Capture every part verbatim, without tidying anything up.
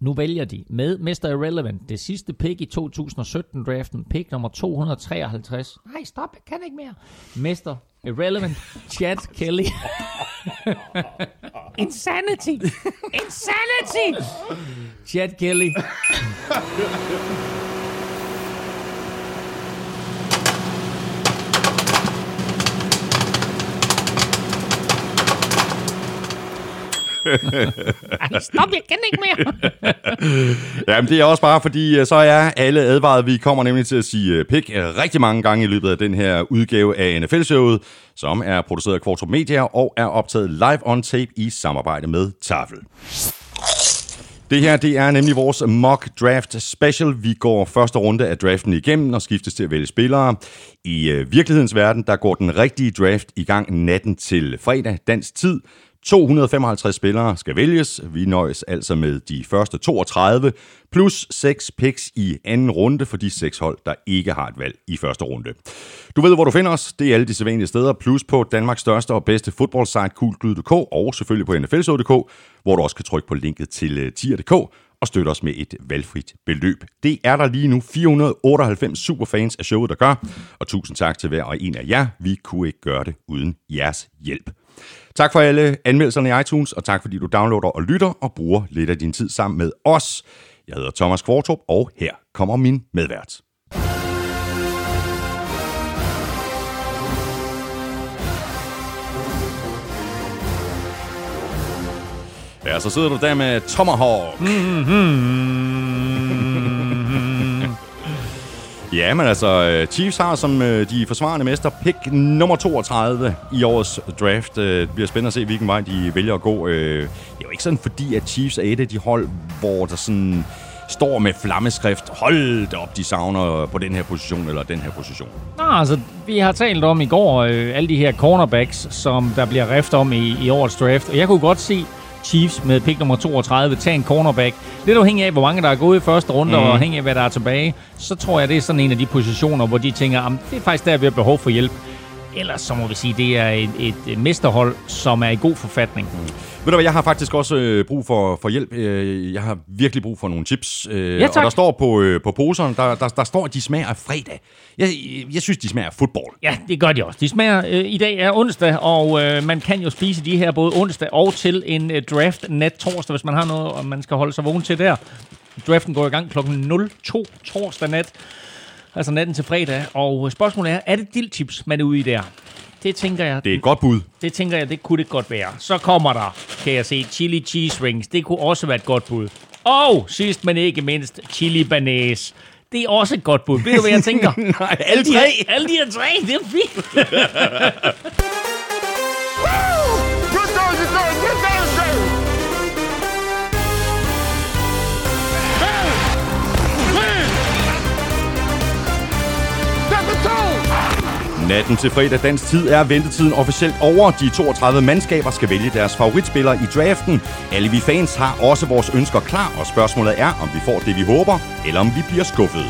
Nu vælger de med mister Irrelevant, det sidste pick i to tusind sytten-draften, pick nummer to hundrede treoghalvtreds. Nej, stop, jeg kan ikke mere. mister Irrelevant, Chad Kelly. Insanity! Insanity! Chad Kelly. Ej, stop, jeg kan ikke mere. Jamen, det er også bare, fordi så er alle advaret. Vi kommer nemlig til at sige pick rigtig mange gange i løbet af den her udgave af N F L-showet, som er produceret af Kvartrup Media og er optaget live on tape i samarbejde med Tafel. Det her, det er nemlig vores mock draft special. Vi går første runde af draften igennem og skiftes til at vælge spillere. I øh, virkelighedens verden, der går den rigtige draft i gang natten til fredag, dansk tid. to hundrede femoghalvtreds spillere skal vælges. Vi nøjes altså med de første toogtredive, plus seks picks i anden runde for de seks hold, der ikke har et valg i første runde. Du ved, hvor du finder os. Det er alle de sædvanlige steder, plus på Danmarks største og bedste fodboldsite, Kulklud punktum d k, og selvfølgelig på N F L punktum d k, hvor du også kan trykke på linket til tier punktum d k og støtte os med et valgfrit beløb. Det er der lige nu fire hundrede otteoghalvfems superfans af showet, der gør, og tusind tak til hver og en af jer. Vi kunne ikke gøre det uden jeres hjælp. Tak for alle anmeldelserne i iTunes, og tak fordi du downloader og lytter og bruger lidt af din tid sammen med os. Jeg hedder Thomas Kvartrup, og her kommer min medvært. Ja, så sidder du der med Tomahawk. Ja, men altså, Chiefs har som de forsvarende mester pick nummer toogtredive i årets draft. Det bliver spændende at se, hvilken vej de vælger at gå. Det er jo ikke sådan, fordi at Chiefs er et af de hold, hvor der sådan står med flammeskrift. Hold da op, de savner på den her position eller den her position. Nå, altså, vi har talt om i går øh, alle de her cornerbacks, som der bliver rift om i, i årets draft. Og jeg kunne godt se Chiefs med pick nummer toogtredive tage en cornerback. Lidt afhængig af, hvor mange der er gået i første runde, mm. og afhængig af, hvad der er tilbage, så tror jeg, det er sådan en af de positioner, hvor de tænker, det er faktisk der, vi har behov for hjælp. Ellers så må vi sige, det er et, et mesterhold, som er i god forfatning. Mm. Ved du hvad, jeg har faktisk også øh, brug for, for hjælp. Jeg har virkelig brug for nogle chips. Øh, ja, og der står på, øh, på poserne, der, der, der står, at de smager af fredag. Jeg, jeg synes, de smager af fodbold. Ja, det gør de også. De smager, øh, i dag er onsdag, og øh, man kan jo spise de her både onsdag og til en øh, draft nat torsdag, hvis man har noget, og man skal holde sig vågen til der. Draften går i gang klokken nul to torsdag nat, altså natten til fredag. Og spørgsmålet er, er det dildchips, man er ude i der? Det tænker jeg. Det er et godt bud. Det tænker jeg, det kunne det godt være. Så kommer der, kan jeg se, chili cheese rings. Det kunne også være et godt bud. Og sidst men ikke mindst, chili banæs. Det er også et godt bud. Ved du, hvad jeg tænker? Nej, alle tre. Alle de her tre, det er fint. Natten til fredag dansk tid er ventetiden officielt over. De toogtredive mandskaber skal vælge deres favoritspillere i draften. Alle vi fans har også vores ønsker klar, og spørgsmålet er, om vi får det, vi håber, eller om vi bliver skuffet.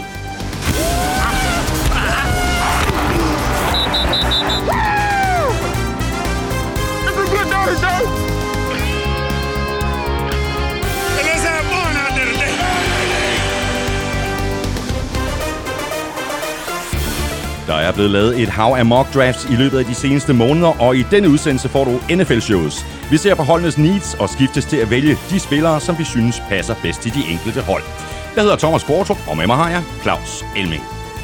Der er blevet lavet et hav af mock drafts i løbet af de seneste måneder, og i denne udsendelse får du N F L-shows. Vi ser på holdenes needs og skiftes til at vælge de spillere, som vi synes passer bedst til de enkelte hold. Jeg hedder Thomas Kvartrup, og med mig har jeg Claus Elming.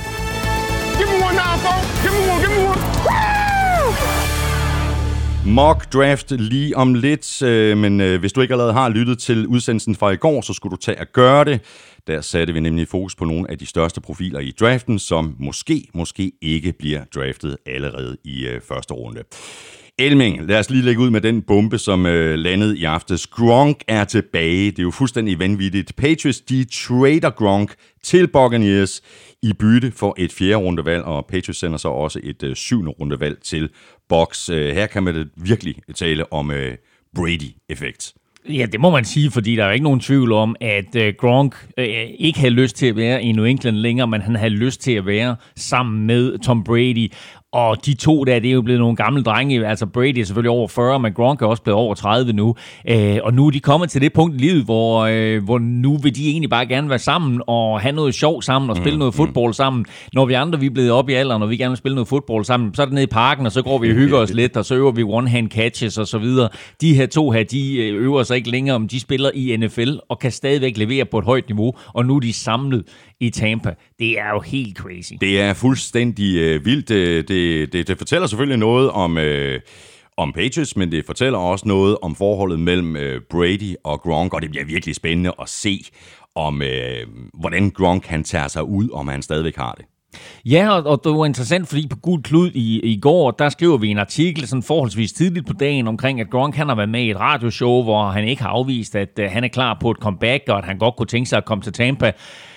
Mock draft lige om lidt, men hvis du ikke allerede har lyttet til udsendelsen fra i går, så skulle du tage at gøre det. Der satte vi nemlig fokus på nogle af de største profiler i draften, som måske, måske ikke bliver draftet allerede i øh, første runde. Elming, lad os lige lægge ud med den bombe, som øh, landede i aftes. Gronk er tilbage. Det er jo fuldstændig vanvittigt. Patriots, de trader Gronk til Buccaneers i bytte for et fjerde rundevalg, og Patriots sender så også et øh, syvende rundevalg til Bucs. Øh, her kan man virkelig tale om øh, Brady-effekt. Ja, det må man sige, fordi der er ikke nogen tvivl om, at uh, Gronk uh, ikke havde lyst til at være i New England længere, men han havde lyst til at være sammen med Tom Brady. Og de to der, det er jo blevet nogle gamle drenge. Altså Brady er selvfølgelig over fyrre, men Gronk er også blevet over tredive nu. Øh, og nu er de kommet til det punkt i livet, hvor, øh, hvor nu vil de egentlig bare gerne være sammen og have noget sjov sammen og spille mm, noget fodbold mm. sammen. Når vi andre vi er blevet op i alderen, og vi gerne vil spille noget fodbold sammen, så er det nede i parken, og så går vi og hygger os lidt, og så øver vi one-hand catches og så videre. De her to her, de øver sig ikke længere, om de spiller i N F L og kan stadigvæk levere på et højt niveau, og nu er de samlet i Tampa. Det er jo helt crazy. Det er fuldstændig øh, vildt. Det, det, det, det fortæller selvfølgelig noget om, øh, om Patriots, men det fortæller også noget om forholdet mellem øh, Brady og Gronk, og det bliver virkelig spændende at se, om øh, hvordan Gronk kan tage sig ud, om han stadigvæk har det. Ja, og, og det var interessant, fordi på Gul Klud i, i går, der skriver vi en artikel sådan forholdsvis tidligt på dagen omkring, at Gronk han har været med i et radioshow, hvor han ikke har afvist, at uh, han er klar på et comeback, og at han godt kunne tænke sig at komme til Tampa.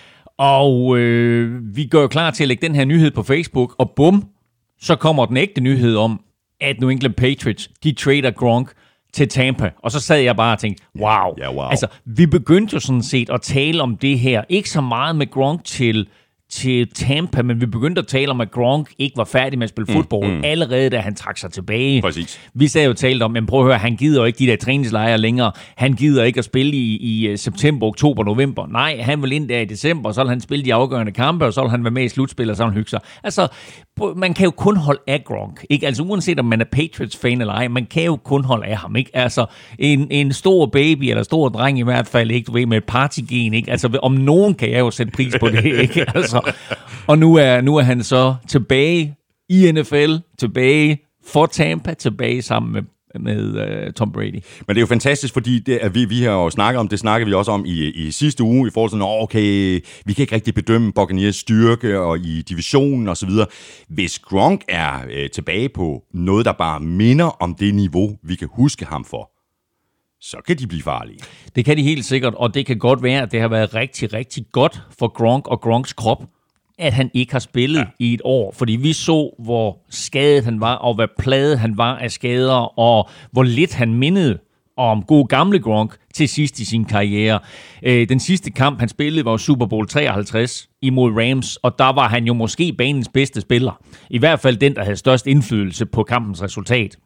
Og øh, vi gør jo klar til at lægge den her nyhed på Facebook, og bum, så kommer den ægte nyhed om, at New England Patriots, de trader Gronk til Tampa. Og så sad jeg bare og tænkte, wow. Yeah, wow. Altså, vi begyndte jo sådan set at tale om det her. Ikke så meget med Gronk til... til Tampa, men vi begyndte at tale om, at Gronk ikke var færdig med at spille fodbold, mm, mm. allerede da han trak sig tilbage. Præcis. Vi sagde jo talt om, men prøv at høre, han gider jo ikke de der træningslejre længere. Han gider ikke at spille i, i september, oktober, november. Nej, han vil ind der i december, og så vil han spille de afgørende kampe, og så vil han være med i slutspil, og så vil han hygge sig. Altså, man kan jo kun holde af Gronk, ikke? Altså uanset om man er Patriots-fan eller ej, man kan jo kun holde af ham, ikke? Altså, en, en stor baby, eller stor dreng i hvert fald, ikke? Du ved, med et partygen, ikke? Altså, om nogen kan jeg jo sætte pris på det, ikke? Altså, og nu er, nu er han så tilbage i N F L, tilbage for Tampa, tilbage sammen med, med uh, Tom Brady. Men det er jo fantastisk, fordi det, at vi, vi har jo snakket om, det snakkede vi også om i, i sidste uge, i forhold til, at okay, vi kan ikke rigtig bedømme Buccaneers styrke og i divisionen osv. Hvis Gronk er øh, tilbage på noget, der bare minder om det niveau, vi kan huske ham for, så kan de blive farlige. Det kan de helt sikkert, og det kan godt være, at det har været rigtig, rigtig godt for Gronk og Gronks krop, at han ikke har spillet ja. i et år. Fordi vi så, hvor skadet han var, og hvad plaget han var af skader, og hvor lidt han mindede om god gamle Gronk til sidst i sin karriere. Den sidste kamp, han spillede, var Super Bowl treoghalvtreds imod Rams, og der var han jo måske banens bedste spiller. I hvert fald den, der havde størst indflydelse på kampens resultat.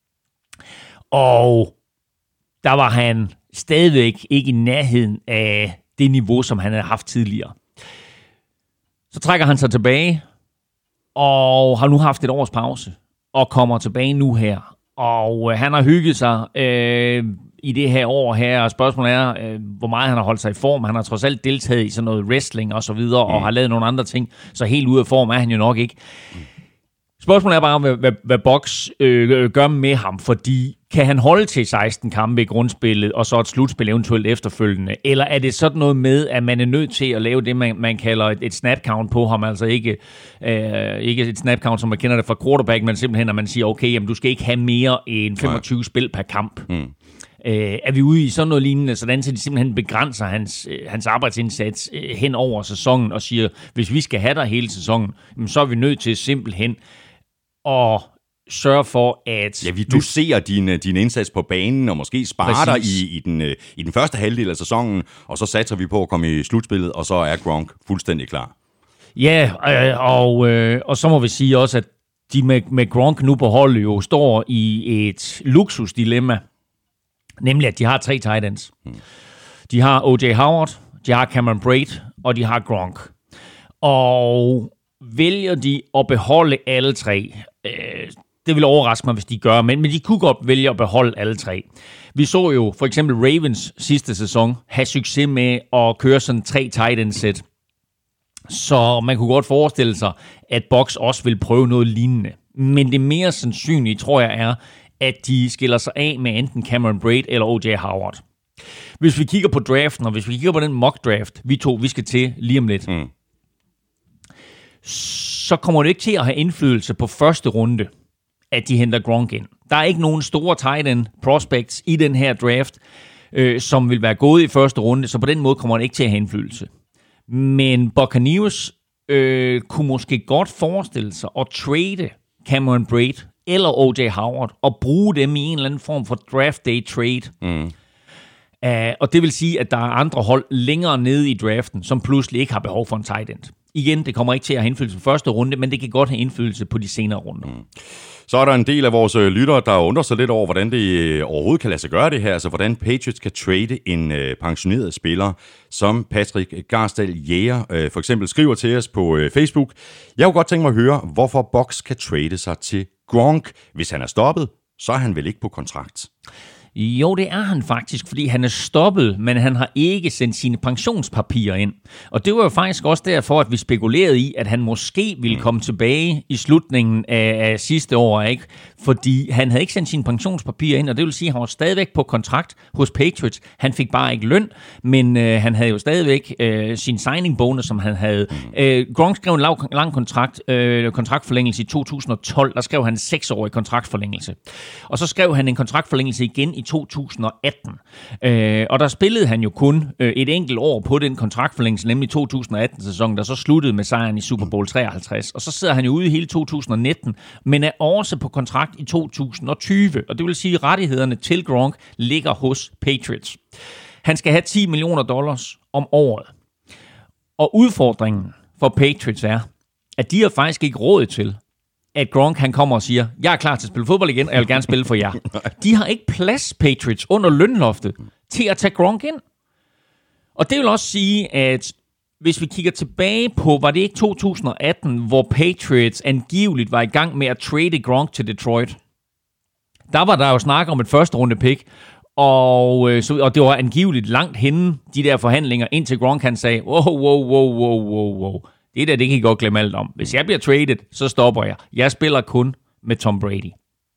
Og der var han stadigvæk ikke i nærheden af det niveau, som han havde haft tidligere. Så trækker han sig tilbage, og har nu haft et års pause, og kommer tilbage nu her. Og øh, han har hygget sig øh, i det her år her, og spørgsmålet er, øh, hvor meget han har holdt sig i form. Han har trods alt deltaget i sådan noget wrestling og så videre, mm. og har lavet nogle andre ting, så helt ude af form er han jo nok ikke. Mm. Spørgsmålet er bare, hvad, hvad, hvad Bucs øh, gør med ham, fordi kan han holde til seksten kampe i grundspillet, og så et slutspil eventuelt efterfølgende? Eller er det sådan noget med, at man er nødt til at lave det, man, man kalder et, et snap count på ham? Altså ikke, øh, ikke et snap count, som man kender det fra quarterback, men simpelthen, at man siger, okay, jamen, du skal ikke have mere end femogtyve Nej. spil per kamp. Mm. Øh, er vi ude i sådan noget lignende, sådan så de simpelthen begrænser hans, øh, hans arbejdsindsats øh, hen over sæsonen, og siger, hvis vi skal have dig hele sæsonen, så er vi nødt til simpelthen at sørge for, at... Ja, vi doserer din, din indsats på banen, og måske sparer dig i, i, den, i den første halvdel af sæsonen, og så satser vi på at komme i slutspillet, og så er Gronk fuldstændig klar. Ja, øh, og, øh, og så må vi sige også, at de med, med Gronk nu på holdet jo står i et luksusdilemma, nemlig at de har tre tight ends. Hmm. De har O J Howard, de har Cameron Brate, og de har Gronk. Og vælger de at beholde alle tre... Øh, Det vil overraske mig, hvis de gør, men, men de kunne godt vælge at beholde alle tre. Vi så jo for eksempel Ravens sidste sæson have succes med at køre sådan tre tight end sæt. Så man kunne godt forestille sig, at Bucs også vil prøve noget lignende. Men det mere sandsynlige, tror jeg, er, at de skiller sig af med enten Cameron Brate eller O J Howard. Hvis vi kigger på draften, og hvis vi kigger på den mock draft, vi to vi skal til lige om lidt, mm. så kommer det ikke til at have indflydelse på første runde, at de henter Gronk ind. Der er ikke nogen store tight end prospects i den her draft, øh, som vil være gået i første runde, så på den måde kommer det ikke til at have indflydelse. Men Buccaneers øh, kunne måske godt forestille sig at trade Cameron Brate eller O J Howard og bruge dem i en eller anden form for draft day trade. Mm. Uh, og det vil sige, at der er andre hold længere nede i draften, som pludselig ikke har behov for en tight end. Igen, det kommer ikke til at have indflydelse på første runde, men det kan godt have indflydelse på de senere runder. Mm. Så er der en del af vores lyttere, der undrer sig lidt over, hvordan det overhovedet kan lade sig gøre det her. Altså, hvordan Patriots kan trade en øh, pensioneret spiller, som Patrick Garsdal Jæger øh, for eksempel skriver til os på øh, Facebook. Jeg kunne godt tænke mig at høre, hvorfor Bucs kan trade sig til Gronk. Hvis han er stoppet, så er han vel ikke på kontrakt? Jo, det er han faktisk, fordi han er stoppet, men han har ikke sendt sine pensionspapirer ind. Og det var jo faktisk også derfor, at vi spekulerede i, at han måske ville komme tilbage i slutningen af, af sidste år, ikke? Fordi han havde ikke sendt sine pensionspapirer ind, og det vil sige, at han var stadigvæk på kontrakt hos Patriots. Han fik bare ikke løn, men øh, han havde jo stadigvæk øh, sin signing bonus, som han havde. Øh, Gronk skrev en lang, lang kontrakt, øh, kontraktforlængelse i to tusind og tolv. Der skrev han en seksårig kontraktforlængelse. Og så skrev han en kontraktforlængelse igen i to tusind og atten. Øh, og der spillede han jo kun øh, et enkelt år på den kontraktforlængelse, nemlig to tusind og atten-sæsonen, der så sluttede med sejren i Super Bowl treoghalvtreds. Og så sidder han jo ude i hele to tusind og nitten, men er også på kontrakt i to tusind og tyve. Og det vil sige, at rettighederne til Gronk ligger hos Patriots. Han skal have ti millioner dollars om året. Og udfordringen for Patriots er, at de har faktisk ikke råd til, at Gronk han kommer og siger, jeg er klar til at spille fodbold igen, og jeg vil gerne spille for jer. De har ikke plads, Patriots, under lønloftet til at tage Gronk ind. Og det vil også sige, at hvis vi kigger tilbage på, var det ikke to tusind og atten, hvor Patriots angiveligt var i gang med at trade Gronk til Detroit. Der var der jo snak om et første runde pick, og, øh, så, og det var angiveligt langt henne, de der forhandlinger, indtil Gronk han sagde, wow, wow, wow, wow, wow, wow. Det der, det kan I godt glemme alt om. Hvis jeg bliver traded, så stopper jeg. Jeg spiller kun med Tom Brady.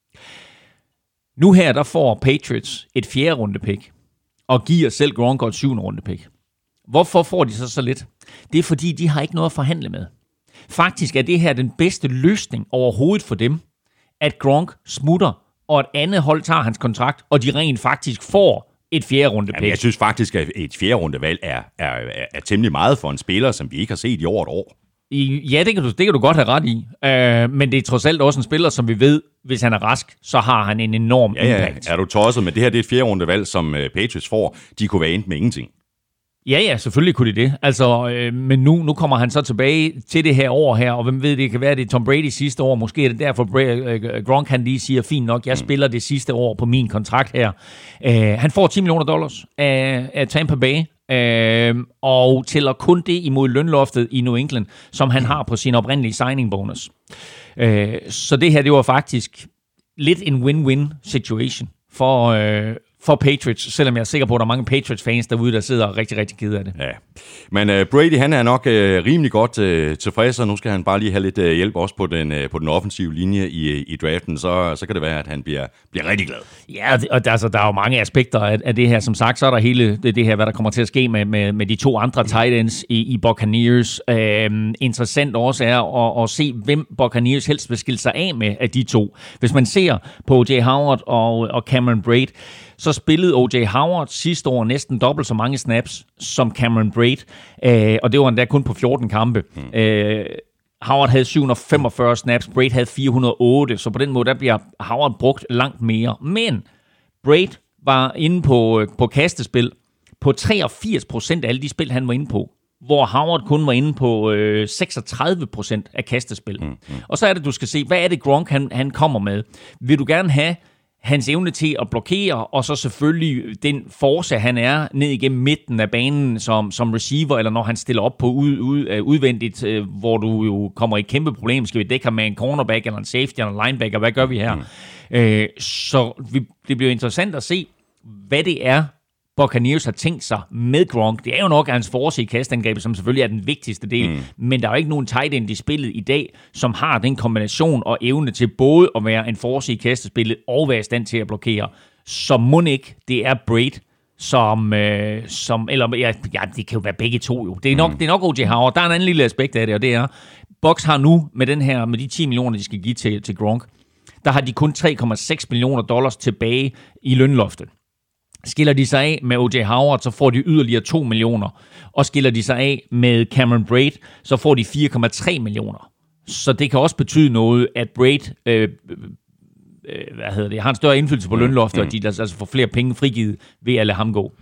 Nu her, der får Patriots et fjerde runde pick, og giver selv Gronk et syvende runde pick. Hvorfor får de så så lidt? Det er fordi, de har ikke noget at forhandle med. Faktisk er det her den bedste løsning overhovedet for dem, at Gronk smutter, og et andet hold tager hans kontrakt, og de rent faktisk får et fjerde runde pick. Jamen, jeg synes faktisk, at et fjerde runde valg er, er, er, er temmelig meget for en spiller, som vi ikke har set i over et år. Ja, det kan du, det kan du godt have ret i. Uh, men det er trods alt også en spiller, som vi ved, hvis han er rask, så har han en enorm ja, impact. Ja, er du tosset, men det her det er et fjerde runde valg, som uh, Patriots får. De kunne være endt med ingenting. Ja, ja, selvfølgelig kunne de det. Altså, øh, men nu, nu kommer han så tilbage til det her år her, og hvem ved, det kan være, det er Tom Brady sidste år. Måske er det derfor, Bra- Gronk han lige siger, fint nok, jeg mm. spiller det sidste år på min kontrakt her. Uh, han får ti millioner dollars af, af Tampa Bay, uh, og tæller kun det imod lønloftet i New England, som han mm. har på sin oprindelige signing bonus. Uh, så det her, det var faktisk lidt en win-win situation for... Uh, for Patriots, selvom jeg er sikker på, at der er mange Patriots-fans derude, der sidder rigtig, rigtig kede af det. Ja, men uh, Brady, han er nok uh, rimelig godt uh, tilfreds, og nu skal han bare lige have lidt uh, hjælp også på den, uh, på den offensive linje i, i draften, så, så kan det være, at han bliver, bliver rigtig glad. Ja, og der, altså, der er jo mange aspekter af, af det her. Som sagt, så er der hele det, det her, hvad der kommer til at ske med, med, med de to andre tight ends i, i Buccaneers. Uh, interessant også er at, at se, hvem Buccaneers helst vil skille sig af med af de to. Hvis man ser på O J Howard og, og Cameron Brate, så spillede O J Howard sidste år næsten dobbelt så mange snaps som Cameron Brate, øh, og det var endda kun på fjorten kampe. Mm. Øh, Howard havde syv hundrede og femogfyrre snaps, Brate havde fire hundrede og otte, så på den måde der bliver Howard brugt langt mere. Men Brate var inde på, på kastespil på treogfirs procent af alle de spil, han var inde på, hvor Howard kun var inde på øh, seksogtredive procent af kastespil. Mm. Mm. Og så er det, du skal se, hvad er det Gronk han, han kommer med? Vil du gerne have hans evne til at blokere, og så selvfølgelig den force, han er ned igennem midten af banen som, som receiver, eller når han stiller op på ud, ud, udvendigt, øh, hvor du jo kommer i et kæmpe problem. Skal vi dække ham med en cornerback, eller en safety, eller en linebacker? Hvad gør vi her? Mm. Øh, så vi, det bliver interessant at se, hvad det er, Buccaneers har tænkt sig med Gronk. Det er jo nok hans force i kastangrebet, som selvfølgelig er den vigtigste del, mm. men der er jo ikke nogen tight end i spillet i dag, som har den kombination og evne til både at være en force i kastespillet og være i stand til at blokere. Så må ikke, det er Brate, som, øh, som eller ja, ja, det kan jo være begge to jo. Det er nok, mm. det er nok O J Howard. Der er en anden lille aspekt af det, og det er, Bucs har nu med den her, med de ti millioner, de skal give til, til Gronk, der har de kun tre komma seks millioner dollars tilbage i lønloftet. Skiller de sig af med O J Howard, så får de yderligere to millioner. Og skiller de sig af med Cameron Brate, så får de fire komma tre millioner. Så det kan også betyde noget, at Brate øh, øh, hvad hedder det, har en større indflydelse på lønloftet, mm. og de altså får flere penge frigivet ved at lade ham gå.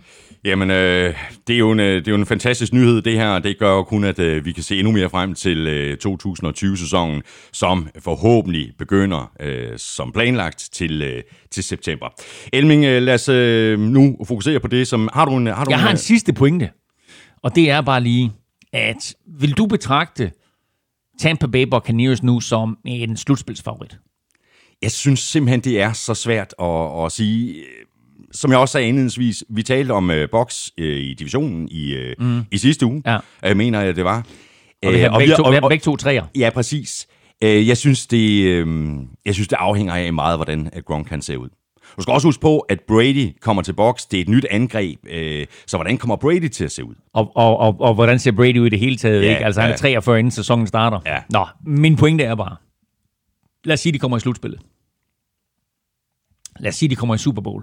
Jamen, øh, det, er jo en, det er jo en fantastisk nyhed, det her. Det gør jo kun, at øh, vi kan se endnu mere frem til øh, to tusind og tyve-sæsonen, som forhåbentlig begynder øh, som planlagt til, øh, til september. Elming, øh, lad os øh, nu fokusere på det, som... Har du en, har du Jeg en, har en sidste pointe, og det er bare lige, at vil du betragte Tampa Bay Buccaneers nu som en slutspilsfavorit? Jeg synes simpelthen, det er så svært at, at sige... Som jeg også sagde indledningsvis, vi talte om uh, Bucs uh, i divisionen i, uh, mm. i sidste uge. Ja. Jeg mener, at det var. Og vi har begge to, og, begge to træer. Ja, præcis. Uh, jeg, synes, det, uh, jeg synes, det afhænger af meget, hvordan Gronk kan se ud. Du skal også huske på, at Brady kommer til Bucs. Det er et nyt angreb. Uh, så hvordan kommer Brady til at se ud? Og, og, og, og hvordan ser Brady ud i det hele taget? Ja, ikke? Altså han er treogfyrre, inden sæsonen starter. Ja. Nå, min pointe er bare, lad os sige, de kommer i slutspillet. Lad os sige, de kommer i Super Bowl.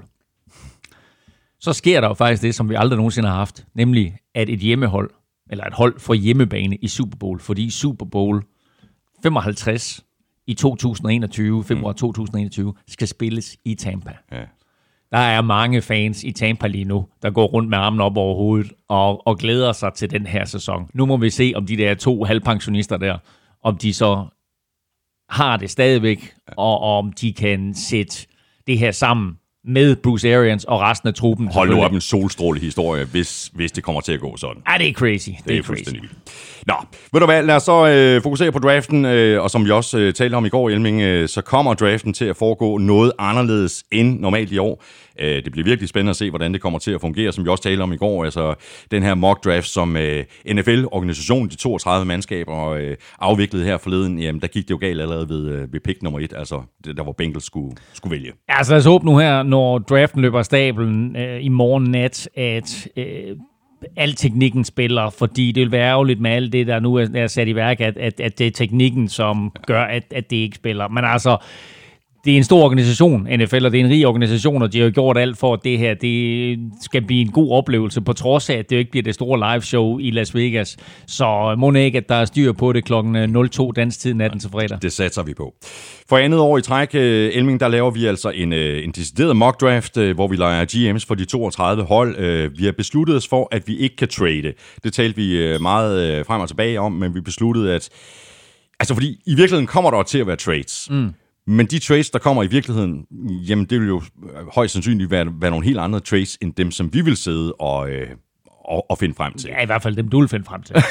Så sker der jo faktisk det, som vi aldrig nogensinde har haft, nemlig at et hjemmehold, eller et hold får hjemmebane i Super Bowl, fordi Super Bowl femoghalvtreds i to tusind og enogtyve, februar to tusind og enogtyve, skal spilles i Tampa. Ja. Der er mange fans i Tampa lige nu, der går rundt med armen op over hovedet og, og glæder sig til den her sæson. Nu må vi se, om de der to halvpensionister der, om de så har det stadigvæk, og om de kan sætte det her sammen med Bruce Arians og resten af truppen. Hold nu op en solstrålehistorie, hvis, hvis det kommer til at gå sådan. Ja, det er crazy. Det, det er, er fuldstændig vildt. Nå, ved du hvad, lad os så øh, fokusere på draften, øh, og som vi også øh, talte om i går, Elming, øh, så kommer draften til at foregå noget anderledes end normalt i år. Øh, det bliver virkelig spændende at se, hvordan det kommer til at fungere, som vi også talte om i går. Altså den her mock draft, som øh, N F L-organisationen, de toogtredive mandskaber, øh, afviklede her forleden, jamen der gik det jo galt allerede ved, øh, ved pick nummer et, altså der hvor Bengals skulle, skulle vælge. Altså lad os håbe nu her, når draften løber af stablen øh, i morgen nat, at øh, al teknikken spiller, fordi det vil være ærgerligt med alt det, der nu er sat i værk, at, at, at det er teknikken, som gør, at, at det ikke spiller. Men altså, det er en stor organisation, N F L, og det er en rig organisation, og de har jo gjort alt for, at det her det skal blive en god oplevelse, på trods af, at det jo ikke bliver det store live show i Las Vegas. Så må ikke, at der er styr på det klokken nul to dansk tid natten til fredag. Det satser vi på. For andet år i træk, Elming, der laver vi altså en, en decideret mock draft, hvor vi leger G M's for de toogtredive hold. Vi har besluttet os for, at vi ikke kan trade. Det talte vi meget frem og tilbage om, men vi besluttede, at... Altså, fordi i virkeligheden kommer der til at være trades. Mm. Men de trades, der kommer i virkeligheden, jamen det vil jo højst sandsynligt være, være nogle helt andre trades, end dem, som vi vil sidde og, øh, og, og finde frem til. Ja, i hvert fald dem, du vil finde frem til.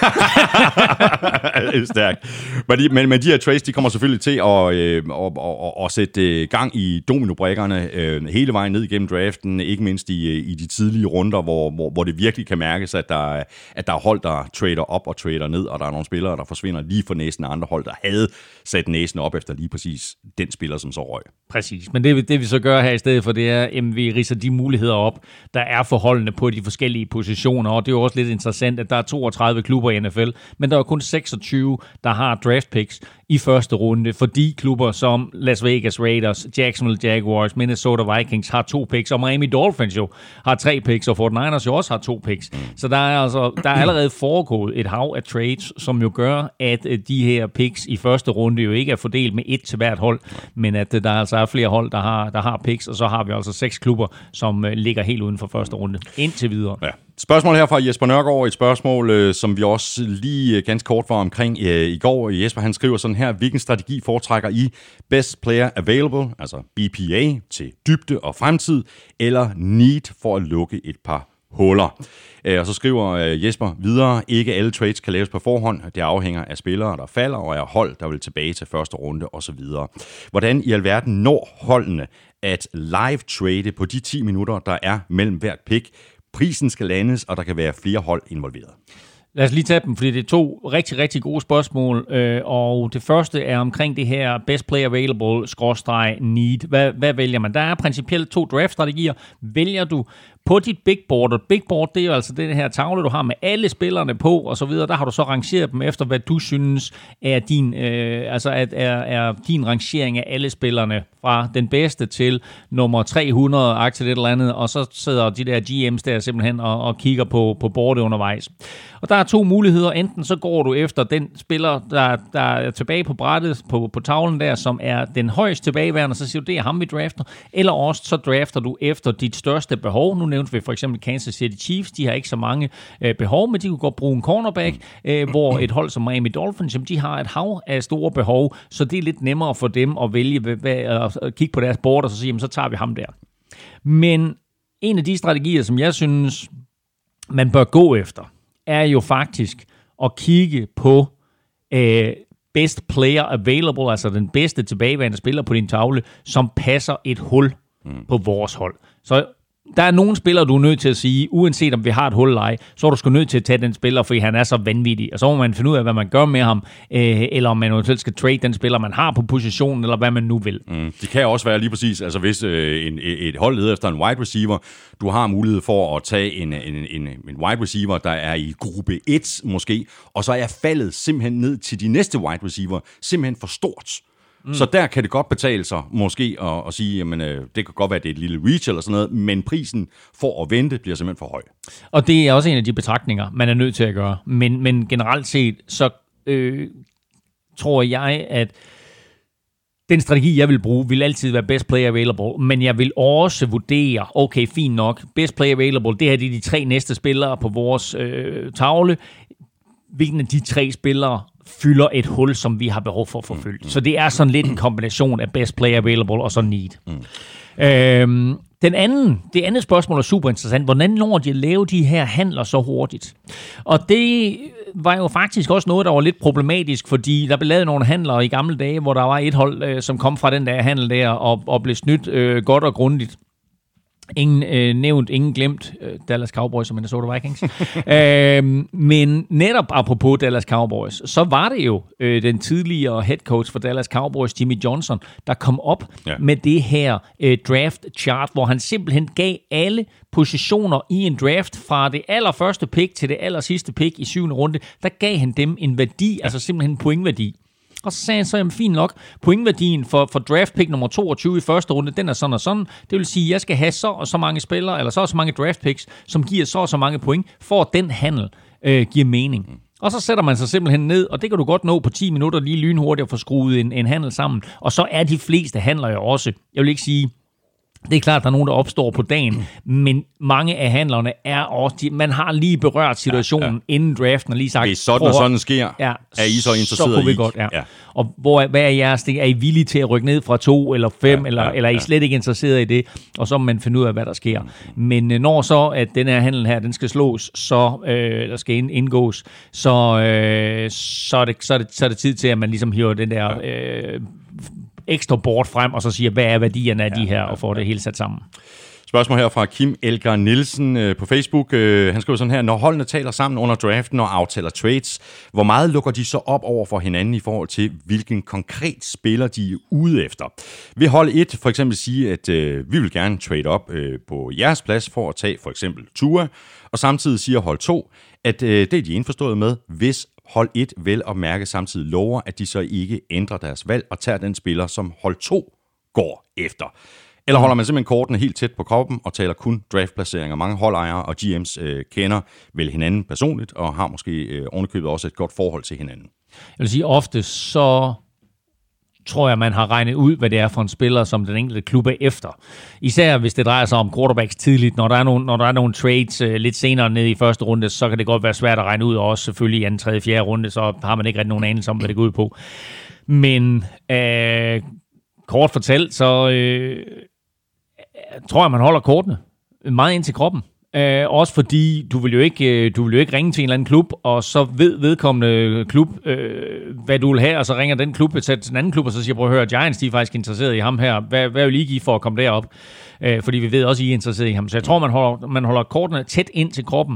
Stærkt. Men, de, men, men de her trades, de kommer selvfølgelig til at, øh, at, at, at sætte gang i dominobrikkerne øh, hele vejen ned igennem draften, ikke mindst i, i de tidlige runder, hvor, hvor, hvor det virkelig kan mærkes, at der, at der er hold, der trader op og trader ned, og der er nogle spillere, der forsvinder lige for næsen af andre hold, der havde sat næsen op efter lige præcis den spiller, som så røg. Præcis, men det, det vi så gør her i stedet for, det er, at vi ridser de muligheder op, der er for holdene på de forskellige positioner, og det er jo også lidt interessant, at der er toogtredive klubber i N F L, men der er kun seksogtyve, der har draft picks i første runde, fordi klubber som Las Vegas Raiders, Jacksonville Jaguars, Minnesota Vikings har to picks, og Miami Dolphins jo har tre picks, og forty-niners jo også har to picks. Så der er altså der er allerede foregået et hav af trades, som jo gør, at de her picks i første runde jo ikke er fordelt med et til hvert hold, men at der altså er flere hold, der har, der har picks, og så har vi altså seks klubber, som ligger helt uden for første runde. Indtil videre. Ja. Spørgsmål her fra Jesper Nørgaard, et spørgsmål, øh, som vi også lige øh, ganske kort var omkring øh, i går. Jesper, han skriver sådan her: hvilken strategi foretrækker I? Best player available, altså B P A, til dybde og fremtid, eller need for at lukke et par huller? Øh, og så skriver øh, Jesper videre: ikke alle trades kan laves på forhånd. Det afhænger af spillere, der falder, og af hold, der vil tilbage til første runde osv. Hvordan i alverden når holdene at live trade på de ti minutter, der er mellem hvert pick? Prisen skal landes, og der kan være flere hold involveret. Lad os lige tage dem, fordi det er to rigtig, rigtig gode spørgsmål. Og det første er omkring det her best player available, skråstreg, need. Hvad, hvad vælger man? Der er principielt to draft-strategier. Vælger du på dit big board, og big board, det er jo altså det her tavle, du har med alle spillerne på, og så videre. Der har du så rangeret dem efter, hvad du synes er din, øh, altså at er, er din rangering af alle spillerne, fra den bedste til nummer tre hundrede, aktivt et eller andet, og så sidder de der G M's der simpelthen og, og kigger på, på bordet undervejs. Og der er to muligheder. Enten så går du efter den spiller, der, der er tilbage på brættet, på, på tavlen der, som er den højst tilbageværende, så siger du, det er ham, vi drafter. Eller også så drafter du efter dit største behov. Nu nævnte vi for eksempel Kansas City Chiefs, de har ikke så mange øh, behov, men de kunne godt bruge en cornerback, øh, hvor et hold som Miami Dolphins, de har et hav af store behov, så det er lidt nemmere for dem at vælge, hvad, at kigge på deres board og så sige, jamen, så tager vi ham der. Men en af de strategier, som jeg synes, man bør gå efter, er jo faktisk at kigge på øh, best player available, altså den bedste tilbageværende spiller på din tavle, som passer et hul mm. på vores hold. Så der er nogle spillere, du er nødt til at sige, uanset om vi har et hul eller ej, så er du sgu nødt til at tage den spiller, fordi han er så vanvittig. Og så må man finde ud af, hvad man gør med ham, øh, eller om man eventuelt skal trade den spiller, man har på positionen, eller hvad man nu vil. Mm. Det kan også være lige præcis, altså hvis øh, en, et hold leder efter en wide receiver, du har mulighed for at tage en, en, en, en wide receiver, der er i gruppe et måske, og så er faldet simpelthen ned til de næste wide receiver, simpelthen for stort. Mm. Så der kan det godt betale sig måske at, at sige, jamen øh, det kan godt være, at det er et lille reach eller sådan noget, men prisen for at vente bliver simpelthen for høj. Og det er også en af de betragtninger, man er nødt til at gøre. Men, men generelt set, så øh, tror jeg, at den strategi, jeg vil bruge, vil altid være best player available, men jeg vil også vurdere, okay, fint nok, best player available, det her det er de tre næste spillere på vores øh, tavle. Hvilken af de tre spillere fylder et hul, som vi har behov for at forfølge. Mm. Så det er sådan lidt en kombination af best player available og så need. Mm. Øhm, den anden, det andet spørgsmål er super interessant. Hvordan når de at lave de her handler så hurtigt? Og det var jo faktisk også noget, der var lidt problematisk, fordi der blev lavet nogle handler i gamle dage, hvor der var et hold, øh, som kom fra den der handel der og, og blev snydt øh, godt og grundigt. Ingen øh, nævnt, ingen glemt øh, Dallas Cowboys og Minnesota Vikings. øh, men netop apropos Dallas Cowboys, så var det jo øh, den tidligere head coach for Dallas Cowboys, Jimmy Johnson, der kom op ja. med det her øh, draft chart, hvor han simpelthen gav alle positioner i en draft fra det allerførste pick til det aller sidste pick i syvende runde. Der gav han dem en værdi, ja. altså simpelthen en pointværdi. Og så sagde han så, jamen fint nok, pointværdien for, for draft pick nummer toogtyve i første runde, den er sådan og sådan. Det vil sige, at jeg skal have så og så mange spillere, eller så og så mange draft picks, som giver så og så mange point, for at den handel øh, giver mening. Og så sætter man sig simpelthen ned, og det kan du godt nå på ti minutter lige lynhurtigt at få skruet en, en handel sammen. Og så er de fleste handler jo også, jeg vil ikke sige, det er klart, at der er nogen, der opstår på dagen, men mange af handlerne er også, de, man har lige berørt situationen ja, ja. inden draften og lige sagt, hvis sådan og sådan sker, ja, er I så interesseret så vi i? Godt, ja. Ja. Og hvor, hvad er jeres ting? Er I villige til at rykke ned fra to eller fem, ja, eller, ja, eller er I slet ikke interesseret i det? Og så må man finde ud af, hvad der sker. Men når så, at den her handel her, den skal slås, så øh, der skal indgås, så, øh, så, er det, så, er det, så er det tid til, at man ligesom hiver den der Øh, ekstra board frem, og så siger, hvad er værdierne af ja, de her, og får det hele sat sammen. Spørgsmål her fra Kim Elgar Nielsen øh, på Facebook. Øh, han skriver sådan her, når holdene taler sammen under draften og aftaler trades, hvor meget lukker de så op over for hinanden i forhold til, hvilken konkret spiller de er ude efter? Vil hold et for eksempel sige, at øh, vi vil gerne trade op øh, på jeres plads for at tage for eksempel Tua, og samtidig siger hold to, at øh, det er de indforstået med, hvis hold et vel at mærke samtidig lover, at de så ikke ændrer deres valg og tager den spiller, som hold to går efter. Eller holder man simpelthen kortene helt tæt på kroppen og taler kun draftplaceringer. Mange holdejere og G M's øh, kender vel hinanden personligt og har måske øh, ovenikøbet også et godt forhold til hinanden. Jeg vil sige, ofte så tror jeg, man har regnet ud, hvad det er for en spiller, som den enkelte klub er efter. Især hvis det drejer sig om quarterbacks tidligt. Når der er nogle, når der er nogle trades øh, lidt senere ned i første runde, så kan det godt være svært at regne ud, og også selvfølgelig i anden, tredje, fjerde runde, så har man ikke rigtig nogen anelse om, hvad det går ud på. Men øh, kort fortalt, så øh, tror jeg, man holder kortene meget ind til kroppen. Uh, også fordi du vil jo ikke du vil jo ikke ringe til en eller anden klub, og så ved vedkommende klub, uh, hvad du vil have, og så ringer den klub til en anden klub, og så siger, prøv at høre, Giants, de er faktisk interesseret i ham her. Hvad, hvad vil I give for at komme derop? Uh, fordi vi ved også, I er interesseret i ham. Så jeg tror, man holder, man holder kortene tæt ind til kroppen.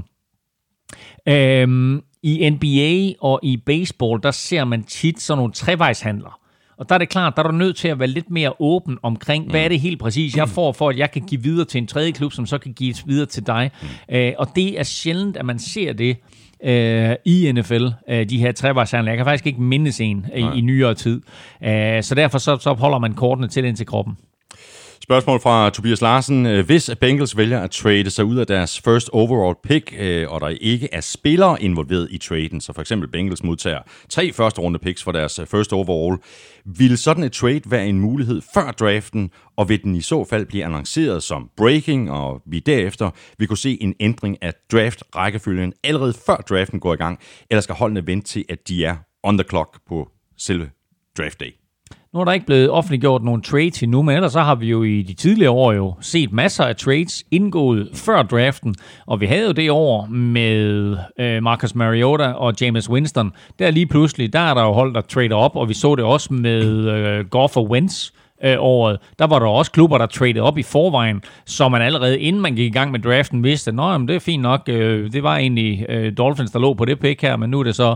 Uh, I N B A og i baseball, der ser man tit sådan nogle trevejshandler. Og der er det klart, der er du nødt til at være lidt mere åben omkring, hvad er det helt præcis, jeg får for, at jeg kan give videre til en tredje klub, som så kan give videre til dig. Mm. Øh, og det er sjældent, at man ser det øh, i N F L, øh, de her trevejshandler. Jeg kan faktisk ikke mindes en i, i nyere tid. Øh, så derfor så, så holder man kortene til ind til kroppen. Spørgsmål fra Tobias Larsen. Hvis Bengals vælger at trade sig ud af deres first overall pick, og der ikke er spillere involveret i traden, så for eksempel Bengals modtager tre første runde picks for deres first overall, vil sådan et trade være en mulighed før draften, og vil den i så fald blive annonceret som breaking, og vi derefter vil kunne se en ændring af draft-rækkefølgen allerede før draften går i gang, eller skal holdene vente til, at de er on the clock på selve draft day? Nu er der ikke blevet offentliggjort nogen trades endnu, men ellers så har vi jo i de tidligere år jo set masser af trades indgået før draften, og vi havde jo det år med øh, Marcus Mariota og Jameis Winston. Der lige pludselig, der er der jo hold, der trader op, og vi så det også med øh, Goff og Wentz øh, året. Der var der også klubber, der traded op i forvejen, så man allerede inden man gik i gang med draften vidste, nå, jamen, det er fint nok, øh, det var egentlig øh, Dolphins, der lå på det pick her, men nu er det så,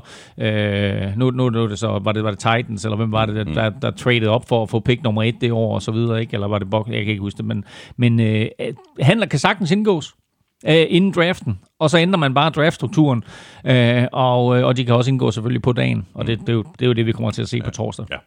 øh, nu, nu, nu er det så, var det, var det Titans, eller hvem var det, der, der, der traded op for at få pick nummer et det år, og så videre, ikke? Eller var det Buck? Jeg kan ikke huske det, men, men øh, handler kan sagtens indgås øh, inden draften, og så ændrer man bare draftstrukturen, øh, og, og de kan også indgå selvfølgelig på dagen, og det, det, er, jo, det er jo det, vi kommer til at se ja. på torsdag. Ja.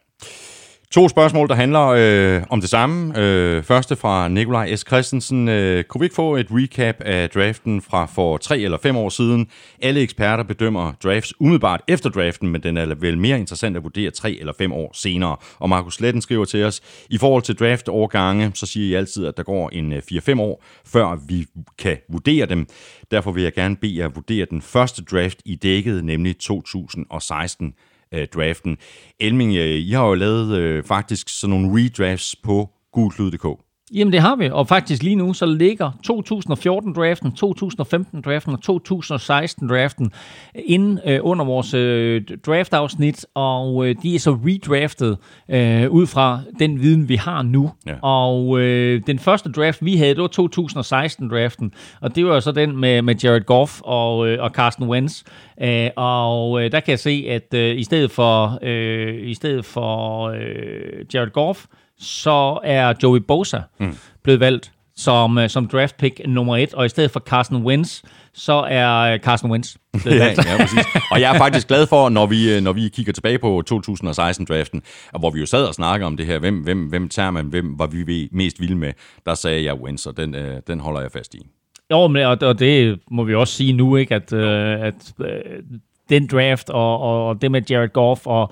To spørgsmål, der handler øh, om det samme. Øh, første fra Nikolaj S. Christensen. Øh, kunne vi ikke få et recap af draften fra for tre eller fem år siden? Alle eksperter bedømmer drafts umiddelbart efter draften, men den er vel mere interessant at vurdere tre eller fem år senere. Og Markus Sletten skriver til os, i forhold til draft-årgange, så siger I altid, at der går en fire fem år, før vi kan vurdere dem. Derfor vil jeg gerne bede jer at vurdere den første draft, I dækkede, nemlig to tusind og seksten. Draften. Elming, I har jo lavet øh, faktisk sådan nogle redrafts på gulklud punktum d k. Jamen det har vi, og faktisk lige nu så ligger to tusind og fjorten-draften, to tusind og femten-draften og to tusind og seksten-draften inde øh, under vores øh, draft-afsnit, og øh, de er så redraftet øh, ud fra den viden, vi har nu. Ja. Og øh, den første draft, vi havde, det var to tusind og seksten-draften, og det var så den med, med Jared Goff og, øh, og Carson Wentz. Øh, og øh, der kan jeg se, at øh, i stedet for, øh, i stedet for øh, Jared Goff, så er Joey Bosa mm. blevet valgt som, som draft pick nummer et, og i stedet for Carson Wentz, så er Carson Wentz blevet valgt. ja, ja, præcis. Og jeg er faktisk glad for, når vi, når vi kigger tilbage på to tusind og seksten-draften, hvor vi jo sad og snakkede om det her, hvem, hvem, hvem tager man, hvem var vi mest vilde med, der sagde jeg Wentz, og den, øh, den holder jeg fast i. Jo, men, og, og det må vi også sige nu, ikke, at, øh, at øh, den draft og, og det med Jared Goff, og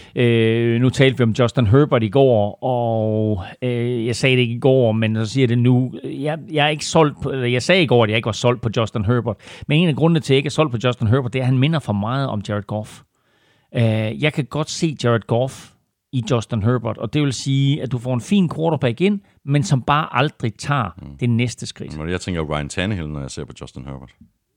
øh, nu talte vi om Justin Herbert i går, og øh, jeg sagde det ikke i går, men så siger jeg det nu. Jeg, jeg er ikke solgt på, jeg sagde i går, at jeg ikke var solgt på Justin Herbert, men en af grundene til, at jeg ikke er solgt på Justin Herbert, det er, at han minder for meget om Jared Goff. Øh, jeg kan godt se Jared Goff i Justin Herbert, og det vil sige, at du får en fin quarterback ind, men som bare aldrig tager mm. det næste skridt. Jeg tænker Ryan Tannehill, når jeg ser på Justin Herbert.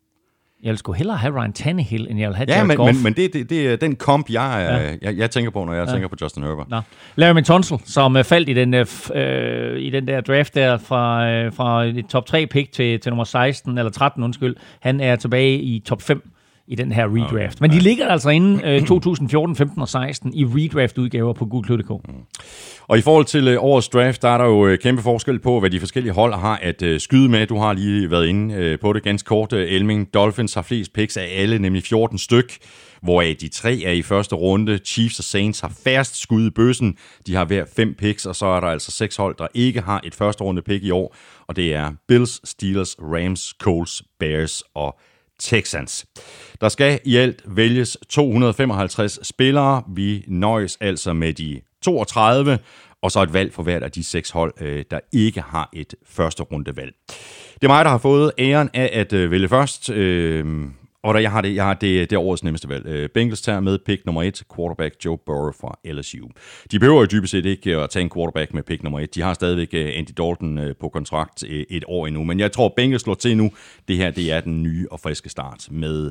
Jeg vil sgu hellere have Ryan Tannehill, end jeg vil have ja, Jared men, Goff. men, men det, det, det er den komp, jeg, ja. jeg, jeg tænker på, når jeg ja. tænker på Justin Herbert. Nå. Larry Tunsil, som uh, faldt i den, uh, i den der draft der fra, uh, fra et top tre pick til, til nummer seksten, eller tretten, undskyld. Han er tilbage i top fem i den her redraft. Okay. Men de ja. ligger altså inde uh, to tusind og fjorten, femten og seksten i redraft-udgaver på gulklud punktum d k. Mm. Og i forhold til øh, årets draft, der er der jo øh, kæmpe forskel på, hvad de forskellige hold har at øh, skyde med. Du har lige været inde øh, på det ganske kort, øh, Elming. Dolphins har flest picks af alle, nemlig fjorten styk, hvoraf de tre er i første runde. Chiefs og Saints har færrest skud i bøssen. De har hver fem picks, og så er der altså seks hold, der ikke har et første runde pick i år. Og det er Bills, Steelers, Rams, Colts, Bears og Texans. Der skal i alt vælges to hundrede og femoghalvtreds spillere. Vi nøjes altså med de toogtredive, og så et valg for hvert af de seks hold, øh, der ikke har et første rundevalg. Det er mig, der har fået æren af at øh, vælge først, øh, og der, jeg har det, jeg har det, det er årets nemmeste valg. Øh, Bengals tager med pick nummer et, quarterback Joe Burrow fra L S U. De behøver jo dybest set ikke at tage en quarterback med pick nummer et. De har stadigvæk Andy Dalton øh, på kontrakt øh, et år endnu, men jeg tror, Bengals slår til nu. Det her, det er den nye og friske start med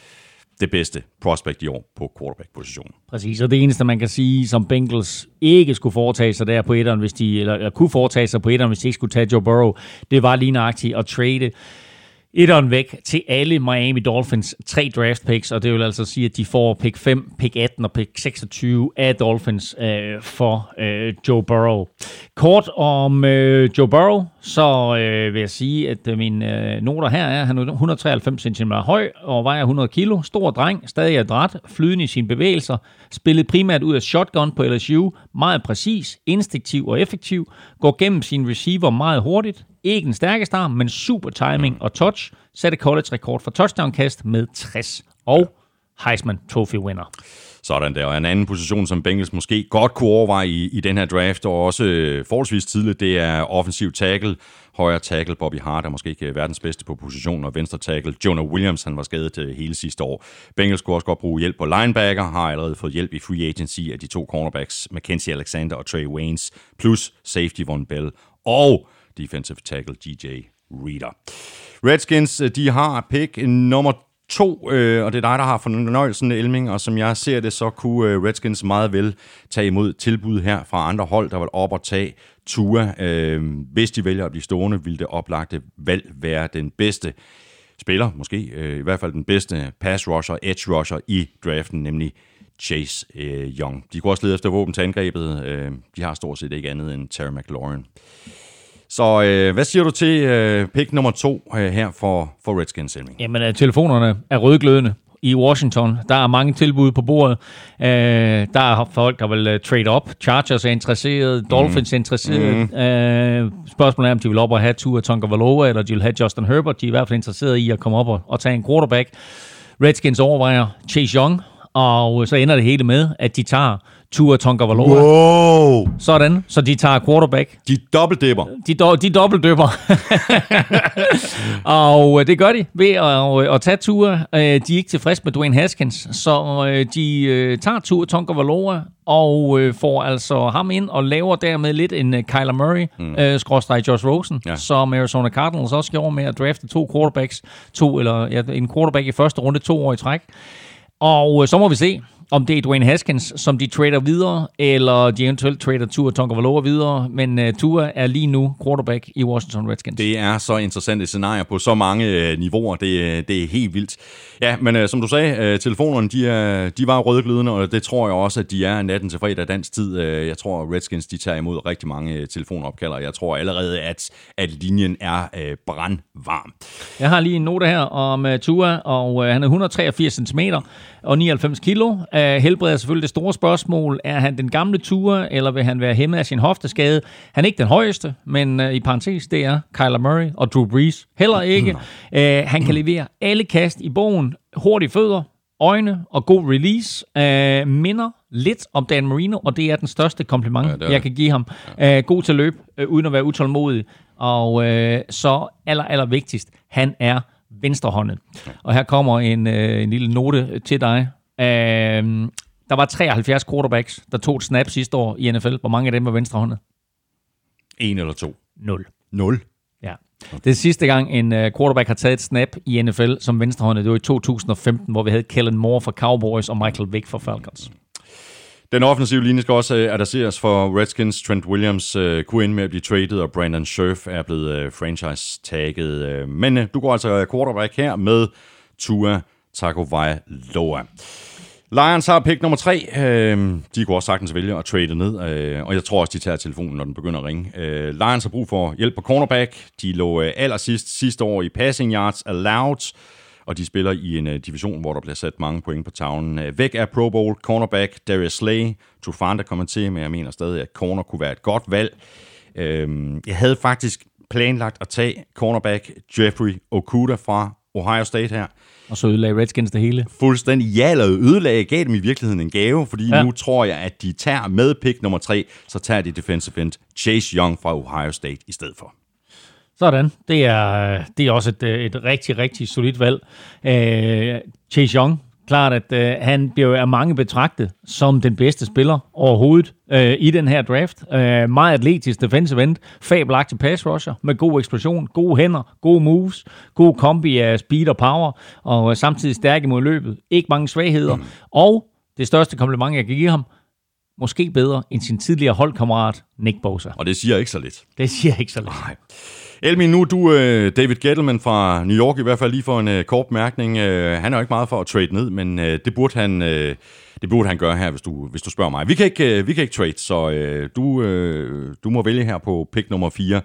det bedste prospect i år på quarterback-positionen. Præcis, og det eneste, man kan sige, som Bengals ikke skulle foretage sig der på etteren, hvis de, eller, eller kunne foretage sig på etteren, hvis de ikke skulle tage Joe Burrow, det var lige nøjagtigt at trade etteren væk til alle Miami Dolphins tre draft picks, og det vil altså sige, at de får pick fem, pick atten og pick seksogtyve af Dolphins øh, for øh, Joe Burrow. Kort om øh, Joe Burrow, så øh, vil jeg sige, at øh, mine øh, noter her er, at han er et hundrede og treoghalvfems centimeter høj og vejer hundrede kilo. Stor dreng, stadig adræt, flydende i sine bevægelser. Spillet primært ud af shotgun på L S U. Meget præcis, instinktiv og effektiv. Går gennem sin receiver meget hurtigt. Ikke den stærkeste arm, men super timing og touch. Satte college-rekord for touchdown-kast med tres. Og Heisman Trophy winner. Sådan der. Og en anden position, som Bengals måske godt kunne overveje i, i den her draft, og også øh, forholdsvis tidligt, det er offensiv tackle. Højre tackle Bobby Hart er måske ikke verdens bedste på positionen, og venstre tackle Jonah Williams, han var skadet øh, hele sidste år. Bengals kunne også godt bruge hjælp på linebacker, har allerede fået hjælp i free agency af de to cornerbacks, Mackenzie Alexander og Trey Waynes, plus safety Von Bell og defensive tackle G J Reader. Redskins, de har pick nummer to, øh, og det er dig, der har fornøjelsen, Elming, og som jeg ser det, så kunne øh, Redskins meget vel tage imod tilbud her fra andre hold, der vil op og tage Tua. Øh, hvis de vælger at blive stående, vil det oplagte valg være den bedste spiller, måske øh, i hvert fald den bedste pass rusher, edge rusher i draften, nemlig Chase øh, Young. De kunne også lede efter våben til angrebet. Øh, de har stort set ikke andet end Terry McLaurin. Så øh, hvad siger du til øh, pick nummer to øh, her for, for Redskins, Selming? Jamen, øh, telefonerne er rødglødende i Washington. Der er mange tilbud på bordet. Øh, der er folk, der vil uh, trade op. Chargers er interesseret. Dolphins er interesseret. Mm. Øh, spørgsmålet er, om de vil op og have Tua Tagovailoa, eller de vil have Justin Herbert. De er i hvert fald interesseret i at komme op og, og tage en quarterback. Redskins overvejer Chase Young, og så ender det hele med, at de tager Tua Tagovailoa. Wow! Sådan, så de tager quarterback. De dobbeltdipper. De, do, de dobbeltdipper. Og det gør de ved at, at tage Tua. De er ikke tilfredse med Dwayne Haskins, så de tager Tua Tagovailoa og får altså ham ind og laver dermed lidt en Kyler Murray, mm. øh, skråstreg Josh Rosen, ja. Som Arizona Cardinals også gjorde med at drafte to quarterbacks, to eller ja, en quarterback i første runde, to år i træk. Og så må vi se, om det er Dwayne Haskins, som de trader videre, eller de eventuelt trader Tua Tagovailoa videre, men uh, Tua er lige nu quarterback i Washington Redskins. Det er så interessant et scenarie på så mange uh, niveauer, det, det er helt vildt. Ja, men uh, som du sagde, uh, telefonerne, de, er, de var rødglødende, og det tror jeg også, at de er natten til fredag dansk tid. Uh, jeg tror, at Redskins, de tager imod rigtig mange uh, telefonopkalder. Jeg tror allerede, at, at linjen er uh, brandvarm. Jeg har lige en note her om uh, Tua, og uh, han er et hundrede og treogfirs centimeter og nioghalvfems kilo. Uh, helbred er selvfølgelig det store spørgsmål. Er han den gamle Tua, eller vil han være hæmmet af sin hofteskade? Han er ikke den højeste, men uh, i parentes, det er Kyler Murray og Drew Brees. Heller ikke. Uh, han kan levere alle kast i bogen. Hurtige fødder, øjne og god release. Uh, minder lidt om Dan Marino, og det er den største kompliment, ja, jeg kan give ham. Uh, god til løb, uh, uden at være utålmodig. Og uh, så aller, aller vigtigst, han er venstrehåndet. Og her kommer en, øh, en lille note til dig. Øh, der var treoghalvfjerds quarterbacks, der tog et snap sidste år i N F L. Hvor mange af dem var venstrehåndet? En eller to? Nul. Nul? Ja. Det er sidste gang, en uh, quarterback har taget et snap i N F L som venstrehåndet. Det var i to tusind og femten, hvor vi havde Kellen Moore for Cowboys og Michael Vick for Falcons. Den offensive linje skal også uh, adresseres for Redskins. Trent Williams uh, kunne ende med at blive traded, og Brandon Scherf er blevet uh, franchise-tagget. Uh, men uh, du går altså quarterback her med Tua Tagovailoa. Lions har pick nummer tre. Uh, de kunne også sagtens vælge at trade ned, uh, og jeg tror også, de tager telefonen, når den begynder at ringe. Uh, Lions har brug for hjælp på cornerback. De lå uh, allersidst sidste år i passing yards allowed, og de spiller i en uh, division, hvor der bliver sat mange point på tavlen. Uh, væk er Pro Bowl cornerback Darius Slay. Trufant er kommet til, men jeg mener stadig, at corner kunne være et godt valg. Uh, jeg havde faktisk planlagt at tage cornerback Jeffrey Okudah fra Ohio State her. Og så ødelagde Redskins det hele. Fuldstændig, ja, eller ødelagde, gav dem i virkeligheden en gave, fordi ja. Nu tror jeg, at de tager med pick nummer tre, så tager de defensive end Chase Young fra Ohio State i stedet for. Sådan. Det er, det er også et, et rigtig, rigtig solidt valg. Uh, Chase Young, klart, at uh, han bliver af mange betragtet som den bedste spiller overhovedet uh, i den her draft. Uh, meget atletisk defensive end, fabelagtig pass rusher med god eksplosion, gode hænder, gode moves, god kombi af speed og power, og uh, samtidig stærk imod løbet. Ikke mange svagheder. Mm. Og det største kompliment, jeg kan give ham, måske bedre end sin tidligere holdkammerat Nick Bosa. Og det siger ikke så lidt. Det siger ikke så lidt. Nej. Elmin, nu er du uh, David Gettleman fra New York, i hvert fald lige for en uh, kort mærkning. Uh, han er jo ikke meget for at trade ned, men uh, det, burde han, uh, det burde han gøre her, hvis du, hvis du spørger mig. Vi kan ikke, uh, vi kan ikke trade, så uh, du, uh, du må vælge her på pick nummer fire.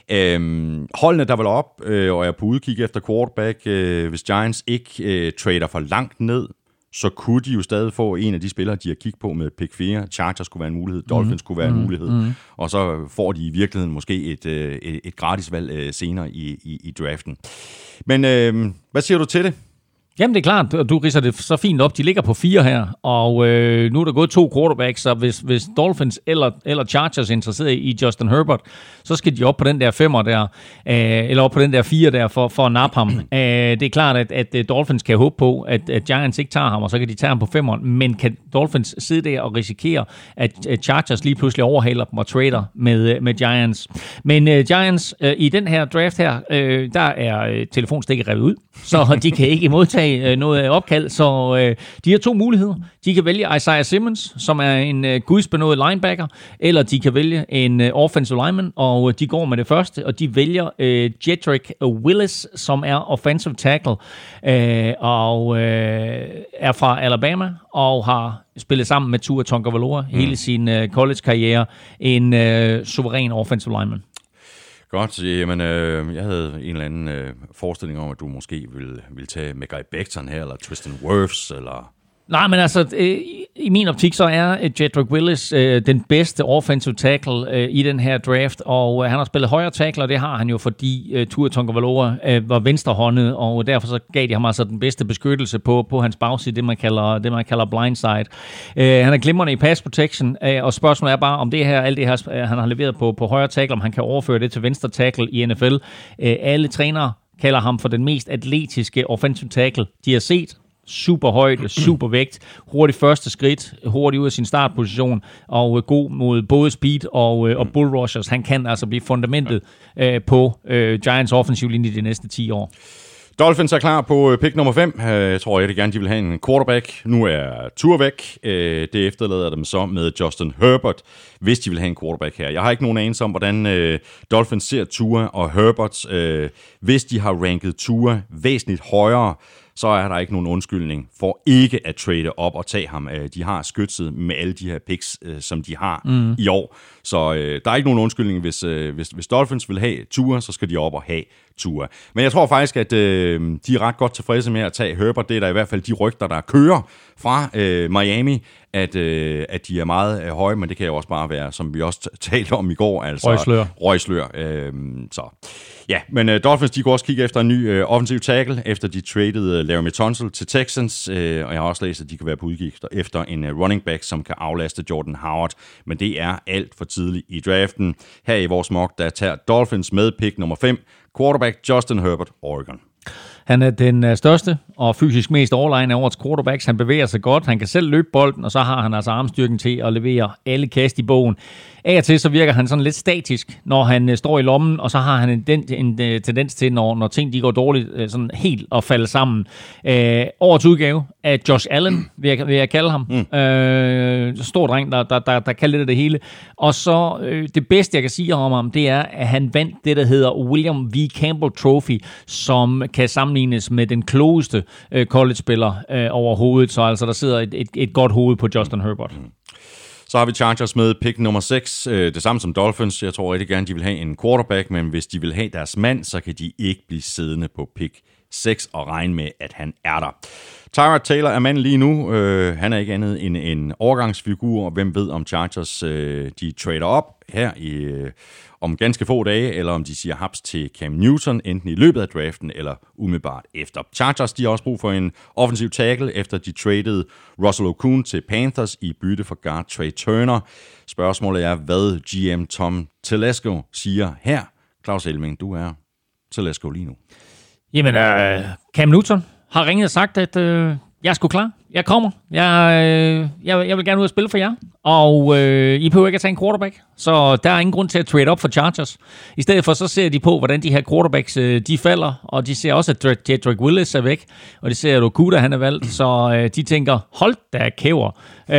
Øhm, holdene der vil op, øh, og er på udkig efter quarterback, øh, hvis Giants ikke øh, trader for langt ned, så kunne de jo stadig få en af de spillere, de har kigget på med pick fire. Chargers kunne være en mulighed, Dolphins mm. kunne være en mulighed, mm. og så får de i virkeligheden måske et, et, et gratis valg senere i, i, i draften. Men øh, hvad siger du til det? Jamen, det er klart, du ridser det så fint op. De ligger på fire her, og øh, nu er der gået to quarterbacks, så hvis, hvis Dolphins eller, eller Chargers er interesseret i Justin Herbert, så skal de op på den der femmer der, øh, eller op på den der fire der, for, for at nappe ham. Øh, det er klart, at, at Dolphins kan håbe på, at, at Giants ikke tager ham, og så kan de tage ham på femmeren, men kan Dolphins sidde der og risikere, at, at Chargers lige pludselig overhaler dem og trader med, med Giants. Men øh, Giants, øh, i den her draft her, øh, der er øh, telefonstikket revet ud, så de kan ikke modtage noget opkald, så øh, de har to muligheder. De kan vælge Isaiah Simmons, som er en øh, gudsbenået linebacker, eller de kan vælge en øh, offensive lineman, og øh, de går med det første, og de vælger øh, Jedrick Willis, som er offensive tackle, øh, og øh, er fra Alabama, og har spillet sammen med Tua Tagovailoa mm. hele sin øh, college-karriere. En øh, suveræn offensive lineman. Godt, jamen, øh, jeg havde en eller anden øh, forestilling om, at du måske ville, ville tage Mekhi Becton her, eller Tristan Wirfs, eller... Nej, men altså, øh, i min optik, så er Jedrick Willis øh, den bedste offensive tackle øh, i den her draft, og øh, han har spillet højre tackle, og det har han jo, fordi øh, Tua Tagovailoa øh, var venstrehåndet, og derfor så gav de ham altså den bedste beskyttelse på, på hans bagside, det man kalder, det man kalder blindside. Øh, han er glimrende i pass protection, øh, og spørgsmålet er bare, om det her, alt det her, øh, han har leveret på, på højre tackle, om han kan overføre det til venstre tackle i N F L. Øh, alle trænere kalder ham for den mest atletiske offensive tackle, de har set. Super højde, super vægt, hurtigt første skridt, hurtigt ud af sin startposition, og god mod både speed og, og bull rushers. Han kan altså blive fundamentet øh, på øh, Giants offensiv linje de næste ti år. Dolphins er klar på pick nummer fem. Jeg tror rigtig gerne, de vil have en quarterback. Nu er Tua væk. Det efterlader dem så med Justin Herbert, hvis de vil have en quarterback her. Jeg har ikke nogen anelse om, hvordan Dolphins ser Tua og Herbert. Hvis de har ranket Tua væsentligt højere, så er der ikke nogen undskyldning for ikke at trade op og tage ham. De har skytset med alle de her picks, som de har mm. i år. Så øh, der er ikke nogen undskyldning, hvis, øh, hvis, hvis Dolphins vil have Tua, så skal de op og have Tua. Men jeg tror faktisk, at øh, de er ret godt tilfredse med at tage Herbert. Det er der i hvert fald de rygter, der kører fra øh, Miami, at, øh, at de er meget øh, høje, men det kan jo også bare være, som vi også talte om i går, altså røgslør. røgslør øh, så ja, men øh, Dolphins, de går også kigge efter en ny øh, offensiv tackle, efter de traded øh, Laramie Tunsil til Texans, øh, og jeg har også læst, at de kan være på udkig efter en øh, running back, som kan aflaste Jordan Howard, men det er alt for tidligt i draften. Her i vores mock, der tager Dolphins med pick nummer fem, quarterback Justin Herbert, Oregon. Han er den største og fysisk mest overlegn af årets quarterbacks. Han bevæger sig godt, han kan selv løbe bolden, og så har han altså armstyrken til at levere alle kast i bogen. Af og til så virker han sådan lidt statisk, når han står i lommen, og så har han en, en, en tendens til, når, når ting de går dårligt, sådan helt at falde sammen. Øh, årets udgave af Josh Allen, vil jeg, vil jeg kalde ham. Mm. Øh, stor dreng, der, der, der, der kan lidt af det hele. Og så øh, det bedste, jeg kan sige om ham, det er, at han vandt det, der hedder William V. Campbell Trophy, som kan sammenlignes med den klogeste øh, college-spiller øh, overhovedet. Så altså, der sidder et, et, et godt hoved på Justin Herbert. Mm. Så har vi Chargers med pick nummer seks. Det samme som Dolphins. Jeg tror rigtig gerne, de vil have en quarterback, men hvis de vil have deres mand, så kan de ikke blive siddende på pick seks og regne med, at han er der. Tyrod Taylor er manden lige nu. Uh, han er ikke andet end en overgangsfigur, og hvem ved om Chargers uh, de trader op her i, uh, om ganske få dage, eller om de siger haps til Cam Newton, enten i løbet af draften eller umiddelbart efter. Chargers de har også brug for en offensiv tackle, efter de traded Russell Okung til Panthers i bytte for guard Trey Turner. Spørgsmålet er, hvad G M Tom Telesco siger her. Claus Elming, du er Telesco lige nu. Jamen, uh, Cam Newton har ringet og sagt, at øh, jeg er sgu klar. Jeg kommer. Jeg, øh, jeg, jeg vil gerne ud og spille for jer. Og øh, I behøver ikke at tage en quarterback. Så der er ingen grund til at trade op for Chargers. I stedet for så ser de på, hvordan de her quarterbacks øh, de falder. Og de ser også, at Jedrick Willis er væk. Og de ser, at Okuda han er valgt. Så øh, de tænker, hold da kæver.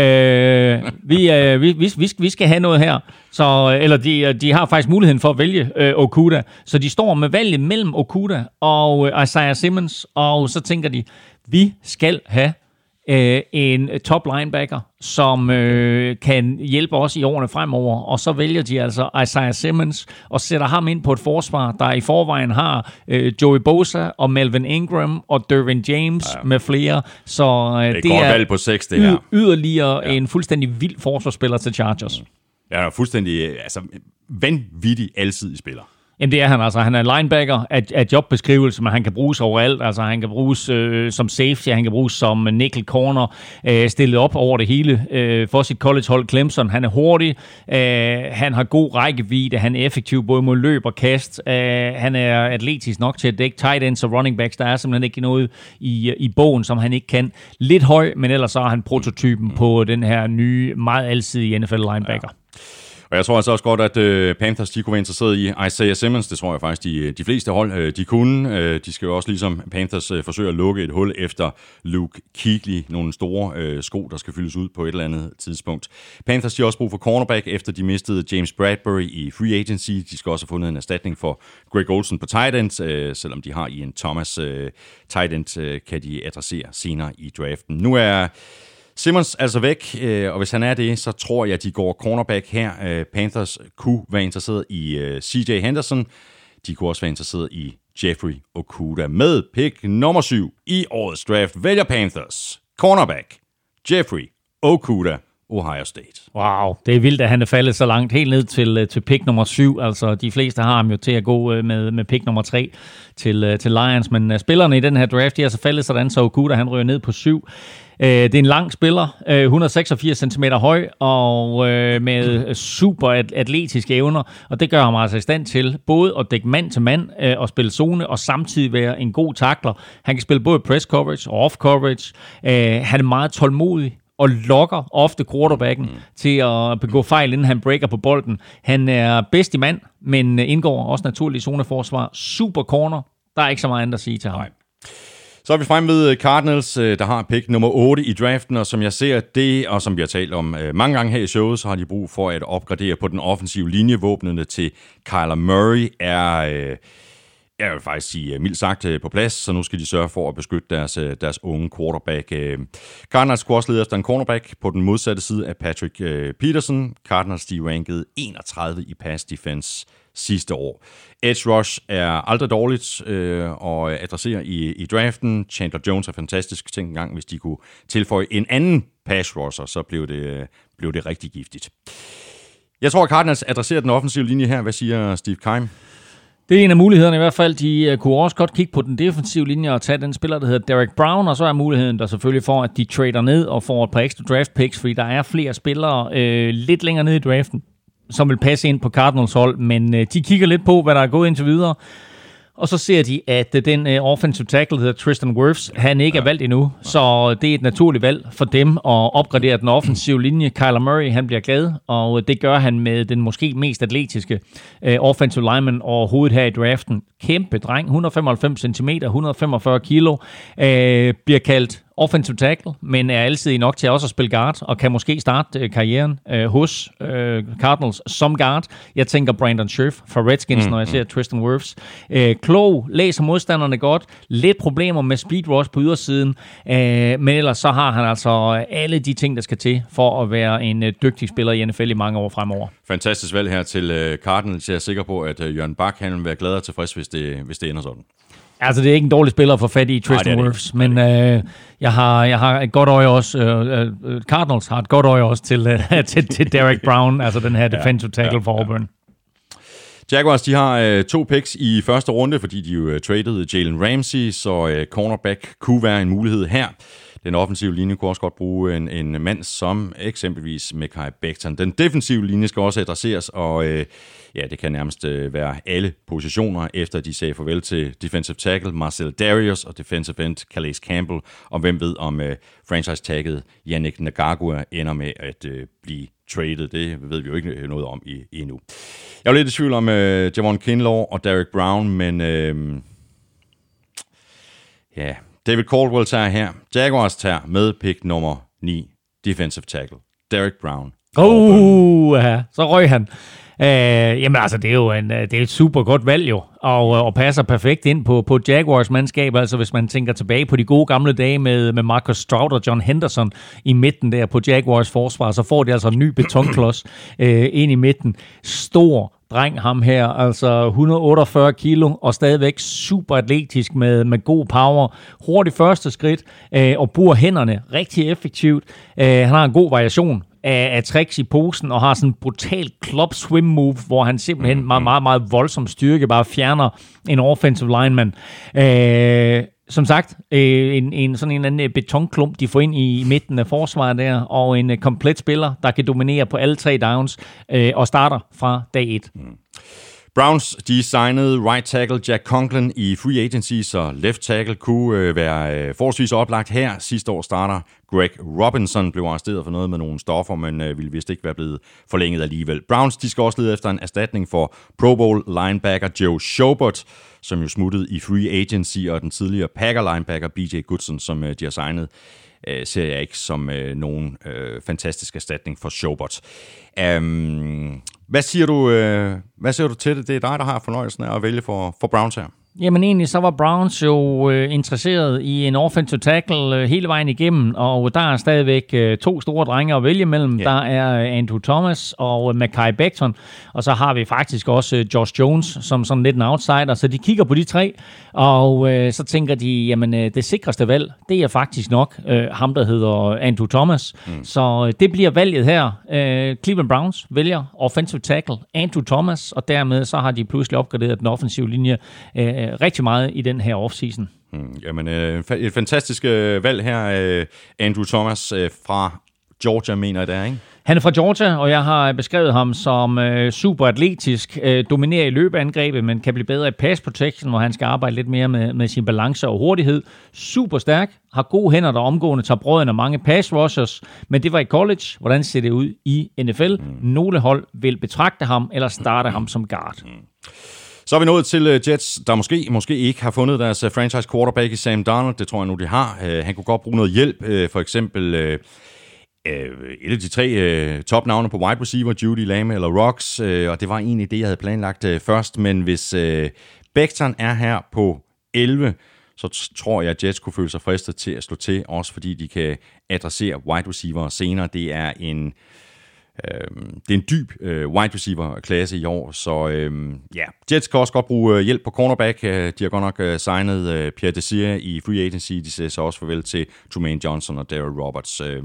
Øh, vi, øh, vi, vi, vi skal have noget her. Så, eller de, de har faktisk muligheden for at vælge øh, Okuda. Så de står med valget mellem Okuda og øh, Isaiah Simmons. Og så tænker de, vi skal have øh, en top linebacker, som øh, kan hjælpe os i årene fremover, og så vælger de altså Isaiah Simmons og sætter ham ind på et forsvar, der i forvejen har øh, Joey Bosa og Melvin Ingram og Derwin James ja. med flere, så øh, det er, det er valg på seks, det her. yderligere ja. en fuldstændig vild forsvarsspiller til Chargers. Ja, fuldstændig altså, vanvittig alsidig spiller. Jamen det er han altså. Han er linebacker af, af jobbeskrivelse, men han kan bruges overalt. Altså han kan bruges øh, som safety, han kan bruges som nickel corner, øh, stillet op over det hele øh, for sit collegehold Clemson. Han er hurtig, øh, han har god rækkevidde, han er effektiv både mod løb og kast. Øh, han er atletisk nok til at dække tight ends og running backs. Der er simpelthen ikke noget i, i bogen, som han ikke kan. Lidt høj, men ellers så er han prototypen på den her nye, meget alsidige N F L linebacker. Ja. Og jeg tror altså også godt, at øh, Panthers de kunne være interesseret i Isaiah Simmons. Det tror jeg faktisk, de, de fleste hold øh, de kunne. Øh, de skal jo også ligesom Panthers øh, forsøge at lukke et hul efter Luke Kuechly. Nogle store øh, sko, der skal fyldes ud på et eller andet tidspunkt. Panthers de har også brug for cornerback, efter de mistede James Bradbury i free agency. De skal også have fundet en erstatning for Greg Olsen på tight end, øh, selvom de har Ian Thomas øh, tight end, øh, kan de adressere senere i draften. Nu er Simmons altså væk, og hvis han er det, så tror jeg, at de går cornerback her. Panthers kunne være interesseret i C J Henderson. De kunne også være interesseret i Jeffrey Okudah. Med pick nummer syv i årets draft vælger Panthers cornerback Jeffrey Okudah, Ohio State. Wow, det er vildt, at han er faldet så langt helt ned til, til pick nummer syv. Altså, de fleste har ham jo til at gå med, med pick nummer tre til, til Lions, men spillerne i den her draft, de er så faldet sådan, så Okudah, han ryger ned på syv. Det er en lang spiller, et hundrede og seksogfirs centimeter høj og med super atletiske evner, og det gør ham altså i stand til både at dække mand til mand og spille zone og samtidig være en god tackler. Han kan spille både press coverage og off coverage. Han er meget tålmodig og lokker ofte quarterbacken mm. til at begå fejl, inden han breaker på bolden. Han er bedst i mand, men indgår også naturligt i zoneforsvar. Super corner. Der er ikke så meget andet at sige til ham. Nej. Så er vi fremme ved Cardinals, der har pick nummer otte i draften, og som jeg ser det, og som vi har talt om mange gange her i showet, så har de brug for at opgradere på den offensive linje. Våbnene til Kyler Murray er, jeg vil faktisk sige, mildt sagt på plads, så nu skal de sørge for at beskytte deres, deres unge quarterback. Cardinals skulle også lede efter en cornerback på den modsatte side af Patrick Peterson. Cardinals de rankede enogtredive i pass defense sidste år. Edge rush er aldrig dårligt øh, at adressere i, i draften. Chandler Jones er fantastisk. Tænk en gang, hvis de kunne tilføje en anden pass rusher, så blev det, blev det rigtig giftigt. Jeg tror, at Cardinals adresserer den offensive linje her. Hvad siger Steve Keim? Det er en af mulighederne i hvert fald. De kunne også godt kigge på den defensive linje og tage den spiller, der hedder Derek Brown, og så er muligheden der selvfølgelig for, at de trader ned og får et par ekstra draft picks, fordi der er flere spillere øh, lidt længere ned i draften, som vil passe ind på Cardinals hold, men øh, de kigger lidt på, hvad der er gået indtil videre, og så ser de, at øh, den øh, offensive tackle, der hedder Tristan Wirfs, han ikke er valgt endnu, så det er et naturligt valg for dem at opgradere den offensive linje. Kyler Murray, han bliver glad, og det gør han med den måske mest atletiske øh, offensive lineman overhovedet her i draften. Kæmpe dreng, et hundrede og femoghalvfems centimeter, et hundrede og femogfyrre kilo, øh, bliver kaldt offensive tackle, men er altid nok til også at spille guard, og kan måske starte øh, karrieren øh, hos øh, Cardinals som guard. Jeg tænker Brandon Scherff fra Redskins, mm, når jeg ser mm. Tristan Wirfs. Øh, klog, læser modstanderne godt, lidt problemer med speed rush på ydersiden, øh, men ellers så har han altså alle de ting, der skal til for at være en øh, dygtig spiller i N F L i mange år fremover. Fantastisk valg her til øh, Cardinals. Jeg er sikker på, at øh, Jørgen Bak han vil være glad og tilfreds, hvis det, hvis det ender sådan. Altså, det er ikke en dårlig spiller at få fat i, Tristan Wirfs, men øh, jeg, har, jeg har et godt øje også, øh, øh, Cardinals har et godt øje også til, øh, til, til Derek Brown, altså den her defensive tackle ja, ja, for Auburn. Ja. Jaguars, de har øh, to picks i første runde, fordi de jo øh, traded Jalen Ramsey, så øh, cornerback kunne være en mulighed her. Den offensive linje kunne også godt bruge en, en mand som eksempelvis Mekhi Becton. Den defensive linje skal også adresseres, og øh, ja, det kan nærmest øh, være alle positioner, efter de sagde farvel til defensive tackle Marcel Darius og defensive end Calais Campbell, og hvem ved om øh, franchise-tagget Yannick Ngakoue ender med at øh, blive traded. Det ved vi jo ikke noget om i, endnu. Jeg var lidt i tvivl om øh, Javon Kinlaw og Derek Brown, men øh, ja... David Caldwell tager her. Jaguars tager med pick nummer ni. Defensive tackle. Derek Brown. Oh, ja. Så røg han. Øh, jamen altså, det er jo en, det er et super godt valg jo, og, og passer perfekt ind på, på Jaguars mandskab. Altså hvis man tænker tilbage på de gode gamle dage med, med Marcus Stroud og John Henderson i midten der på Jaguars forsvar, så får de altså en ny betonklods øh, ind i midten. Stor dreng ham her, altså et hundrede og otteogfyrre kilo, og stadigvæk super atletisk med, med god power. Hurtigt første skridt, øh, og bruger hænderne rigtig effektivt. Øh, han har en god variation af, af tricks i posen, og har sådan en brutal club swim move, hvor han simpelthen meget, meget, meget voldsom styrke bare fjerner en offensive lineman. Øh, som sagt, øh, en, en sådan en eller anden betonklump, de får ind i midten af forsvaret der, og en uh, komplet spiller, der kan dominere på alle tre downs, øh, og starter fra dag et. Mm. Browns, de signede right tackle Jack Conklin i free agency, så left tackle kunne øh, være øh, forholdsvis oplagt her. Sidste år starter Greg Robinson, blev arresteret for noget med nogle stoffer, men øh, ville vist ikke være blevet forlænget alligevel. Browns, de skal også lede efter en erstatning for Pro Bowl linebacker Joe Schobert, som jo smuttede i free agency, og den tidligere Packer linebacker B J Goodson, som øh, de har signet, øh, ser jeg ikke som øh, nogen øh, fantastisk erstatning for Schobert. Um, hvad siger du, øh, hvad siger du til det? Det er dig, der har fornøjelsen af at vælge for, for Browns her. Jamen egentlig, så var Browns jo øh, interesseret i en offensive tackle øh, hele vejen igennem, og der er stadigvæk øh, to store drenge at vælge mellem. Yeah. Der er Andrew Thomas og øh, Mekhi Becton, og så har vi faktisk også øh, Josh Jones som sådan lidt en outsider, så de kigger på de tre, og øh, så tænker de, jamen øh, det sikreste valg, det er faktisk nok øh, ham, der hedder Andrew Thomas. Mm. Så øh, det bliver valget her. Øh, Cleveland Browns vælger offensive tackle Andrew Thomas, og dermed så har de pludselig opgraderet den offensive linje øh, rigtig meget i den her offseason. Hmm, jamen, øh, et fantastisk øh, valg her, øh, Andrew Thomas øh, fra Georgia, mener jeg det er, ikke? Han er fra Georgia, og jeg har beskrevet ham som øh, super atletisk, øh, dominerer i løbeangrebet, men kan blive bedre i pass protection, hvor han skal arbejde lidt mere med, med sin balance og hurtighed. Super stærk, har gode hænder, der omgående tager brøden af mange pass rushers, men det var i college. Hvordan ser det ud i N F L? Hmm. Nogle hold vil betragte ham eller starte ham som guard. Hmm. Så er vi nået til Jets, der måske, måske ikke har fundet deres franchise quarterback i Sam Darnold. Det tror jeg nu, de har. Han kunne godt bruge noget hjælp. For eksempel et af de tre topnavne på wide receiver, Judy, Lamb eller Rocks. Og det var egentlig det, jeg havde planlagt først. Men hvis Becton er her på elleve, så tror jeg, at Jets kunne føle sig fristet til at slå til. Også fordi de kan adressere wide receiver senere. Det er en... Det er en dyb øh, wide receiver-klasse i år, så øh, ja, Jets kan også godt bruge hjælp på cornerback. De har godt nok øh, signet øh, Pierre Desir i free agency. De siger så også farvel til Trumaine Johnson og Darryl Roberts. Øh.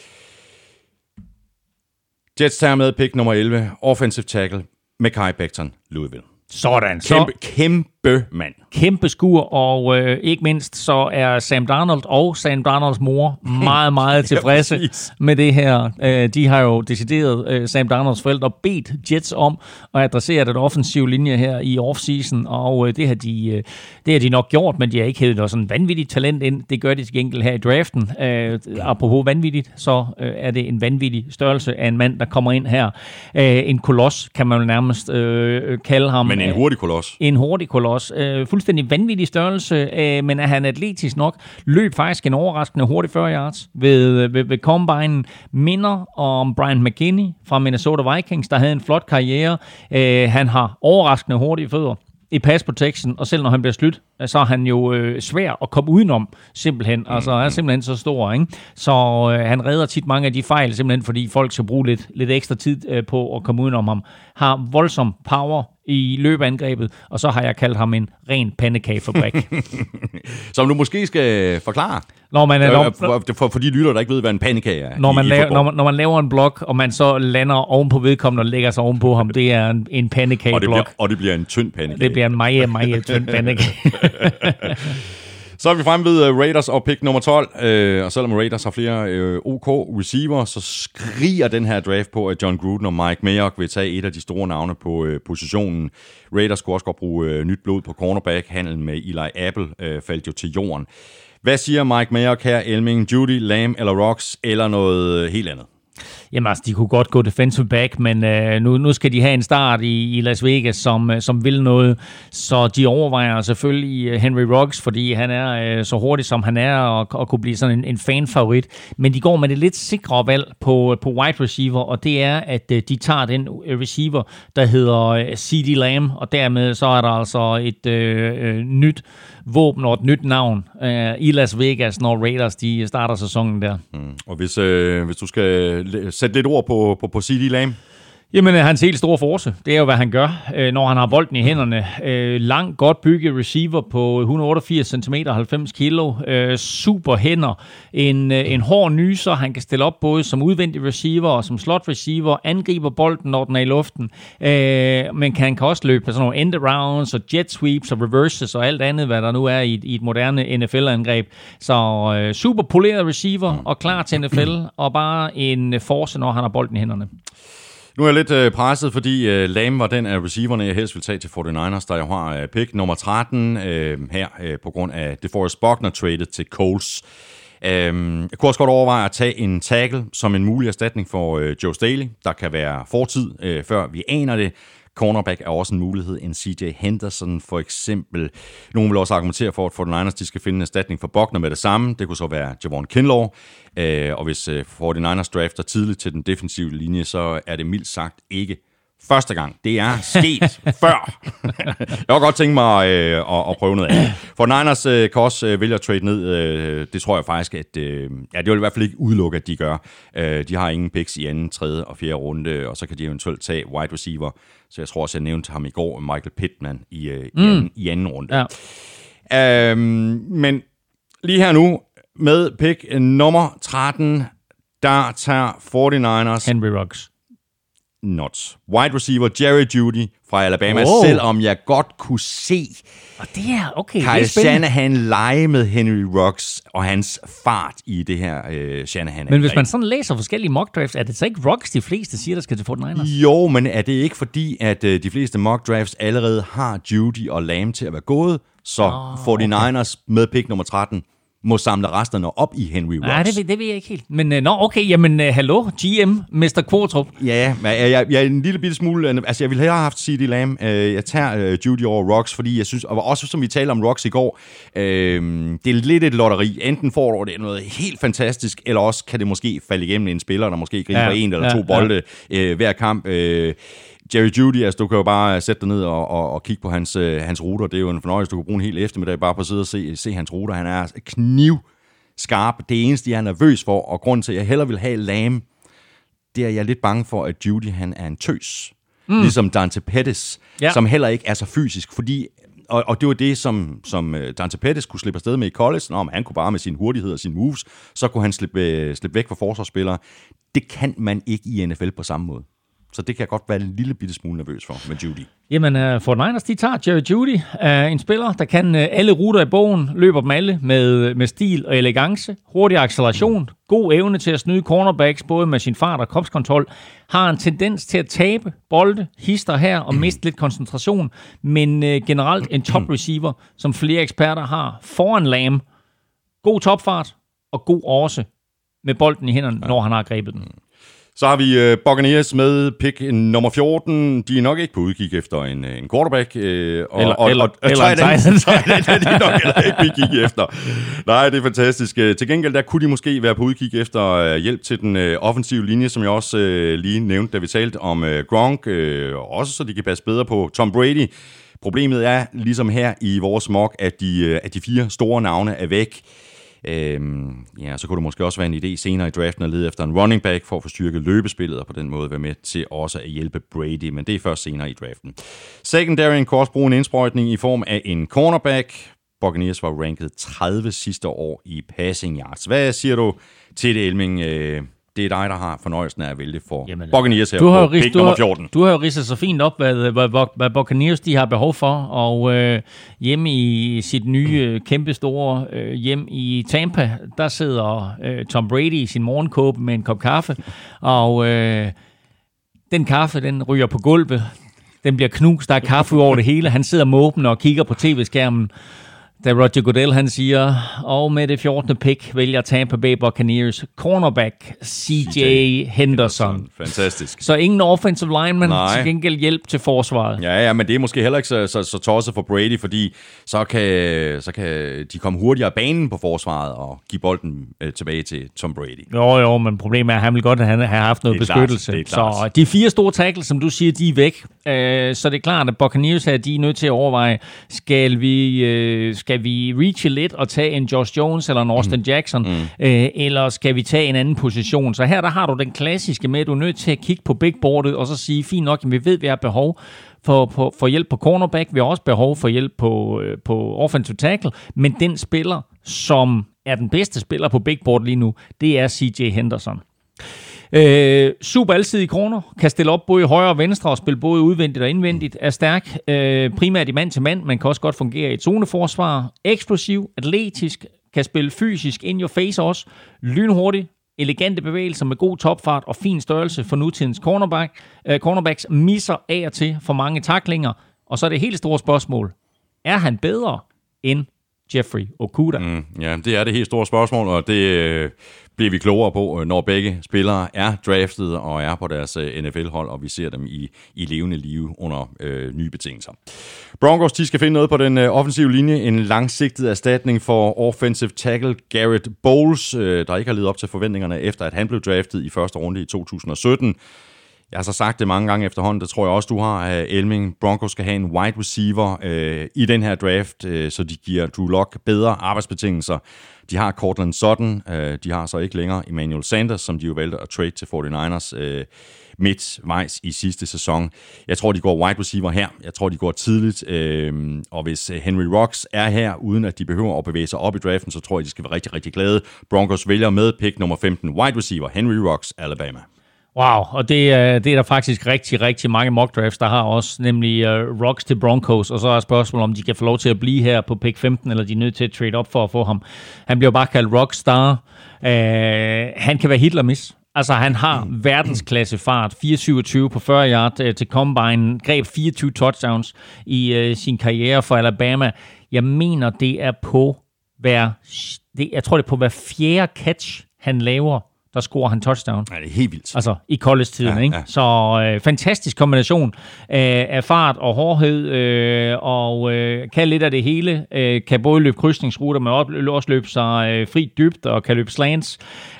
Jets tager med pick nummer elleve, offensive tackle, Mekhi Becton, Louisville. Sådan. Kæmpe, kæmpe mand. Kæmpe skur, og øh, ikke mindst så er Sam Darnold og Sam Darnolds mor meget, meget tilfredse ja, med det her. Øh, de har jo decideret øh, Sam Darnolds forældre bedt Jets om at adressere den offensive linje her i offseason, og øh, det, har de, øh, det har de nok gjort, men de har ikke hævet noget sådan vanvittigt talent ind. Det gør de til gengæld her i draften. Øh, apropos vanvittigt, så øh, er det en vanvittig størrelse af en mand, der kommer ind her. Øh, en koloss, kan man jo nærmest øh, kalde ham. Men en hurtig koloss. En hurtig koloss. Øh, fuldstændig vanvittig størrelse, øh, men er han atletisk nok, løb faktisk en overraskende hurtig fyrre yards ved, ved, ved combine. Minder om Brian McKinney fra Minnesota Vikings, der havde en flot karriere. Øh, han har overraskende hurtige fødder i pass protection, og selv når han bliver slut, så er han jo øh, svær at komme udenom, simpelthen. Altså, han er simpelthen så stor, ikke? Så øh, han redder tit mange af de fejl, simpelthen fordi folk skal bruge lidt, lidt ekstra tid øh, på at komme udenom ham. Har voldsom power i løbeangrebet, og så har jeg kaldt ham en ren pandekagefabrik. Som du måske skal forklare. Når man, når, når, for, for, for de lytter, der ikke ved, hvad en pandekage er. Når man, i, laver, i når, man, når man laver en blok, og man så lander ovenpå vedkommende og lægger sig ovenpå ham, det er en, en pandekageblok. Og, og det bliver en tynd pandekage. Det bliver en meget, meget tynd pandekage. Så er vi fremme ved Raiders og pick nummer tolv, øh, og selvom Raiders har flere øh, OK receiver, så skriger den her draft på, at John Gruden og Mike Mayock vil tage et af de store navne på øh, positionen. Raiders skulle også godt bruge øh, nyt blod på cornerback. Handlen med Eli Apple øh, faldt jo til jorden. Hvad siger Mike Mayock her? Elming, Judy, Lamb eller Rocks, eller noget helt andet? Jamen altså, de kunne godt gå defensive back, men øh, nu, nu skal de have en start i, i Las Vegas, som, som vil noget. Så de overvejer selvfølgelig Henry Ruggs, fordi han er øh, så hurtig, som han er, og, og kunne blive sådan en, en fanfavorit. Men de går med det lidt sikre valg på, på wide receiver, og det er, at øh, de tager den receiver, der hedder øh, C D Lamb, og dermed så er der altså et øh, øh, nyt våben og et nyt navn øh, i Las Vegas, når Raiders de starter sæsonen der. Mm. Og hvis, øh, hvis du skal sætte lidt ord på, på, på C D Lamb? Jamen, hans helt store force, det er jo, hvad han gør, øh, når han har bolden i hænderne. Øh, lang, godt bygget receiver på et hundrede og otteogfirs centimeter, halvfems kilo. Øh, super hænder. En, øh, en hård nyser. Han kan stille op både som udvendig receiver og som slot receiver. Angriber bolden, når den er i luften. Øh, men han kan også løbe på sådan nogle end arounds og jet sweeps og reverses og alt andet, hvad der nu er i, i et moderne N F L-angreb. Så øh, super poleret receiver og klar til N F L, og bare en force, når han har bolden i hænderne. Nu er jeg lidt øh, presset, fordi øh, Lamb var den af receiverne, jeg helst vil tage til forty-niners, der jeg har øh, pick nummer tretten øh, her øh, på grund af DeForest Buckner-tradet til Colts. Øh, jeg kunne også godt overveje at tage en tackle som en mulig erstatning for øh, Joe Staley. Der kan være fortid, øh, før vi aner det. Cornerback er også en mulighed. En C J Henderson for eksempel. Nogen vil også argumentere for, at forty-niners de skal finde en erstatning for Buckner med det samme. Det kunne så være Javon Kinlaw. Øh, og hvis øh, forty-niners drafter tidligt til den defensive linje, så er det mildt sagt ikke første gang. Det er sket før. Jeg har godt tænkt mig øh, at, at prøve noget af. forty-niners øh, kan også øh, vælge at trade ned. Øh, det tror jeg faktisk, at øh, ja, det vil i hvert fald ikke udelukke, at de gør. Øh, de har ingen picks i anden, tredje og fjerde runde, og så kan de eventuelt tage wide receiver. Så jeg tror også, jeg nævnte ham i går, Michael Pittman, i, øh, mm. i, anden, i anden runde. Ja. Øhm, men lige her nu, med pick nummer tretten, der tager forty-niners Henry Ruggs. Nuts. Wide receiver Jerry Jeudy fra Alabama, wow. Selvom jeg godt kunne se og det er, okay, Kyle Shanahan lege med Henry Ruggs og hans fart i det her uh, Shanahan. Men hvis man sådan læser forskellige mock drafts, er det så ikke Ruggs, de fleste siger, der skal til forty-niners? Jo, men er det ikke fordi, at uh, de fleste mock drafts allerede har Jeudy og Lamb til at være gået, så oh, forty-niners okay. med pick nummer tretten må samle resterne op i Henry Ruggs. Nej, det ved, det ved jeg ikke helt. Men uh, nå, okay, jamen, uh, hallo, G M, mister Kvartrup. Ja, jeg, jeg, jeg er en lille bitte smule, altså jeg ville hellere have haft C D Lamb. Uh, jeg tager uh, Jeudy over Ruggs, fordi jeg synes, og også som vi talte om Ruggs i går, uh, det er lidt et lotteri. Enten får du det noget helt fantastisk, eller også kan det måske falde igennem en spiller, der måske griber ja, en eller ja, to bolde ja. uh, hver kamp. Uh, Jerry Jeudy, altså du kan jo bare sætte dig ned og, og, og kigge på hans, øh, hans ruter. Det er jo en fornøjelse, du kan bruge en hel eftermiddag bare på at sidde og se, se hans ruter. Han er knivskarp. Det eneste, jeg er nervøs for, og grunden til, at jeg hellere vil have Lamb, det er, jeg er lidt bange for, at Jeudy han er en tøs. Mm. Ligesom Dante Pettis, ja. Som heller ikke er så fysisk, fordi og, og det var det, som, som Dante Pettis kunne slippe afsted med i college. Nå, men han kunne bare med sin hurtighed og sine moves, så kunne han slippe, slippe væk fra forsvarsspillere. Det kan man ikke i N F L på samme måde. Så det kan jeg godt være en lille bitte smule nervøs for med Jeudy. Jamen, uh, forty-niners, de tager Jerry Jeudy, uh, en spiller, der kan uh, alle ruter i bogen, løber dem alle med, med stil og elegance, hurtig acceleration, god evne til at snyde cornerbacks, både med sin fart og kropskontrol, har en tendens til at tabe bolde, hister her og miste lidt koncentration, men uh, generelt en top receiver, som flere eksperter har foran Lamb. God topfart og god årse med bolden i hænderne, ja. Når han har grebet den. Så har vi uh, Buccaneers med pick nummer fjorten. De er nok ikke på udkig efter en, en quarterback. Uh, og, eller og, eller, og, eller en Titan. De er nok heller ikke på udkig efter. Nej, det er fantastisk. Uh, til gengæld, der kunne de måske være på udkig efter uh, hjælp til den uh, offensive linje, som jeg også uh, lige nævnte, da vi talte om uh, Gronk. Uh, også så de kan passe bedre på Tom Brady. Problemet er, ligesom her i vores mock, at de, uh, at de fire store navne er væk. Øhm, ja, så kunne det måske også være en idé senere i draften at lede efter en running back for at få styrket løbespillet og på den måde være med til også at hjælpe Brady, men det er først senere i draften. Secondaryen kan også bruge en indsprøjtning i form af en cornerback. Buccaneers var ranket tredive sidste år i passing yards. Hvad siger du til det, Elming? Øh, det er dig, der har fornøjelsen af at vælge for Jamen, Buccaneers her du har på pick nummer fjorten. Du har jo ridset så fint op, hvad, hvad, hvad Buccaneers de har behov for, og øh, hjemme i sit nye, kæmpe store øh, hjem i Tampa, der sidder øh, Tom Brady i sin morgenkåbe med en kop kaffe, og øh, den kaffe, den ryger på gulvet, den bliver knust, der er kaffe over det hele, han sidder måbende og kigger på tv-skærmen. Da Roger Goodell han siger, og med det fjortende pick vælger Tampa Bay Buccaneers cornerback C J Henderson. Fantastisk. Så ingen offensive lineman, Nej. Til gengæld hjælp til forsvaret. Ja, ja, men det er måske heller ikke så, så, så tosset for Brady, fordi så kan, så kan de komme hurtigere af banen på forsvaret og give bolden øh, tilbage til Tom Brady. Jo, jo, men problemet er, at han vil godt have haft noget beskyttelse. Klart, så de fire store tackles, som du siger, de er væk. Øh, så det er klart, at Buccaneers her, de er nødt til at overveje, skal vi... Øh, Skal vi reache lidt og tage en Josh Jones eller en Austin mm. Jackson, mm. Øh, eller skal vi tage en anden position? Så her der har du den klassiske med, at du er nødt til at kigge på big boardet og så sige, fint nok, vi ved, at vi har behov for, for, for hjælp på cornerback, vi har også behov for hjælp på, øh, på offensive tackle, men den spiller, som er den bedste spiller på big board lige nu, det er C J Henderson. Øh, super alsidig corner, kan stille op både i højre og venstre og spille både udvendigt og indvendigt, er stærk, øh, primært i mand til mand, men kan også godt fungere i et zoneforsvar, eksplosiv, atletisk, kan spille fysisk in your face også, lynhurtig, elegante bevægelser med god topfart og fin størrelse for nutidens cornerback. Øh, cornerbacks misser af og til for mange tacklinger, og så er det helt store spørgsmål, er han bedre end Jeffrey Okudah? Mm, ja, det er det helt store spørgsmål, og det øh, bliver vi klogere på, når begge spillere er draftet og er på deres øh, N F L-hold, og vi ser dem i, i levende live under øh, nye betingelser. Broncos, de skal finde noget på den øh, offensive linje. En langsigtet erstatning for offensive tackle Garrett Bowles, øh, der ikke har levet op til forventningerne efter, at han blev draftet i første runde i to tusind og sytten. Jeg har så sagt det mange gange efterhånden, det tror jeg også, du har, Elming. Broncos skal have en wide receiver øh, i den her draft, øh, så de giver Drew Lock bedre arbejdsbetingelser. De har Cortland Sutton, øh, de har så ikke længere Emmanuel Sanders, som de jo valgte at trade til forty-niners øh, midtvejs i sidste sæson. Jeg tror, de går wide receiver her. Jeg tror, de går tidligt. Øh, og hvis Henry Ruggs er her, uden at de behøver at bevæge sig op i draften, så tror jeg, de skal være rigtig, rigtig glade. Broncos vælger med pick nummer femten, wide receiver Henry Ruggs, Alabama. Wow, og det er, det er der faktisk rigtig, rigtig mange mock drafts, der har også, nemlig uh, Ruggs til Broncos, og så er spørgsmålet, om de kan få lov til at blive her på pick femten, eller de er nødt til at trade op for at få ham. Han bliver bare kaldt Rockstar. Uh, han kan være hit eller miss. Altså, han har verdensklasse fart, fire syvogtyve på fyrre yard uh, til combine, greb fireogtyve touchdowns i uh, sin karriere for Alabama. Jeg mener, det er på hver, det, jeg tror, det er på hver fjerde catch, han laver, der scorer han touchdown. Ja, det er helt vildt. Altså i college-tiden, ja, ikke? Ja. Så øh, fantastisk kombination af, af fart og hårdhed, øh, og øh, kan lidt af det hele. Øh, kan både løbe krydsningsruter, men også løbe sig øh, fri dybt, og kan løbe slants.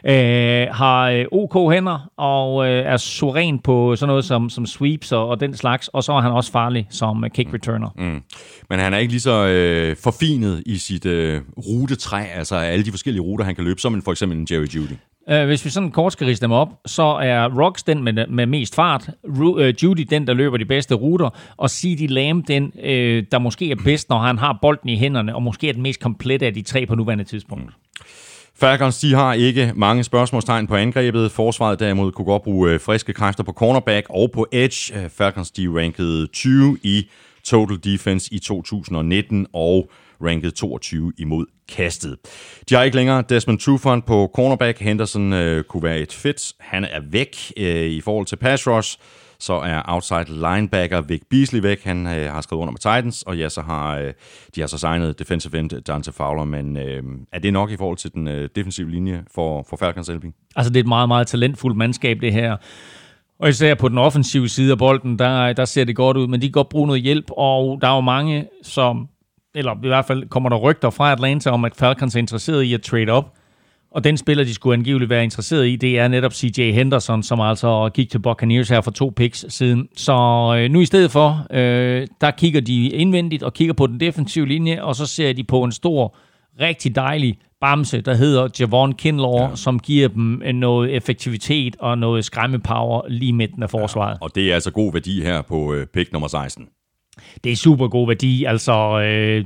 Øh, har øh, OK hænder, og øh, er suveræn på sådan noget som, som sweeps og, og den slags. Og så er han også farlig som uh, kick returner. Mm. Men han er ikke lige så øh, forfinet i sit øh, rutetræ, altså alle de forskellige ruter, han kan løbe, som en, for eksempel en Jerry Jeudy. Uh, hvis vi sådan kort skal ridse dem op, så er Ruggs den med, med mest fart, Ru- uh, Jeudy den, der løber de bedste ruter, og C D Lamb den, uh, der måske er bedst, når han har bolden i hænderne, og måske er den mest komplette af de tre på nuværende tidspunkt. Mm. Falcons, de har ikke mange spørgsmålstegn på angrebet. Forsvaret derimod kunne godt bruge uh, friske kræfter på cornerback og på edge. Uh, Falcons, de rankede tyve i total defense i to tusind nitten, og ranket toogtyve imod kastet. De har ikke længere Desmond Trufant på cornerback. Henderson øh, kunne være et fit. Han er væk øh, i forhold til pass rush. Så er outside linebacker Vic Beasley væk. Han øh, har skrevet under med Titans, og ja, så har øh, de har så signet defensive end Dante Fowler, men øh, er det nok i forhold til den øh, defensive linje for, for Falcons, Elbing? Altså, det er et meget, meget talentfuldt mandskab, det her. Og især på den offensive side af bolden, der, der ser det godt ud, men de kan godt bruge noget hjælp, og der er jo mange, som eller i hvert fald kommer der rygter fra Atlanta om, at Falcons er interesseret i at trade op. Og den spiller, de skulle angiveligt være interesseret i, det er netop C J Henderson, som altså gik til Buccaneers her for to picks siden. Så øh, nu i stedet for, øh, der kigger de indvendigt og kigger på den defensive linje, og så ser de på en stor, rigtig dejlig bamse, der hedder Javon Kinlaw, ja. Som giver dem noget effektivitet og noget skræmmepower lige midten af forsvaret. Ja, og det er altså god værdi her på øh, pick nummer seksten. Det er super god værdi. Altså, øh,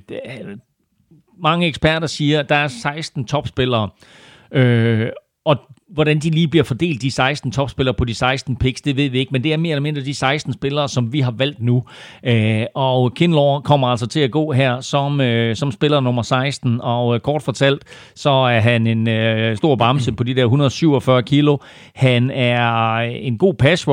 mange eksperter siger, at der er seksten topspillere, øh, og hvordan de lige bliver fordelt, de seksten topspillere på de seksten picks, det ved vi ikke, men det er mere eller mindre de seksten spillere, som vi har valgt nu. Øh, og Kinlaw kommer altså til at gå her som, øh, som spiller nummer seksten, og øh, kort fortalt, så er han en øh, stor bamse på de der et hundrede syvogfyrre kilo. Han er en god pass rusher,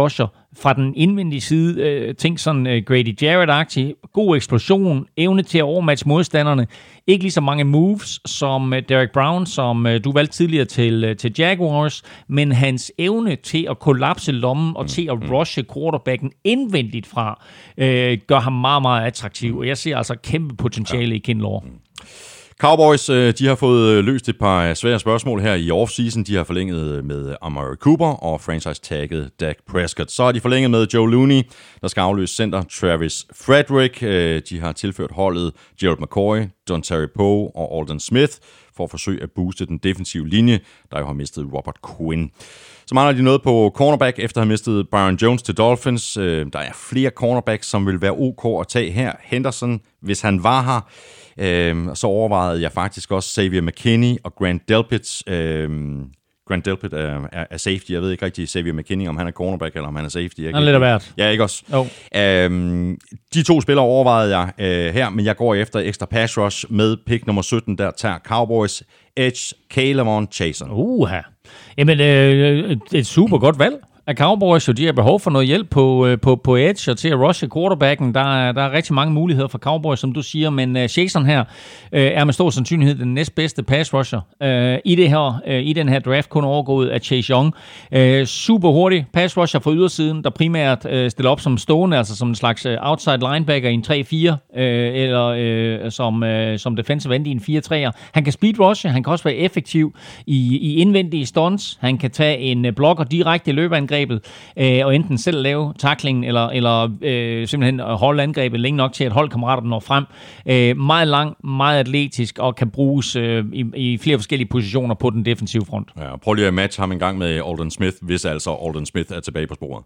fra den indvendige side, øh, tænk sådan øh, Grady Jarrett-agtig, god eksplosion, evne til at overmatche modstanderne, ikke lige så mange moves som øh, Derek Brown, som øh, du valgte tidligere til, øh, til Jaguars, men hans evne til at kollapse lommen og til at rushe quarterbacken indvendigt fra, øh, gør ham meget, meget attraktiv, og jeg ser altså kæmpe potentiale i Kinlaw. Cowboys, de har fået løst et par svære spørgsmål her i offseason. De har forlænget med Amari Cooper og franchise-tagget Dak Prescott. Så har de forlænget med Joe Looney, der skal afløse center Travis Frederick. De har tilført holdet Gerald McCoy, Dontari Poe og Aldon Smith for at forsøge at booste den defensive linje, der jo har mistet Robert Quinn. Så mangler de noget på cornerback, efter at have mistet Byron Jones til Dolphins. Der er flere cornerbacks, som vil være ok at tage her. Henderson, hvis han var her, Øhm, så overvejede jeg faktisk også Xavier McKinney og Grant Delpit. Øhm, Grant Delpit er, er, er safety. Jeg ved ikke rigtig Xavier McKinney, om han er cornerback eller om han er safety. Han er lidt af hvert. Ja, ikke også? Oh. Øhm, de to spillere overvejede jeg øh, her, men jeg går efter ekstra pass rush med pick nummer sytten, der tager Cowboys edge K'Lavon Chaisson. Uha. Jamen, øh, et super godt valg af Cowboys, jo de har behov for noget hjælp på, på, på edge og til at rushe quarterbacken. Der er, der er rigtig mange muligheder for Cowboys, som du siger, men uh, Chaisson her uh, er med stor sandsynlighed den næstbedste pass rusher uh, i, det her, uh, i den her draft, kun overgået af Chase Young. Uh, super hurtig pass rusher fra ydersiden, der primært uh, stiller op som stående, altså som en slags uh, outside linebacker i en tre fire, uh, eller uh, som, uh, som defensive end i en fire tre'er. Han kan speed rushe, han kan også være effektiv i, i indvendige stunts, han kan tage en uh, blokker direkte i løbeangrebet, Øh, og enten selv lave tacklingen, eller, eller øh, simpelthen holde angrebet længe nok til, at holdkammeraterne når frem. Øh, meget lang, meget atletisk, og kan bruges øh, i, i flere forskellige positioner på den defensive front. Ja, prøv lige at matche ham en gang med Aldon Smith, hvis altså Aldon Smith er tilbage på sporet.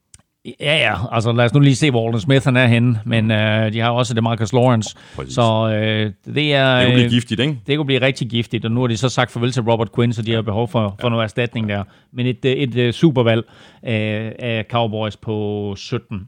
Ja, ja. Altså, lad os nu lige se, hvor Aldon Smith han er henne. Men øh, de har også DeMarcus Lawrence. Præcis. Så øh, det er... Det kunne blive giftigt, ikke? Det kunne blive rigtig giftigt, og nu har de så sagt farvel til Robert Quinn, så de har behov for, for ja. noget erstatning der. Men et, et, et supervalg øh, af Cowboys på sytten.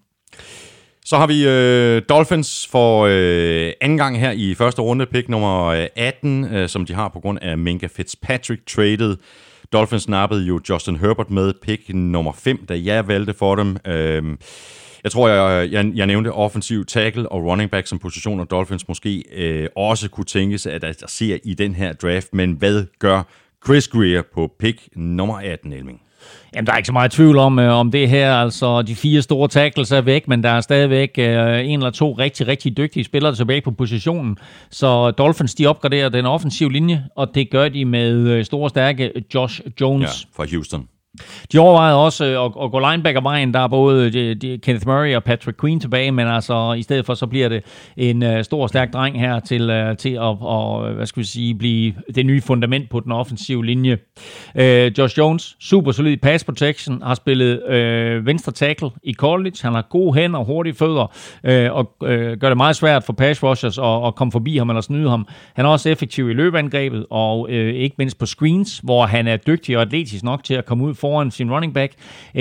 Så har vi øh, Dolphins for øh, anden gang her i første runde, pick nummer atten, øh, som de har på grund af Minkah Fitzpatrick-tradet. Dolphins nappede jo Justin Herbert med pick nummer fem, da jeg valgte for dem. Øhm, jeg tror, jeg, jeg, jeg nævnte offensiv tackle og running back som positioner, Dolphins måske øh, også kunne tænkes, at der ser i den her draft. Men hvad gør Chris Grier på pick nummer atten, Elming? Jamen, der er ikke så meget tvivl om, øh, om det her. Altså, de fire store tackles er væk, men der er stadigvæk øh, en eller to rigtig, rigtig dygtige spillere tilbage på positionen. Så Dolphins, de opgraderer den offensive linje, og det gør de med øh, store, stærke Josh Jones. Ja, fra Houston. De overvejede også at, at gå linebacker-vejen. Der er både de, de Kenneth Murray og Patrick Queen tilbage, men altså i stedet for så bliver det en uh, stor, stærk dreng her til, uh, til at og, hvad skal vi sige, blive det nye fundament på den offensive linje. Uh, Josh Jones, super solid pass protection, har spillet uh, venstre tackle i college. Han har gode hænder og hurtige fødder, uh, og uh, gør det meget svært for pass rushers at, at komme forbi ham eller snyde ham. Han er også effektiv i løbeangrebet, og uh, ikke mindst på screens, hvor han er dygtig og atletisk nok til at komme ud foran sin running back.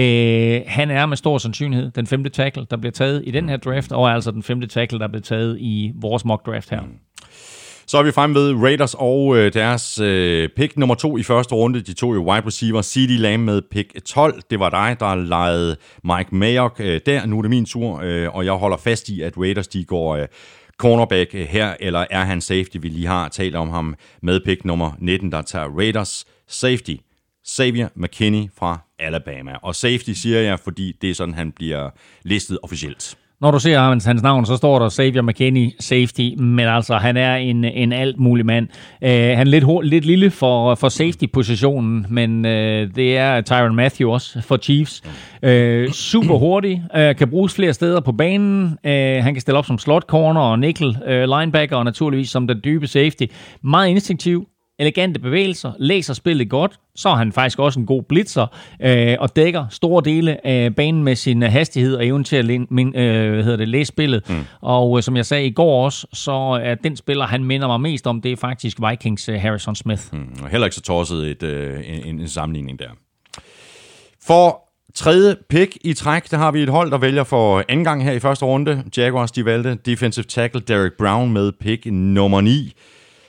Øh, han er med stor sandsynlighed den femte tackle, der bliver taget i den her draft, og er altså den femte tackle, der bliver taget i vores mock draft her. Så er vi fremme ved Raiders og øh, deres øh, pick nummer to i første runde. De tog jo wide receiver CeeDee Lamb med pick tolv. Det var dig, der legede Mike Mayock øh, der. Nu er det min tur, øh, og jeg holder fast i, at Raiders de går øh, cornerback her, eller er han safety? Vi lige har talt om ham med pick nummer nitten, der tager Raiders safety. Xavier McKinney fra Alabama. Og safety siger jeg, fordi det er sådan, han bliver listet officielt. Når du ser hans, hans navn, så står der Xavier McKinney, safety, men altså, han er en, en alt mulig mand. Uh, han er lidt, lidt lille for, for safety-positionen, men uh, det er Tyrann Mathieu også for Chiefs. Uh, super hurtig, uh, kan bruges flere steder på banen. Uh, han kan stille op som slot corner og nickel uh, linebacker, og naturligvis som den dybe safety. Meget instinktiv. Elegante bevægelser, læser spillet godt, så er han faktisk også en god blitzer, øh, og dækker store dele af banen med sin hastighed og evne til at læ- min, øh, hvad hedder det, læse spillet. Mm. Og øh, som jeg sagde i går også, så er den spiller, han minder mig mest om, det er faktisk Vikings uh, Harrison Smith. Mm. Og heller ikke så tosset et, øh, en, en sammenligning der. For tredje pick i træk, der har vi et hold, der vælger for anden gang her i første runde. Jaguars, de valgte defensive tackle Derek Brown med pick nummer ni.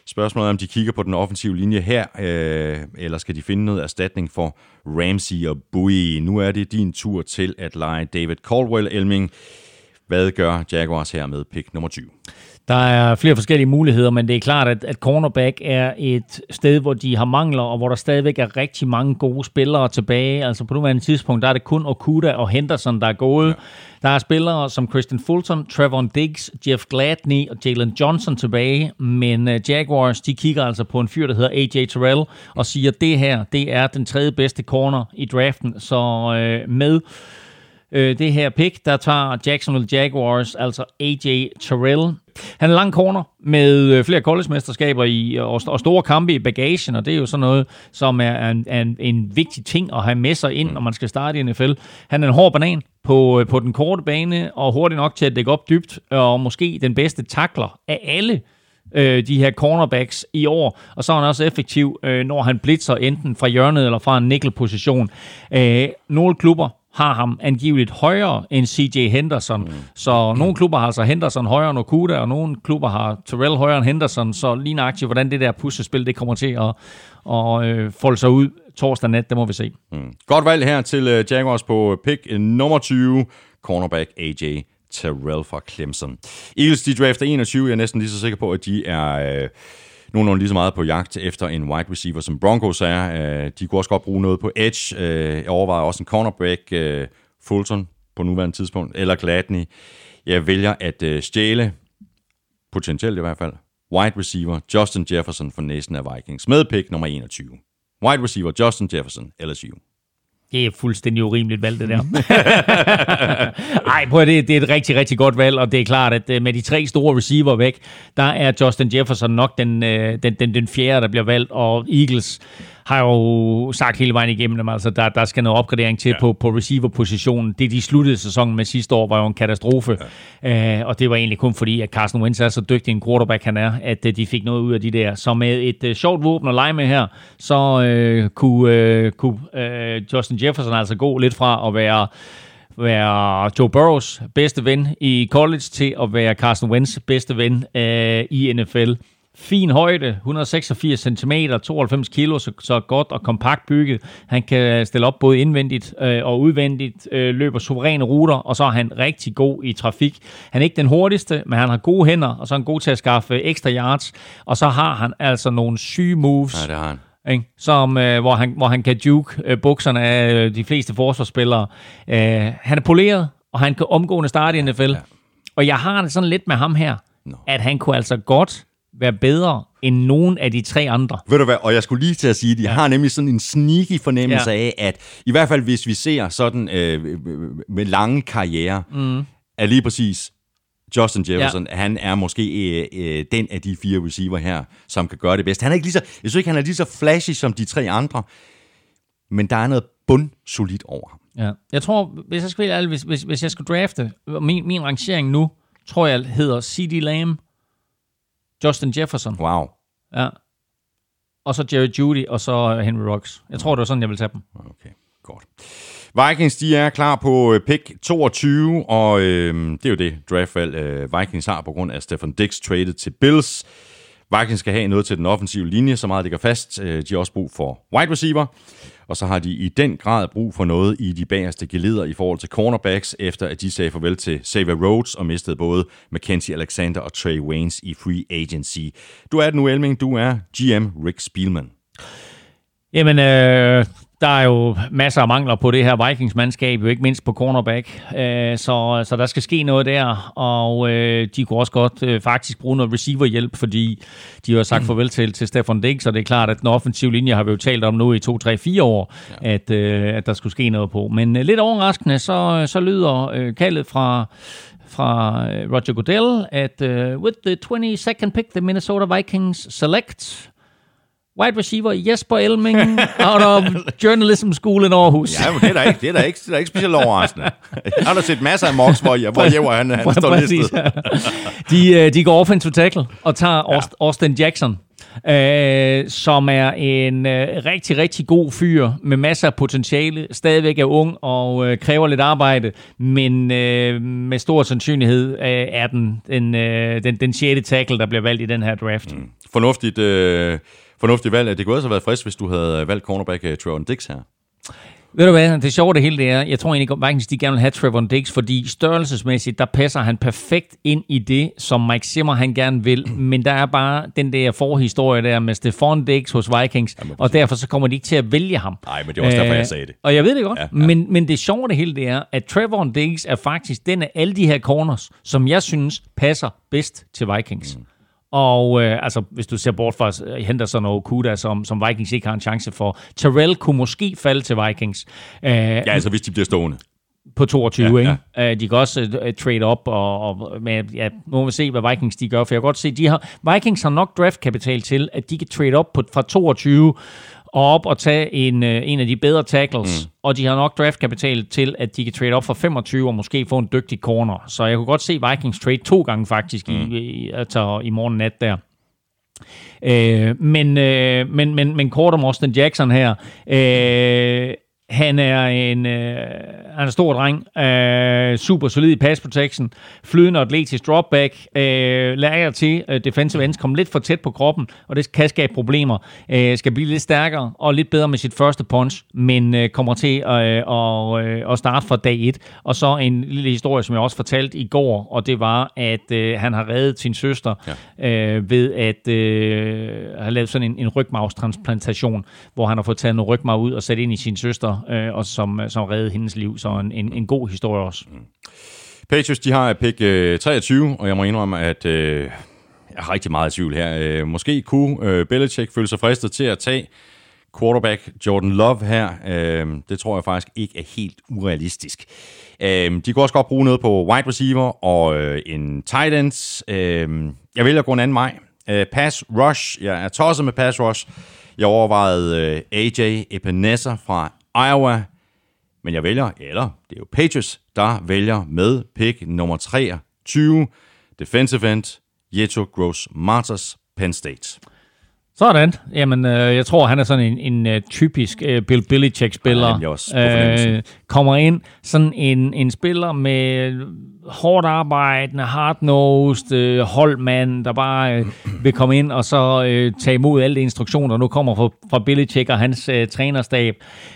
Spørgsmålet er, om de kigger på den offensive linje her, øh, eller skal de finde noget erstatning for Ramsey og Bowie. Nu er det din tur til at lege David Caldwell, Elming. Hvad gør Jaguars her med pick nummer tyve? Der er flere forskellige muligheder, men det er klart, at, at cornerback er et sted, hvor de har mangler, og hvor der stadigvæk er rigtig mange gode spillere tilbage. Altså på nuværende tidspunkt, der er det kun Okuda og Henderson, der er gået. Ja. Der er spillere som Christian Fulton, Trevon Diggs, Jeff Gladney og Jalen Johnson tilbage, men uh, Jaguars, de kigger altså på en fyr, der hedder A J Terrell, og siger, at det her, det er den tredje bedste corner i draften, så uh, med det her pick, der tager Jacksonville Jaguars, altså A J Terrell. Han er lang corner med flere college-mesterskaber i, og, og store kampe i bagagen, og det er jo sådan noget, som er en, en, en vigtig ting at have med sig ind, når man skal starte i N F L. Han er en hård banan på, på den korte bane, og hurtig nok til at dække op dybt, og måske den bedste tackler af alle øh, de her cornerbacks i år, og så er han også effektiv, øh, når han blitzer enten fra hjørnet eller fra en nickel-position. Øh, nogle klubber har ham angiveligt højere end C J Henderson. Mm. Så nogle klubber har altså Henderson højere end Okuda, og nogle klubber har Terrell højere end Henderson, så lige nøjagtigt, hvordan det der puslespil, det kommer til at, at øh, folde sig ud torsdag nat, det må vi se. Mm. Godt valg her til uh, Jaguars på pick nummer tyve, cornerback A J Terrell fra Clemson. Eagles, de drafter enogtyve, jeg er næsten lige så sikker på, at de er... Øh, Nogenlunde lige så meget på jagt efter en wide receiver, som Broncos er. De kunne også godt bruge noget på edge. Jeg overvejer også en cornerback, Fulton på nuværende tidspunkt, eller Gladney. Jeg vælger at stjæle, potentielt i hvert fald, wide receiver Justin Jefferson for næsen af Vikings med pick nummer enogtyve. Wide receiver Justin Jefferson, L S U. Det er fuldstændig urimeligt valg, det der. Ej, prøv at det, det er et rigtig, rigtig godt valg, og det er klart, at med de tre store receiver væk, der er Justin Jefferson nok den, den, den, den fjerde, der bliver valgt, og Eagles har jo sagt hele vejen igennem dem, altså der, der skal noget opgradering til ja. på, på receiver-positionen. Det, de sluttede sæsonen med sidste år, var jo en katastrofe, ja. uh, og det var egentlig kun fordi, at Carson Wentz er så dygtig en quarterback, han er, at uh, de fik noget ud af de der. Så med et uh, sjovt våben at lege med her, så uh, kunne, uh, kunne uh, Justin Jefferson altså gå lidt fra at være være Joe Burrows bedste ven i college til at være Carson Wentz bedste ven uh, i N F L. Fin højde, et hundrede og seksogfirs centimeter, tooghalvfems kilo, så, så godt og kompakt bygget. Han kan stille op både indvendigt øh, og udvendigt, øh, løber suveræne ruter, og så er han rigtig god i trafik. Han er ikke den hurtigste, men han har gode hænder, og så er han god til at skaffe ekstra yards, og så har han altså nogle syge moves. Ja, det har han. Ikke? Som, øh, hvor, han, hvor han kan juke øh, bukserne af øh, de fleste forsvarsspillere. Øh, han er poleret, og han kan omgående starte i N F L. Ja. Og jeg har det sådan lidt med ham her, no. at han kunne altså godt være bedre end nogen af de tre andre. Ved du hvad, og jeg skulle lige til at sige, de ja. har nemlig sådan en sneaky fornemmelse ja. af, at i hvert fald hvis vi ser sådan øh, med lange karriere, mm. er lige præcis Justin Jefferson, ja. han er måske øh, øh, den af de fire receiver her, som kan gøre det bedst. Han er ikke lige så, jeg synes ikke, han er lige så flashy som de tre andre, men der er noget bundsolidt over ham. Ja. Jeg tror, hvis jeg skal være ærlig, hvis, hvis, hvis jeg skal drafte, min, min rangering nu, tror jeg hedder C D Lamb, Justin Jefferson. Wow. Ja. Og så Jerry Jeudy, og så Henry Ruggs. Jeg tror, det var sådan, jeg vil tage dem. Okay, godt. Vikings, de er klar på pick toogtyve, og øh, det er jo det draftvalg, øh, Vikings har på grund af Stefon Diggs traded til Bills. Vikings skal have noget til den offensive linje, så meget det går fast. De har også brug for wide receiver, og så har de i den grad brug for noget i de bagerste geleder i forhold til cornerbacks, efter at de sagde farvel til Xavier Rhodes og mistede både Mackenzie Alexander og Trey Waynes i free agency. Du er det nu, Elming. Du er G M Rick Spielman. Jamen, øh, der er jo masser af mangler på det her Vikings-mandskab, jo ikke mindst på cornerback, øh, så, så der skal ske noget der, og øh, de kunne også godt øh, faktisk bruge noget receiver-hjælp, fordi de har sagt mm. farvel til, til Stefon Diggs, og det er klart, at den offensive linje har vi jo talt om nu i to, tre, fire år, ja. at, øh, at der skulle ske noget på. Men øh, lidt overraskende, så, så lyder øh, kaldet fra... fra Roger Goodell, at uh, with the twenty-second pick, the Minnesota Vikings select wide receiver Jesper Elming out of Journalism School in Aarhus. Ja, men det er da ikke, det er da ikke, det er da ikke specielt overraskende. Jeg har da set masser af mocks, hvor, hvor Jever, han, han står listet. de, de går offensive tackle og tager ja. Austin Jackson. øh, som er en øh, rigtig, rigtig god fyr med masser af potentiale, stadigvæk er ung og øh, kræver lidt arbejde, men øh, med stor sandsynlighed øh, er den den, øh, den den sjette tackle, der bliver valgt i den her draft. Mm. Fornuftigt, øh, fornuftigt valg. Det kunne også have været frisk, hvis du havde valgt cornerback uh, Trevon Diggs her. Ved du hvad, det sjove det hele det er, jeg tror egentlig, at Vikings de gerne vil have Trevon Diggs, fordi størrelsesmæssigt, der passer han perfekt ind i det, som Mike Zimmer han gerne vil, men der er bare den der forhistorie der med Stephon Diggs hos Vikings, ja, og derfor så kommer de ikke til at vælge ham. Nej, men det er også derfor, jeg sagde det. Og jeg ved det godt, ja, ja. Men, men det sjove det hele det er, at Trevon Diggs er faktisk den af alle de her corners, som jeg synes passer bedst til Vikings. Mm. Og øh, altså, hvis du ser bort fra Henderson og Okuda, som, som Vikings ikke har en chance for. Terrell kunne måske falde til Vikings. Uh, ja, altså hvis de bliver stående. På toogtyve, ja, ja. Ikke? Uh, de kan også uh, trade op, og, og med, ja, nu må vi se, hvad Vikings de gør. For jeg kan godt se, de har, Vikings har nok draftkapital til, at de kan trade op på, fra toogtyve og op og tage en, en af de bedre tackles. Mm. Og de har nok draftkapital til, at de kan trade op fra femogtyve og måske få en dygtig corner. Så jeg kunne godt se Vikings trade to gange faktisk mm. i, i, altså, i morgen nat der. Øh, men, øh, men, men, men kort om Austin Jackson her. Øh, Han er en øh, han er stor dreng, øh, super solid i pass protection, flydende atletisk dropback, øh, lærer til øh, defensive ends, kommer lidt for tæt på kroppen, og det kan skabe problemer. Øh, skal blive lidt stærkere og lidt bedre med sit første punch, men øh, kommer til øh, og, øh, at starte fra dag et. Og så en lille historie, som jeg også fortalte i går, og det var, at øh, han har reddet sin søster ja. øh, ved at øh, have lavet sådan en, en rygmarvstransplantation, hvor han har fået taget noget rygmarv ud og sat ind i sin søster, Øh, og som, som reddede hendes liv, så en, en, en god historie også. Mm. Patriots, de har pick øh, treogtyve, og jeg må indrømme, at øh, jeg er rigtig meget i tvivl her. Øh, måske kunne øh, Belichick føle sig fristet til at tage quarterback Jordan Love her. Øh, det tror jeg faktisk ikke er helt urealistisk. Øh, de kunne også godt bruge noget på wide receiver og øh, en tight ends. Øh, jeg vælger at gå en anden vej. Øh, pass rush. Jeg er tosset med pass rush. Jeg overvejede øh, A J Epenesa fra Iowa, men jeg vælger, eller det er jo Patriots, der vælger med pick nummer treogtyve, defensive end, Yetur Gross-Matos, Penn State. Sådan. Jamen, øh, jeg tror, han er sådan en, en uh, typisk uh, Bill Belichick-spiller. Ja, også øh, kommer ind, sådan en, en spiller med hårdt arbejdende, hard-nosed, øh, holdmand, der bare øh, vil komme ind og så øh, tage imod alle de instruktioner, der nu kommer fra, fra Belichick og hans øh, trænerstab.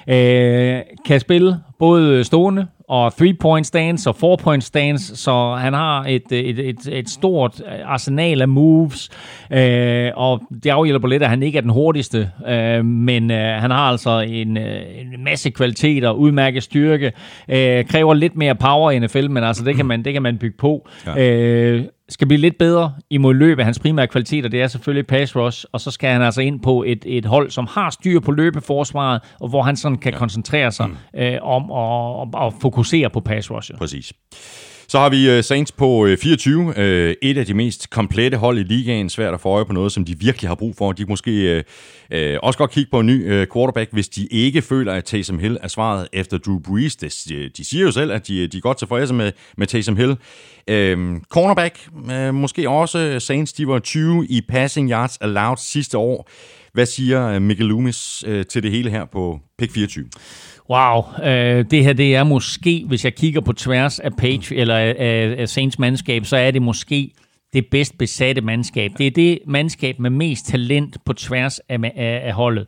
Øh, kan spille både stående og three-point stance og four-point stance, så han har et, et, et, et stort arsenal af moves, øh, og det afhjælper lidt, at han ikke er den hurtigste, øh, men øh, han har altså en, en masse kvaliteter, udmærket styrke, øh, kræver lidt mere power i N F L, men altså det kan man, det kan man bygge på. Ja. Øh, skal blive lidt bedre imod løb af hans primære kvaliteter, det er selvfølgelig pass rush, og så skal han altså ind på et, et hold, som har styr på løbeforsvaret, og hvor han sådan kan ja. koncentrere sig mm. øh, om at, at fokusere på pass rush. Præcis. Så har vi uh, Saints på uh, fireogtyve, uh, et af de mest komplette hold i ligaen, svært at få øje på noget, som de virkelig har brug for. De kan måske uh, uh, også godt kigge på en ny uh, quarterback, hvis de ikke føler, at Taysom Hill er svaret efter Drew Brees. Det, de siger jo selv, at de, de er godt tilfredse med, med Taysom Hill. Uh, cornerback, uh, måske også Saints, de var tyve i passing yards allowed sidste år. Hvad siger Michael Loomis uh, til det hele her på pick fireogtyve? Wow, øh, det her det er måske, hvis jeg kigger på tværs af Page eller af, af Saints mandskab, så er det måske det bedst besatte mandskab. Det er det mandskab med mest talent på tværs af, af, af holdet.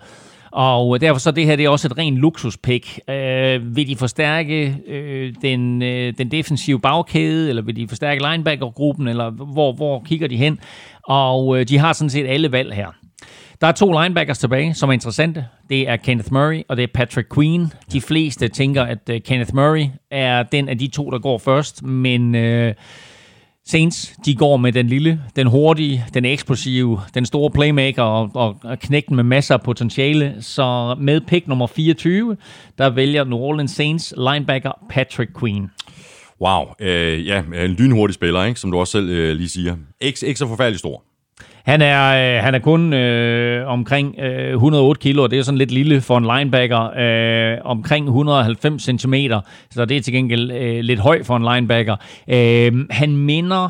Og derfor så det her det er også et rent luksuspick. Øh, vil de forstærke øh, den, øh, den defensive bagkæde, eller vil de forstærke linebackergruppen, eller hvor, hvor kigger de hen? Og øh, de har sådan set alle valg her. Der er to linebackers tilbage, som er interessante. Det er Kenneth Murray, og det er Patrick Queen. De fleste tænker, at uh, Kenneth Murray er den af de to, der går først, men uh, Saints, de går med den lille, den hurtige, den eksplosive, den store playmaker og, og, og knægten med masser af potentiale. Så med pick nummer fireogtyve, der vælger New Orleans Saints linebacker Patrick Queen. Wow, øh, ja, en lynhurtig spiller, ikke? Som du også selv øh, lige siger. Ikke, ikke så forfærdelig stor. Han er, øh, han er kun øh, omkring øh, et hundrede og otte kilo, og det er sådan lidt lille for en linebacker. Øh, omkring et hundrede og halvfems centimeter, så det er til gengæld øh, lidt høj for en linebacker. Øh, han minder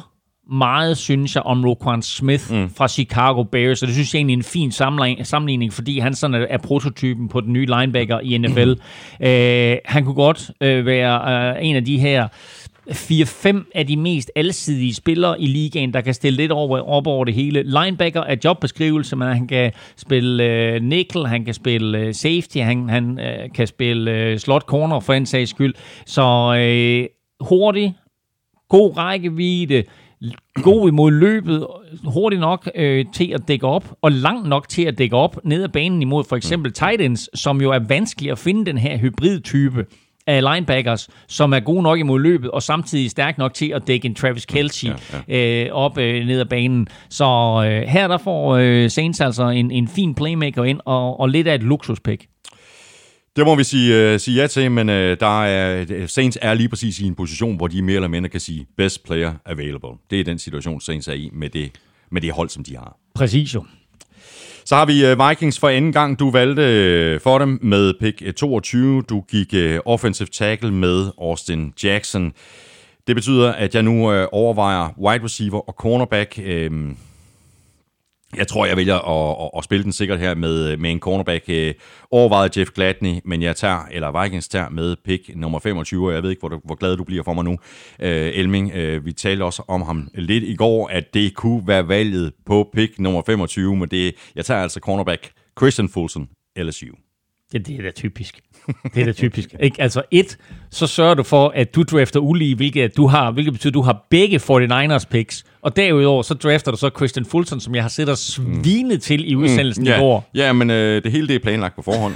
meget, synes jeg, om Roquan Smith mm. fra Chicago Bears, og det synes jeg egentlig er en fin sammenligning, fordi han sådan er, er prototypen på den nye linebacker i N F L. Mm. Øh, han kunne godt øh, være øh, en af de her fire fem af de mest alsidige spillere i ligaen, der kan stille lidt over, op over det hele. Linebacker er jobbeskrivelse, men han kan spille øh, nickel, han kan spille øh, safety, han, han øh, kan spille øh, slot corner for en sags skyld. Så øh, hurtig, god rækkevidde, god imod løbet, hurtigt nok øh, til at dække op, og langt nok til at dække op ned ad banen imod for eksempel tight ends, som jo er vanskeligt at finde den her hybridtype af linebackers, som er gode nok imod løbet, og samtidig stærk nok til at dække en Travis Kelce ja, ja. Øh, op øh, ned ad banen. Så øh, her der får øh, Saints altså en, en fin playmaker ind, og, og lidt af et luksuspick. Det må vi sige, uh, sige ja til, men uh, der er, Saints er lige præcis i en position, hvor de mere eller mindre kan sige best player available. Det er den situation, Saints er i med det, med det hold, som de har. Præcis jo. Så har vi uh, Vikings for anden gang. Du valgte uh, for dem med pick toogtyve. Du gik uh, offensive tackle med Austin Jackson. Det betyder, at jeg nu uh, overvejer wide receiver og cornerback. Uh, Jeg tror, jeg vælger at, at, at spille den sikkert her med, med en cornerback. Øh, overvejet Jeff Gladney, men jeg tager, eller Vikings tager med pick nummer femogtyve, og jeg ved ikke, hvor, hvor glad du bliver for mig nu, øh, Elming. Øh, vi talte også om ham lidt i går, at det kunne være valget på pick nummer femogtyve, men det, jeg tager altså cornerback Christian Fulton, L S U. Ja, det er da typisk. Det er da typisk. Ikke? Altså et, så sørger du for, at du drafter ulige, hvilket, du har, hvilket betyder, at du har begge forty-niners picks, og derudover så drafter du så Christian Fulton, som jeg har set dig svinet til i udsendelsen mm, yeah. i går. Ja, men øh, det hele det er planlagt på forhånd.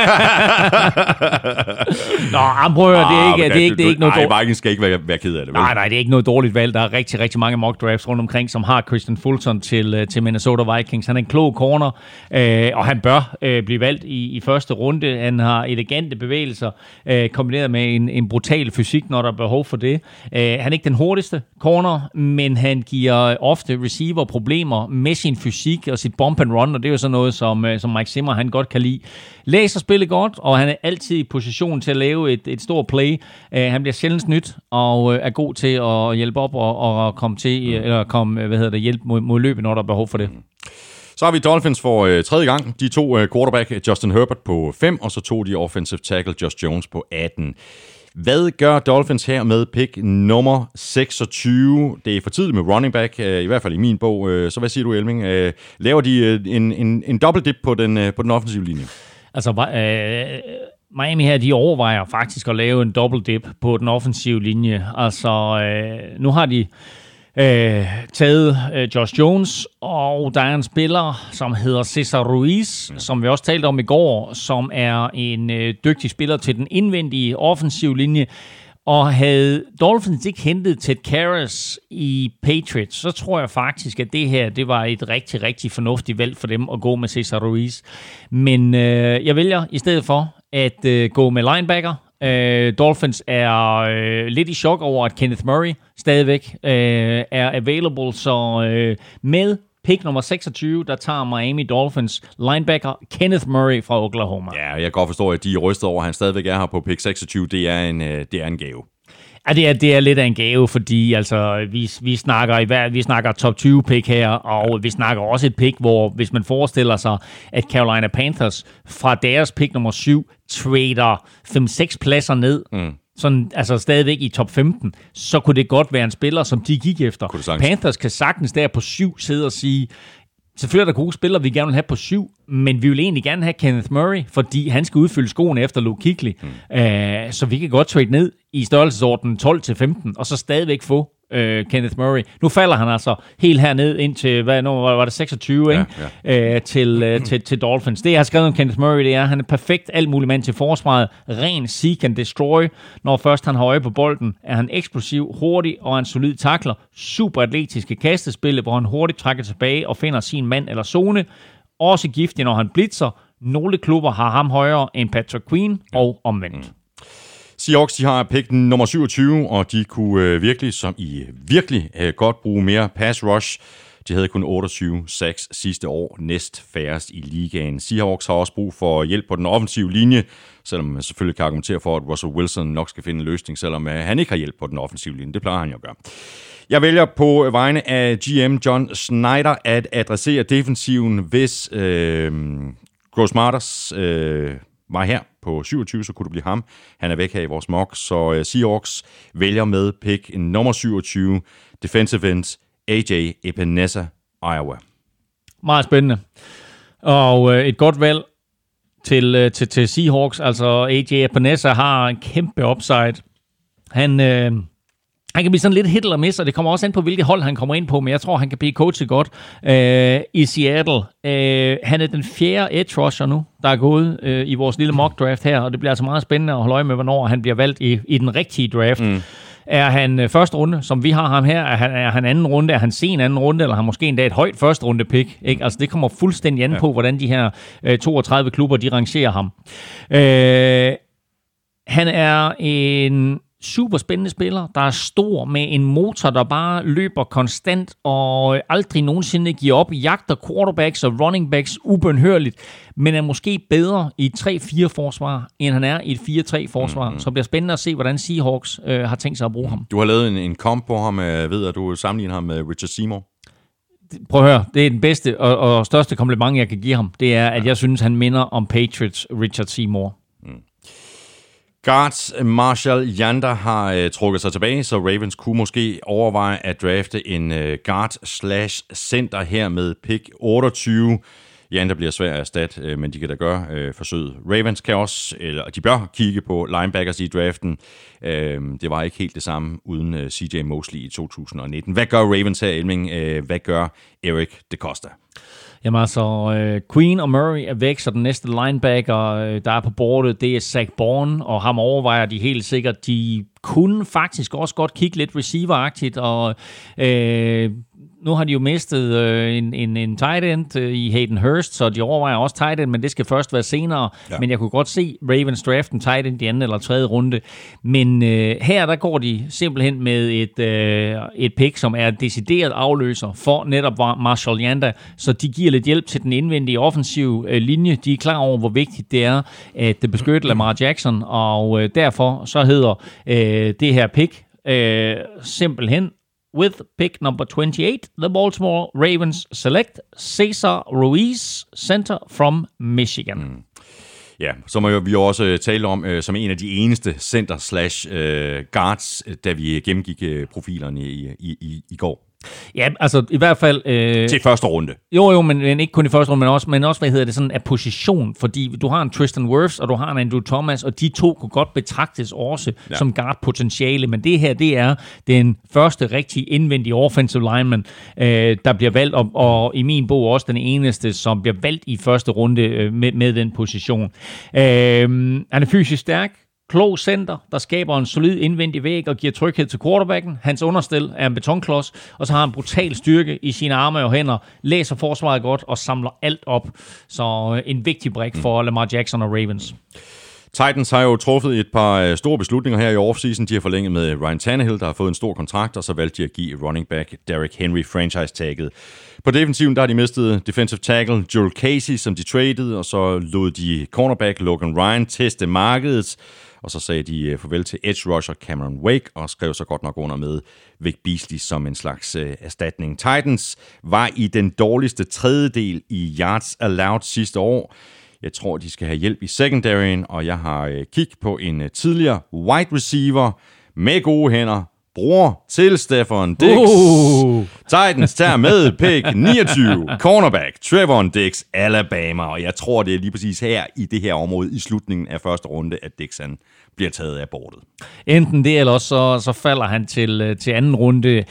Nå, prøv at høre, det er ikke, det er ikke, det er ikke noget dårligt. Nej, Vikings skal ikke være, være ked af det. Vel? Nej, nej, det er ikke noget dårligt valg. Der er rigtig, rigtig mange mock drafts rundt omkring, som har Christian Fulton til, til Minnesota Vikings. Han er en klog corner, øh, og han bør øh, blive valgt i, i første runde. Han har elegante bevægelser, øh, kombineret med en, en brutal fysik, når der er behov for det. Øh, han er ikke den hurtigste corner, men han giver ofte receiver problemer med sin fysik og sit bump and run, og det er jo sådan noget, som, som Mike Zimmer han godt kan lide. Læser spillet godt, og han er altid i position til at lave et, et stort play. Uh, han bliver sjældent snydt, og uh, er god til at hjælpe op og, og komme til, mm. eller komme, hvad hedder det, hjælp mod, mod løbet, når der er behov for det. Så har vi Dolphins for øh, tredje gang. De to øh, quarterback, Justin Herbert på fem, og så tog de offensive tackle Josh Jones på atten. Hvad gør Dolphins her med pick nummer seksogtyve? Det er for tidligt med running back, øh, i hvert fald i min bog. Øh, så hvad siger du, Elming? Øh, laver de øh, en, en, en double dip på den, øh, på den offensive linje? Altså, øh, Miami her, de overvejer faktisk at lave en double dip på den offensive linje. Altså, øh, nu har de Øh, taget øh, Josh Jones, og der er en spiller, som hedder Cesar Ruiz, mm. som vi også talte om i går, som er en øh, dygtig spiller til den indvendige offensive linje. Og havde Dolphins ikke hentet Ted Karras i Patriots, så tror jeg faktisk, at det her det var et rigtig, rigtig fornuftigt valg for dem at gå med Cesar Ruiz. Men øh, jeg vælger i stedet for at øh, gå med linebacker. Uh, Dolphins er uh, lidt i chok over, at Kenneth Murray stadigvæk uh, er available, så uh, med pick nummer seksogtyve, der tager Miami Dolphins linebacker Kenneth Murray fra Oklahoma. Ja, jeg kan godt forstå, at de er rystet over, at han stadigvæk er her på pick seksogtyve. Det er en, uh, det er en gave. Ja, det er, det er lidt af en gave, fordi altså, vi, vi, snakker i hver, vi snakker top tyve pick her, og vi snakker også et pick, hvor hvis man forestiller sig, at Carolina Panthers fra deres pick nummer syv trader fem seks pladser ned, mm. sådan, altså stadigvæk i top femten, så kunne det godt være en spiller, som de gik efter. Panthers kan sagtens der på syv sidde og sige, selvfølgelig er der gode spillere, vi gerne vil have på syv, men vi vil egentlig gerne have Kenneth Murray, fordi han skal udfylde skoene efter Luke Kuechly. Mm. Uh, så vi kan godt trade ned i størrelsesordenen tolv til femten, og så stadigvæk få uh, Kenneth Murray. Nu falder han altså helt herned ind til, hvad nu var det, seksogtyve, ikke? Ja, ja. Uh, til, uh, til, til Dolphins. Det, jeg har skrevet om Kenneth Murray, det er, at han er perfekt alt muligt mand til forsvaret. Ren seek and destroy. Når først han har øje på bolden, er han eksplosiv, hurtig og en solid tackler. Super atletiske kastespil, hvor han hurtigt trækker tilbage og finder sin mand eller zone. Også giftig, når han blitzer. Nogle klubber har ham højere end Patrick Queen, og omvendt. Mm. Seahawks, de har pick nummer syvogtyve, og de kunne øh, virkelig, som i virkelig, øh, godt bruge mere pass rush. De havde kun otteogtyve sacks sidste år, næst færrest i ligaen. Seahawks har også brug for hjælp på den offensive linje, selvom man selvfølgelig kan argumentere for, at Russell Wilson nok skal finde en løsning, selvom han ikke har hjælp på den offensive linje. Det plejer han jo at gøre. Jeg vælger på vegne af G M John Schneider at adressere defensiven, hvis øh, Gross Matters øh, var her på syvogtyve, så kunne det blive ham. Han er væk her i vores mock, så øh, Seahawks vælger med pick nummer syvogtyve, defensive end A J Epinesa, Iowa. Meget spændende. Og øh, et godt valg til, øh, til, til Seahawks. Altså A J Epinesa har en kæmpe upside. Han... Øh, Han kan blive sådan lidt hit eller miss, og det kommer også an på, hvilket hold han kommer ind på, men jeg tror, han kan blive coachet godt øh, i Seattle. Øh, han er den fjerde edge rusher nu, der er gået øh, i vores lille mock draft her, og det bliver altså meget spændende at holde øje med, hvornår han bliver valgt i, i den rigtige draft. Mm. Er han øh, første runde, som vi har ham her? Er han, er han anden runde? Er han sen anden runde? Eller har han måske endda et højt første runde pick? Ikke? Altså, det kommer fuldstændig an ja. på, hvordan de her øh, toogtredive klubber, de rangerer ham. Øh, han er en... super spændende spiller, der er stor med en motor, der bare løber konstant og aldrig nogensinde giver op, jagter quarterbacks og running backs ubønhørligt, men er måske bedre i et tre fire forsvar, end han er i et fire tre forsvar. Mm-hmm. Så det bliver spændende at se, hvordan Seahawks øh, har tænkt sig at bruge ham. Du har lavet en, en comp på ham, jeg ved, at du sammenligner ham med Richard Seymour. Prøv at høre, det er den bedste og, og største kompliment, jeg kan give ham. Det er, at jeg synes, han minder om Patriots Richard Seymour. Mm. Guards Marshall Yanda har øh, trukket sig tilbage, så Ravens kunne måske overveje at drafte en øh, guard slash center her med pick otteogtyve. Yanda bliver svær at erstatte, øh, men de kan da gøre øh, forsøget. Ravens kan også, eller de bør kigge på linebackers i draften. Øh, det var ikke helt det samme uden øh, C J Mosley i to tusind og nitten. Hvad gør Ravens her, Elming? Øh, hvad gør Eric DeCosta? Jamen altså, øh, Queen og Murray er væk, så den næste linebacker, øh, der er på bordet, det er Zach Bourne, og ham overvejer de helt sikkert. De kunne faktisk også godt kigge lidt receiver-agtigt, og øh, nu har de jo mistet øh, en, en, en tight end øh, i Hayden Hurst, så de overvejer også tight end, men det skal først være senere. Ja. Men jeg kunne godt se Ravens draft en tight end i anden eller tredje runde. Men øh, her der går de simpelthen med et, øh, et pick, som er decideret afløser for netop Marshall Yanda, så de giver lidt hjælp til den indvendige offensive øh, linje. De er klar over, hvor vigtigt det er at beskytte Lamar Jackson, og øh, derfor så hedder øh, det her pick øh, simpelthen with pick number twenty-eight, the Baltimore Ravens select Cesar Ruiz, center from Michigan. Mm. Ja, som vi jo også tale om øh, som en af de eneste center slash øh, guards, da vi gennemgik øh, profilerne i, i, i, i går. Ja, altså i hvert fald... Øh, til første runde. Jo, jo, men, men ikke kun i første runde, men også, men også hvad hedder det, sådan af position, fordi du har en Tristan Wirfs, og du har en Andrew Thomas, og de to kunne godt betragtes også ja. som guard-potentiale, men det her, det er den første rigtig indvendige offensive lineman, øh, der bliver valgt, og, og i min bog også den eneste, som bliver valgt i første runde øh, med, med den position. Øh, han er fysisk stærk, klog center, der skaber en solid indvendig væg og giver tryghed til quarterbacken. Hans understel er en betonklods, og så har han brutal styrke i sine arme og hænder, læser forsvaret godt og samler alt op. Så en vigtig brik for Lamar Jackson og Ravens. Titans har jo truffet et par store beslutninger her i offseason. De har forlænget med Ryan Tannehill, der har fået en stor kontrakt, og så valgte de at give running back Derrick Henry franchise-tagget. På defensiven der har de mistet defensive tackle Joel Casey, som de traded, og så lod de cornerback Logan Ryan teste markedet, og så sagde de farvel til edge rusher Cameron Wake, og skrev så godt nok under med Vic Beasley som en slags øh, erstatning. Titans var i den dårligste tredjedel i yards allowed sidste år. Jeg tror, de skal have hjælp i secondaryen, og jeg har øh, kigget på en øh, tidligere wide receiver med gode hænder, bror til Stefon Diggs. Uh. Titans tager med pick niogtyve, cornerback Trevon Diggs, Alabama, og jeg tror, det er lige præcis her i det her område i slutningen af første runde, at Diggs han bliver taget af bordet. Enten det, eller så, så falder han til, til anden runde.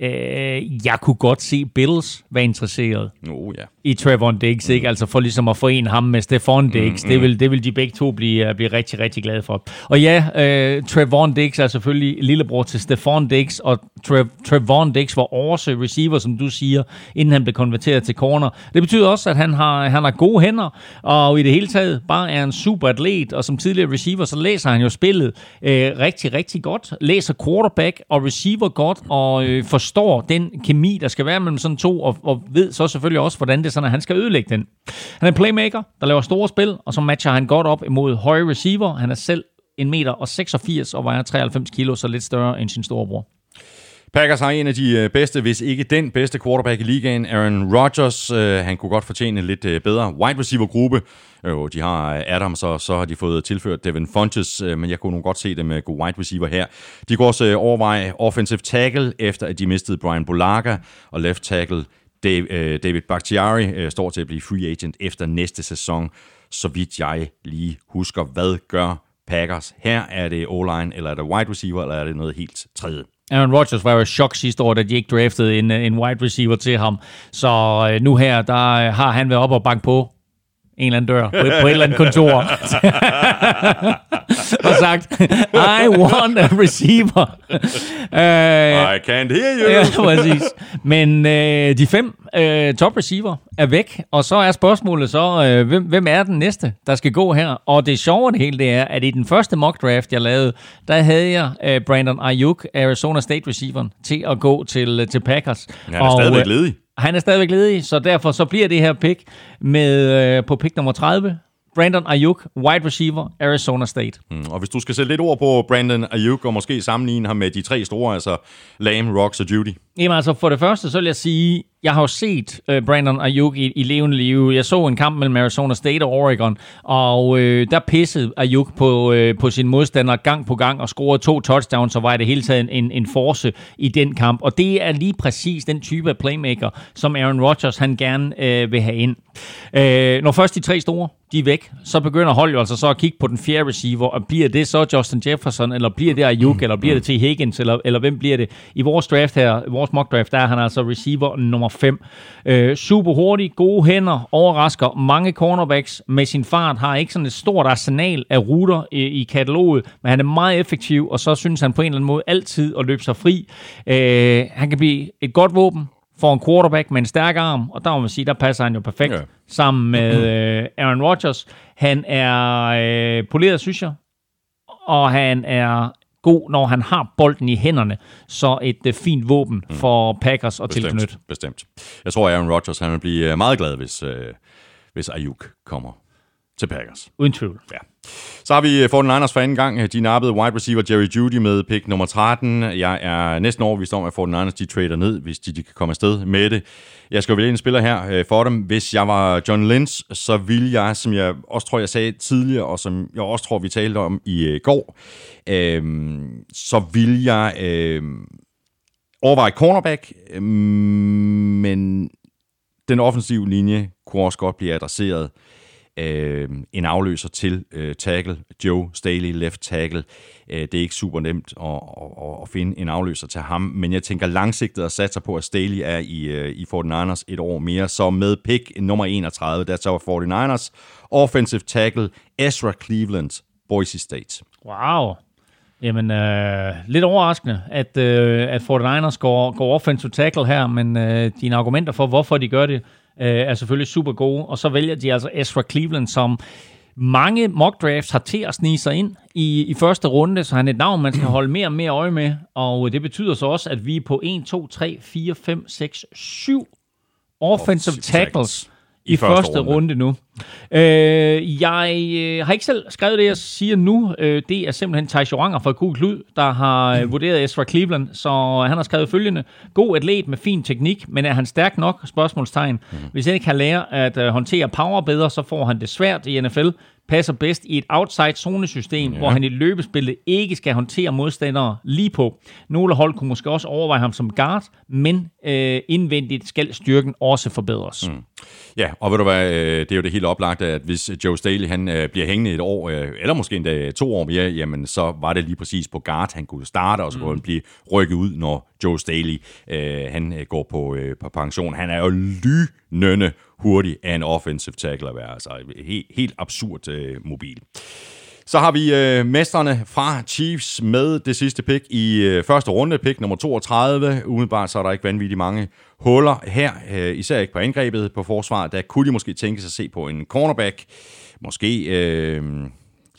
Øh, jeg kunne godt se Bills være interesseret oh, ja. i Trevon Diggs, mm. ikke? Altså for ligesom at forene ham med Stefon Diggs. Mm, mm. Det, vil, det vil de begge to blive, blive rigtig, rigtig glade for. Og ja, øh, Trevon Diggs er selvfølgelig lillebror til Stefon Diggs, og Tre- Trevon Diggs var også receiver, som du siger, inden han blev konverteret til corner. Det betyder også, at han har, han har gode hænder, og i det hele taget bare er en super atlet, og som tidligere receiver, så læser han jo spillet øh, rigtig, rigtig godt. Læser quarterback og receiver godt, og øh, forstår forstår den kemi, der skal være mellem sådan to, og, og ved så selvfølgelig også, hvordan det er sådan, at han skal ødelægge den. Han er en playmaker, der laver store spil, og så matcher han godt op imod høje receiver. Han er selv en meter og seksogfirs og vejer treoghalvfems kilo, så lidt større end sin storebror. Packers har en af de bedste, hvis ikke den bedste quarterback i ligaen, Aaron Rodgers. Han kunne godt fortjene en lidt bedre wide receiver-gruppe. De har Adams, og så har de fået tilført Devin Funchess, men jeg kunne nu godt se dem med god wide receiver her. De kunne også overveje offensive tackle, efter at de mistede Brian Bulaga, og left tackle David Bakhtiari står til at blive free agent efter næste sæson, så vidt jeg lige husker. Hvad gør Packers? Her er det O-line, eller er det wide receiver, eller er det noget helt tredje? Aaron Rodgers var jo i chok sidste år, da de ikke draftede en, en wide receiver til ham. Så øh, nu her, der har han været op og banke på en eller anden dør på, på et eller andet kontor og sagt, I want a receiver. uh, I can't hear you. Ja, præcis. Men øh, de fem øh, top receiver er væk, og så er spørgsmålet så, øh, hvem, hvem er den næste, der skal gå her? Og det sjove af det hele, det er, at i den første mock draft, jeg lavede, der havde jeg øh, Brandon Ayuk, Arizona State receiveren, til at gå til, til Packers. Ja, han er og, stadigvæk ledig. Han er stadigvæk ledig, så derfor så bliver det her pick med øh, på pick nummer tredive. Brandon Ayuk, wide receiver, Arizona State. Mm, og hvis du skal sætte lidt ord på Brandon Ayuk, og måske sammenligne ham med de tre store, altså Lamb, Rocks og Judy. Jamen altså, for det første, så vil jeg sige, jeg har jo set uh, Brandon Ayuk i, i levende liv. Jeg så en kamp mellem Arizona State og Oregon, og øh, der pissede Ayuk på, øh, på sin modstander gang på gang og scorede to touchdowns, og var i det hele taget en, en force i den kamp. Og det er lige præcis den type af playmaker, som Aaron Rodgers han gerne øh, vil have ind. Øh, når først de tre store, de er væk, så begynder holdet jo altså så at kigge på den fjerde receiver, og bliver det så Justin Jefferson, eller bliver det Ayuk, mm. eller bliver det T. Higgins, eller, eller hvem bliver det? I vores draft her, vores mock draft, der er han altså receiver nummer fem. Øh, super hurtig, gode hænder, overrasker mange cornerbacks med sin fart, har ikke sådan et stort arsenal af ruter i, i kataloget, men han er meget effektiv, og så synes han på en eller anden måde altid at løbe sig fri. Øh, han kan blive et godt våben for en quarterback med en stærk arm, og der må man sige, der passer han jo perfekt ja. sammen med øh, Aaron Rodgers. Han er øh, poleret, synes jeg, og han er god, når han har bolden i hænderne, så et øh, fint våben mm. for Packers at tilknytte. Bestemt. Jeg tror, Aaron Rodgers han vil blive meget glad, hvis, øh, hvis Ayuk kommer til Packers. Uden tvivl. Ja. Så har vi forty-niners for anden gang. De nappede wide receiver Jerry Jeudy med pick nummer tretten. Jeg er næsten overbevist om, at forty-niners de trader ned, hvis de, de kan komme afsted med det. Jeg skal vælge en spiller her for dem. Hvis jeg var John Lynch, så ville jeg, som jeg også tror, jeg sagde tidligere, og som jeg også tror, vi talte om i øh, går, øh, så ville jeg øh, overveje cornerback, øh, men den offensive linje kunne også godt blive adresseret. Uh, en afløser til uh, tackle, Joe Staley, left tackle. Uh, det er ikke super nemt at, at, at finde en afløser til ham, men jeg tænker langsigtet og satser på, at Staley er i, uh, i forty-niners et år mere. Så med pick nummer enogtredive, der så forty-niners, offensive tackle, Ezra Cleveland, Boise State. Wow. Jamen, øh, lidt overraskende, at, øh, at forty-niners går, går offensive tackle her, men øh, dine argumenter for, hvorfor de gør det, øh, er selvfølgelig super gode. Og så vælger de altså Ezra Cleveland, som mange mock drafts har til at snige sig ind i, i første runde, så han er et navn, man skal holde mere og mere øje med. Og det betyder så også, at vi er på en, to, tre, fire, fem, seks, syv offensive tackles i, i første, første runde. runde nu. Øh, jeg øh, har ikke selv skrevet det, jeg siger nu. Øh, det er simpelthen Thijs Joranger fra Google Klud, der har øh, vurderet Ezra Cleveland. Så han har skrevet følgende: god atlet med fin teknik, men er han stærk nok? Spørgsmålstegn. Mm. Hvis han ikke kan lære at øh, håndtere power bedre, så får han det svært i N F L. Passer bedst i et outside-zonesystem, ja. hvor han i løbespillet ikke skal håndtere modstandere lige på. Nogle hold kunne måske også overveje ham som guard, men øh, indvendigt skal styrken også forbedres. Mm. Ja, og ved du hvad, det er jo det helt oplagte, at hvis Joe Staley han øh, bliver hængende et år, øh, eller måske endda to år mere, jamen så var det lige præcis på guard, han kunne starte, og så kunne mm. han blive rykket ud, når Joe Staley øh, han øh, går på, øh, på pension. Han er jo lynende hurtig af en offensive tackle at være, altså helt, helt absurd øh, mobil. Så har vi øh, mestrene fra Chiefs med det sidste pick i øh, første runde, pick nummer toogtredive. Umiddelbart så er der ikke vanvittigt mange huller her, øh, især ikke på angrebet på forsvaret. Der kunne de måske tænke sig at se på en cornerback. Måske, øh,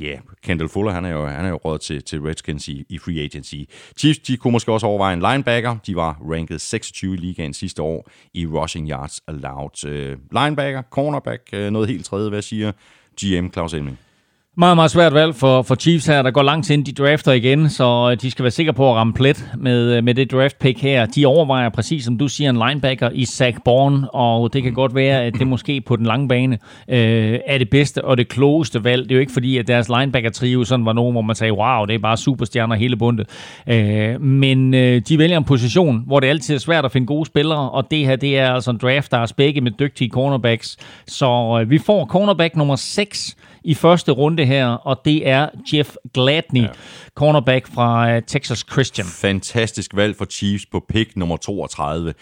ja, yeah, Kendall Fuller, han er jo, han er jo råd til, til Redskins i, i free agency. Chiefs, de kunne måske også overveje en linebacker. De var ranket seksogtyve i ligaen sidste år i rushing yards allowed. Uh, linebacker, cornerback, uh, noget helt tredje. Hvad siger G M Claus Elming? Meget, meget svært valg for, for Chiefs her. Der går langt til, de drafter igen, så de skal være sikre på at ramme plet med, med det draft pick her. De overvejer præcis, som du siger, en linebacker i Zach Bourne, og det kan godt være, at det måske på den lange bane øh, er det bedste og det klogeste valg. Det er jo ikke fordi, at deres linebacker-trio sådan var nogen, hvor man sagde, wow, det er bare superstjerner hele bundet. Øh, men øh, de vælger en position, hvor det altid er svært at finde gode spillere, og det her, det er altså en draft, der er spækket med dygtige cornerbacks. Så øh, vi får cornerback nummer seks i første runde her, og det er Jeff Gladney, ja. cornerback fra uh, Texas Christian. Fantastisk valg for Chiefs på pick nummer toogtredive.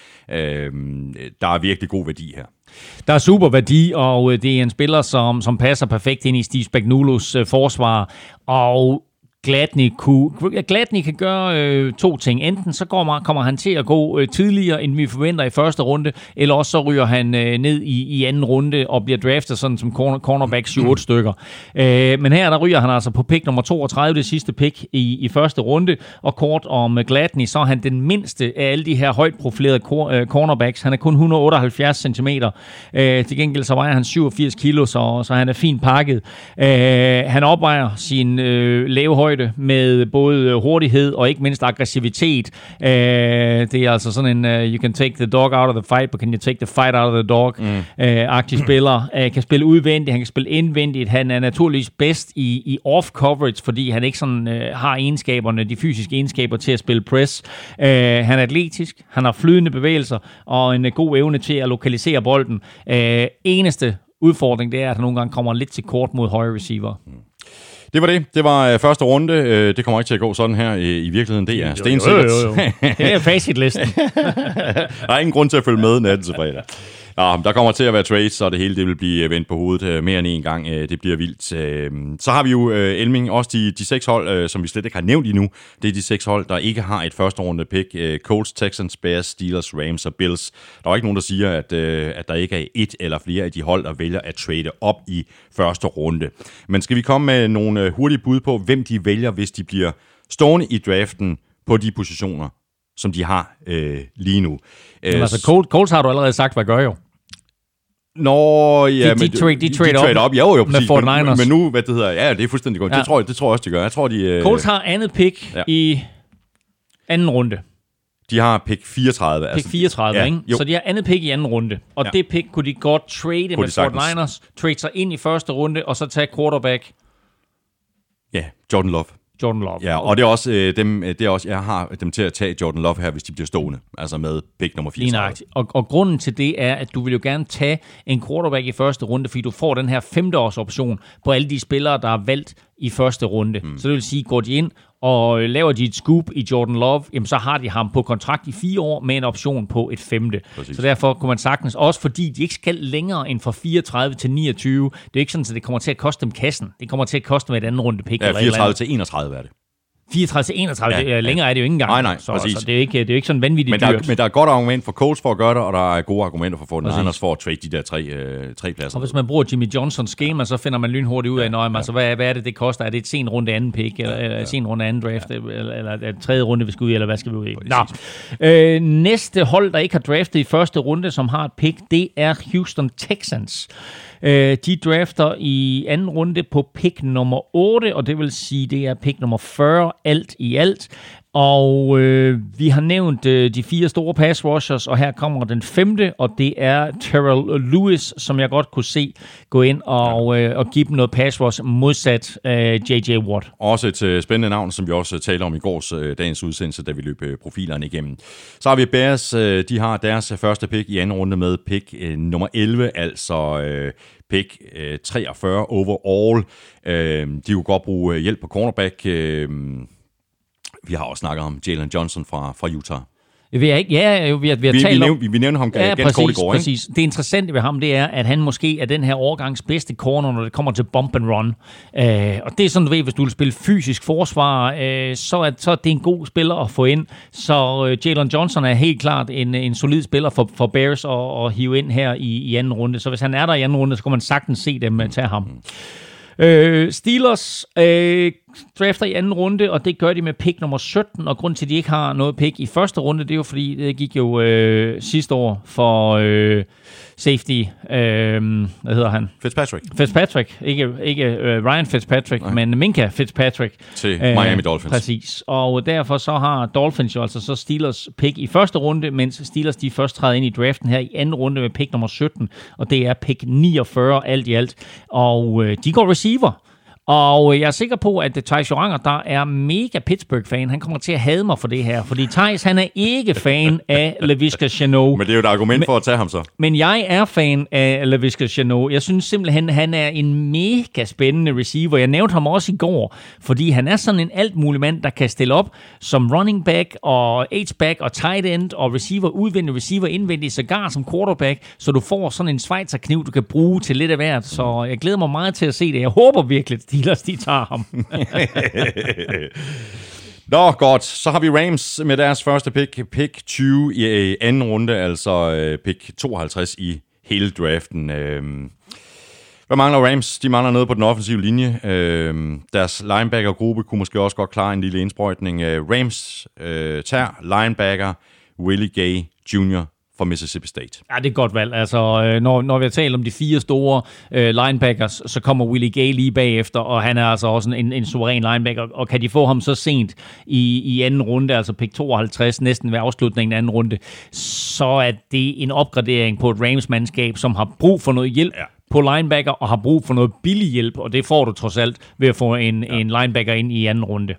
Øhm, der er virkelig god værdi her. Der er super værdi, og det er en spiller, som, som passer perfekt ind i Steve Spagnuolos uh, forsvar, og Gladney, kunne, Gladney kan gøre øh, to ting. Enten så går man, kommer han til at gå øh, tidligere, end vi forventer i første runde, eller også så ryger han øh, ned i, i anden runde og bliver draftet sådan som corner, cornerback syv otte stykker. Øh, men her der ryger han altså på pick nummer toogtredive, det sidste pick i, i første runde. Og kort om Gladney, så er han den mindste af alle de her højt profilerede cor, øh, cornerbacks. Han er kun et hundrede otteoghalvfjerds centimeter. Øh, til gengæld så vejer han syvogfirs kilo, så, så han er fint pakket. Øh, han opvejer sin øh, lave højde med både hurtighed og ikke mindst aggressivitet. Uh, det er altså sådan en uh, you can take the dog out of the fight, but can you take the fight out of the dog? Mm. Uh, aktiv spiller. Uh, kan spille udvendigt, han kan spille indvendigt. Han er naturligvis bedst i, i off-coverage, fordi han ikke sådan uh, har egenskaberne, de fysiske egenskaber til at spille press. Uh, han er atletisk, han har flydende bevægelser og en uh, god evne til at lokalisere bolden. Uh, eneste udfordring, det er, at han nogle gange kommer lidt til kort mod højre receiver. Mm. Det var det. Det var første runde. Det kommer ikke til at gå sådan her i virkeligheden. Det er stensikkert. Jo, jo, jo. Det er facitlisten. Der er ingen grund til at følge med natten til fredag. Ja, der kommer til at være trades, og det hele det vil blive vendt på hovedet mere end en gang. Det bliver vildt. Så har vi jo, Elming, også de, de seks hold, som vi slet ikke har nævnt endnu. Det er de seks hold, der ikke har et første runde pick. Colts, Texans, Bears, Steelers, Rams og Bills. Der er ikke nogen, der siger, at, at der ikke er et eller flere af de hold, der vælger at trade op i første runde. Men skal vi komme med nogle hurtige bud på, hvem de vælger, hvis de bliver stående i draften på de positioner, som de har øh, lige nu? Jamen, altså, Colts, Colts har du allerede sagt, hvad gør jo? Nå, ja, de, de, men, trade, de, de, trade, de trade op, op. Jo, jo, præcis. Med forty-niners. Men, men nu, hvad det hedder, ja, det er fuldstændig godt. Ja. Det, tror jeg, det tror jeg også, de gør. Jeg tror, de... Øh... Colts har andet pick ja. i anden runde. De har pick fireogtredive. Pick fireogtredive, ja, ikke? Jo. Så de har andet pick i anden runde. Og ja. det pick kunne de godt trade kunne med forty-niners, trade sig ind i første runde, og så tage quarterback. Ja, Jordan Love. Jordan Love. Ja, og det er også øh, dem, det er også, jeg har dem til at tage Jordan Love her, hvis de bliver stående, altså med pick nummer fireogtredive. Og, og grunden til det er, at du vil jo gerne tage en quarterback i første runde, fordi du får den her femteårs option på alle de spillere, der er valgt i første runde. Mm. Så det vil sige, går de ind og laver de et scoop i Jordan Love, jamen så har de ham på kontrakt i fire år med en option på et femte. Præcis. Så derfor kunne man sagtens, også fordi de ikke skal længere end fra fireogtredive til niogtyve, det er ikke sådan, at det kommer til at koste dem kassen. Det kommer til at koste dem et andet runde pick. Ja, fireogtredive til enogtredive er det. fireogtredive til enogtredive, ja, det, længere ja. er det jo ikke engang. Nej, nej, så, så det, er ikke, det er jo ikke sådan vanvittigt men der, dyrt. Men der er et godt argument for Colts for at gøre det, og der er gode argumenter for forty-niners for at trade de der tre, øh, tre pladser. Og hvis man bruger Jimmy Johnsons schema, så finder man lynhurtigt ud af, ja, ja. altså, hvad, hvad er det, det koster? Er det et sen runde anden pick, eller, ja, ja. eller et sen runde anden draft, ja. eller, eller et tredje runde, vi skal ud i, eller hvad skal vi ud i? Nå. Øh, næste hold, der ikke har draftet i første runde, som har et pick, det er Houston Texans. De drafter i anden runde på pick nummer otte, og det vil sige, det er pick nummer fyrre alt i alt. Og øh, vi har nævnt øh, de fire store pass rushers, og her kommer den femte, og det er Terrell Lewis, som jeg godt kunne se gå ind og, øh, og give dem noget pass rush modsat øh, J J Watt. Også et øh, spændende navn, som vi også talte om i gårs øh, dagens udsendelse, da vi løb øh, profilerne igennem. Så har vi Bears, øh, de har deres første pick i anden runde med pick øh, nummer elleve, altså øh, pick øh, treogfyrre overall. Øh, de kunne godt bruge hjælp på cornerback. Øh, Vi har også snakket om Jalen Johnson fra, fra Utah. Vi har ikke, ja, vi har, vi har vi, talt vi, om... nævnte, vi, vi nævnte ham ja, ganske præcis, kort i går, præcis. Det interessante ved ham, det er, at han måske er den her årgangs bedste corner, når det kommer til bump and run. Uh, og det er sådan, du ved, hvis du vil spille fysisk forsvar, uh, så, er, så er det en god spiller at få ind. Så uh, Jalen Johnson er helt klart en, en solid spiller for, for Bears at, at hive ind her i, i anden runde. Så hvis han er der i anden runde, så kan man sagtens se dem uh, tage ham. Øh, Steelers øh, drafter i anden runde, og det gør de med pick nummer sytten, og grund til, at de ikke har noget pick i første runde, det er jo fordi, det gik jo øh, sidste år for øh, safety, øh, hvad hedder han? Fitzpatrick. Fitzpatrick, ikke, ikke øh, Ryan Fitzpatrick, Nej. men Minka Fitzpatrick. Til Miami øh, Dolphins. Præcis, og derfor så har Dolphins jo altså så Steelers pick i første runde, mens Steelers de først træder ind i draften her i anden runde med pick nummer sytten, og det er pick niogfyrre alt i alt, og øh, de går receiver. Og jeg er sikker på, at Thijs Joranger, der er mega Pittsburgh-fan, han kommer til at hade mig for det her, fordi Thijs, han er ikke fan af Laviska Shenault. Men det er jo et argument men, for at tage ham så. Men jeg er fan af Laviska Shenault. Jeg synes simpelthen, han er en mega spændende receiver. Jeg nævnte ham også i går, fordi han er sådan en alt mulig mand, der kan stille op som running back og H-back og tight end og receiver udvendig, receiver indvendig, sågar som quarterback, så du får sådan en schweizerkniv, du kan bruge til lidt af hvert. Så jeg glæder mig meget til at se det. Jeg håber virkelig, at Steelers, de tager ham. Nå, godt. Så har vi Rams med deres første pick. Pick tyve i anden runde, altså pick tooghalvtreds i hele draften. Hvad mangler Rams? De mangler noget på den offensive linje. Deres linebacker-gruppe kunne måske også godt klare en lille indsprøjtning. Rams tager linebacker Willie Gay junior fra Mississippi State. Ja, det er et godt valg. Altså, når, når vi har talt om de fire store øh, linebackers, så kommer Willie Gay lige bagefter, og han er altså også en, en suveræn linebacker, og kan de få ham så sent i, i anden runde, altså pick tooghalvtreds, næsten ved afslutningen af anden runde, så er det en opgradering på et Rams-mandskab, som har brug for noget hjælp ja. på linebacker, og har brug for noget billig hjælp, og det får du trods alt ved at få en, ja. en linebacker ind i anden runde.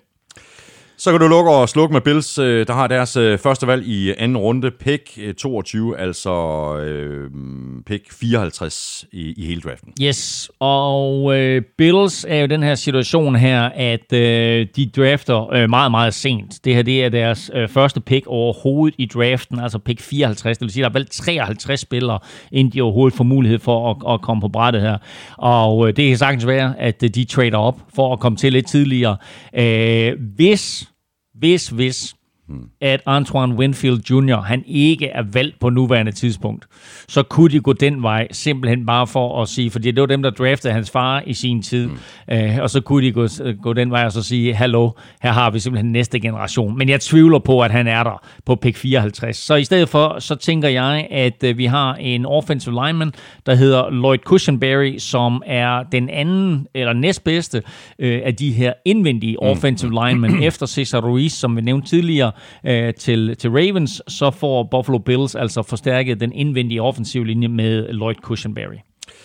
Så kan du lukke og slukke med Bills, der har deres første valg i anden runde. Pick toogtyve, altså øh, pick fireoghalvtreds i, i hele draften. Yes, og øh, Bills er jo den her situation her, at øh, de drafter øh, meget, meget sent. Det her det er deres øh, første pick overhovedet i draften, altså pick fireoghalvtreds. Det vil sige, at der er valgt treoghalvtreds spillere, inden de overhovedet får mulighed for at, at komme på brættet her. Og øh, det kan sagtens være, at de trader op for at komme til lidt tidligere. Øh, hvis... Hvis, hvis, hmm. at Antoine Winfield junior, han ikke er valgt på nuværende tidspunkt, så kunne de gå den vej, simpelthen bare for at sige, fordi det var dem, der draftede hans far i sin tid, hmm. øh, og så kunne de gå, gå den vej og så sige, hallo, her har vi simpelthen næste generation. Men jeg tvivler på, at han er der på pick fireoghalvtreds. Så i stedet for, så tænker jeg, at øh, vi har en offensive lineman, der hedder Lloyd Cushenberry, som er den anden, eller næstbedste øh, af de her indvendige mm. offensive linemen. Efter Cesar Ruiz, som vi nævnte tidligere, øh, til, til Ravens, så får Buffalo Bills altså forstærket den indvendige offensive linje med Lloyd Cushenberry.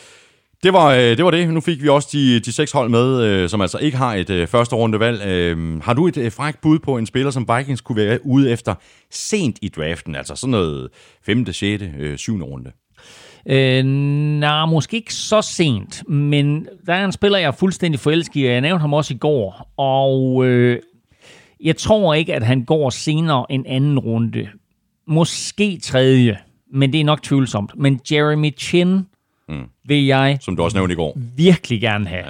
Det var, det var det. Nu fik vi også de, de seks hold med, som altså ikke har et første rundevalg. Har du et frækt bud på en spiller, som Vikings kunne være ude efter sent i draften? Altså sådan noget femte, sjette, syvende runde? Øh, nej, måske ikke så sent, men der er en spiller, jeg er fuldstændig forelsket i, og jeg nævnte ham også i går, og øh, jeg tror ikke, at han går senere en anden runde. Måske tredje, men det er nok tvivlsomt. Men Jeremy Chinn mm. vil jeg, som du også nævnte i går, virkelig gerne have. Ja.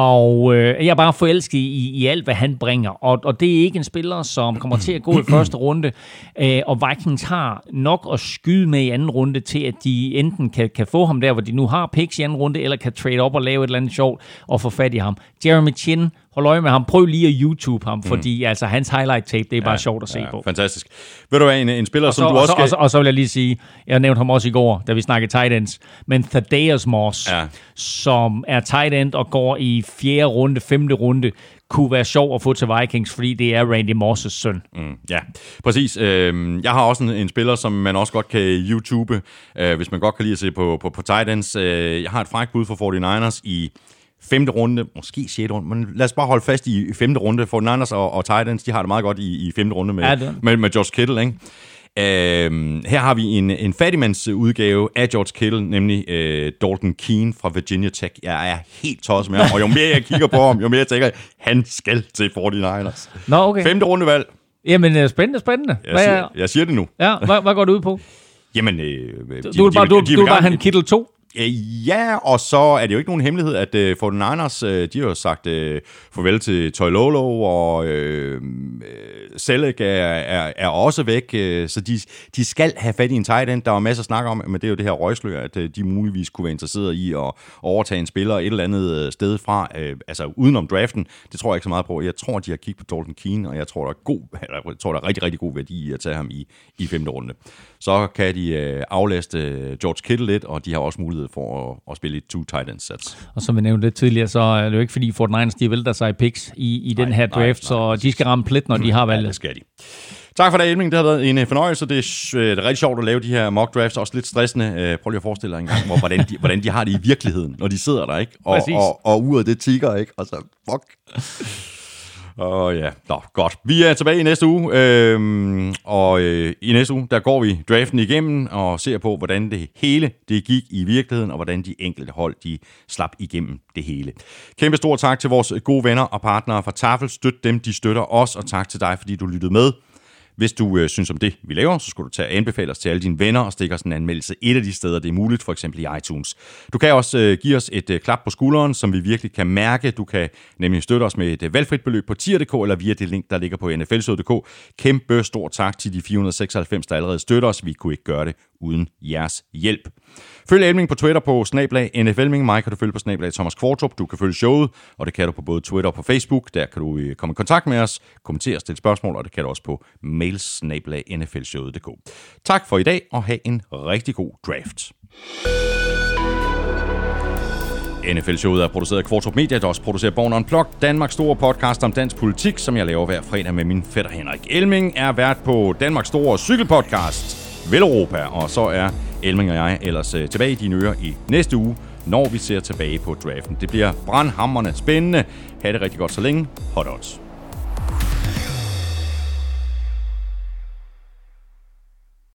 Og øh, jeg er bare forelsket i, i alt, hvad han bringer. Og, og det er ikke en spiller, som kommer til at gå i første runde. Øh, og Vikings har nok at skyde med i anden runde til, at de enten kan, kan få ham der, hvor de nu har picks i anden runde, eller kan trade op og lave et eller andet sjovt og få fat i ham. Jeremy Chinn, hold øje med ham. Prøv lige at YouTube ham, fordi mm. altså, hans highlight tape, det er bare ja, sjovt at se ja, på. Fantastisk. Ved du hvad, en, en spiller, og så, som du og også så, skal... Og så, og så vil jeg lige sige, jeg nævnte ham også i går, da vi snakkede tight ends, men Thaddeus Moss, ja. som er tight end og går i fjerde runde, femte runde, kunne være sjov at få til Vikings, fordi det er Randy Moss' søn. Mm, ja, præcis. Jeg har også en, en spiller, som man også godt kan YouTube, hvis man godt kan lide at se på, på, på tight ends. Jeg har et frækt bud for forty-niners i femte runde, måske sjette runde, men lad os bare holde fast i femte runde. forty-niners og, og Titans, de har det meget godt i, i femte runde med, ja, med, med George Kittle, ikke? Uh, her har vi en, en fattigmands udgave af George Kittle, nemlig uh, Dalton Keene fra Virginia Tech. Jeg er helt tosset med ham, og jo mere jeg kigger på ham, jo mere jeg tænker, han skal til forty-niners. Nå, okay. Femte rundevalg. Jamen, spændende, spændende. Jeg siger, jeg siger det nu. Ja, hvad, hvad går du ud på? Jamen, uh, de, du vil bare, du, du vil bare have en Kittle to? Ja, og så er det jo ikke nogen hemmelighed, at uh, forty-niners, uh, de har jo sagt uh, farvel til Toilolo og uh, Selleck er, er, er også væk, øh, så de, de skal have fat i en tight end. Der var masser af snak om, men det er jo det her røgslør, at øh, de muligvis kunne være interesseret i at overtage en spiller et eller andet sted fra, øh, altså udenom draften. Det tror jeg ikke så meget på. Jeg tror, de har kigget på Dalton Keene, og jeg tror, der er, god, jeg tror, der er rigtig, rigtig god værdi i at tage ham i, i femte runde. Så kan de øh, aflaste George Kittle lidt, og de har også mulighed for at, at spille et two tight end sats. Og som vi nævnte lidt tidligere, så er det jo ikke fordi forty-niners, de vælter sig i picks i, i nej, den her draft, nej, nej, så de skal ramme plet, når de har valget. Ja, det skal de. Tak for det, Elming. Det har været en fornøjelse. Det er, det er rigtig sjovt at lave de her mock drafts, også lidt stressende. Prøv lige at forestille dig en gang, hvor, hvordan, de, hvordan de har det i virkeligheden, når de sidder der, ikke? Og, og, og uret det tigger, ikke? Og så, fuck. Åh oh, ja, nå, godt. Vi er tilbage i næste uge, øhm, og øh, i næste uge, der går vi draften igennem og ser på, hvordan det hele det gik i virkeligheden, og hvordan de enkelte hold, de slap igennem det hele. Kæmpe stor tak til vores gode venner og partnere fra Tafel. Støt dem, de støtter os, og tak til dig, fordi du lyttede med. Hvis du øh, synes om det, vi laver, så skulle du tage og anbefale os til alle dine venner og stikke os en anmeldelse et af de steder, det er muligt, for eksempel i iTunes. Du kan også øh, give os et øh, klap på skulderen, som vi virkelig kan mærke. Du kan nemlig støtte os med et øh, valgfrit beløb på tier punktum d k eller via det link, der ligger på N F L punktum d k. Kæmpe stor tak til de fire hundrede seksoghalvfems, der allerede støtter os. Vi kunne ikke gøre det uden jeres hjælp. Følg Elming på Twitter på snablag N F Elming. Mig kan du følge på snablag Thomas Kvartrup. Du kan følge showet, og det kan du på både Twitter og på Facebook. Der kan du komme i kontakt med os, kommentere og stille spørgsmål, og det kan du også på mail snablag N F L showet punktum d k. Tak for i dag, og have en rigtig god draft. N F L-showet er produceret af Kvartrup Media, der også producerer Born Unplugged, Danmarks store podcast om dansk politik, som jeg laver hver fredag med min fætter Henrik. Elming er vært på Danmarks store cykelpodcast, Velropa, og så er Elming og jeg ellers tilbage i dine ører i næste uge, når vi ser tilbage på draften. Det bliver brandhamrende spændende. Ha' det rigtig godt så længe. Hot odds.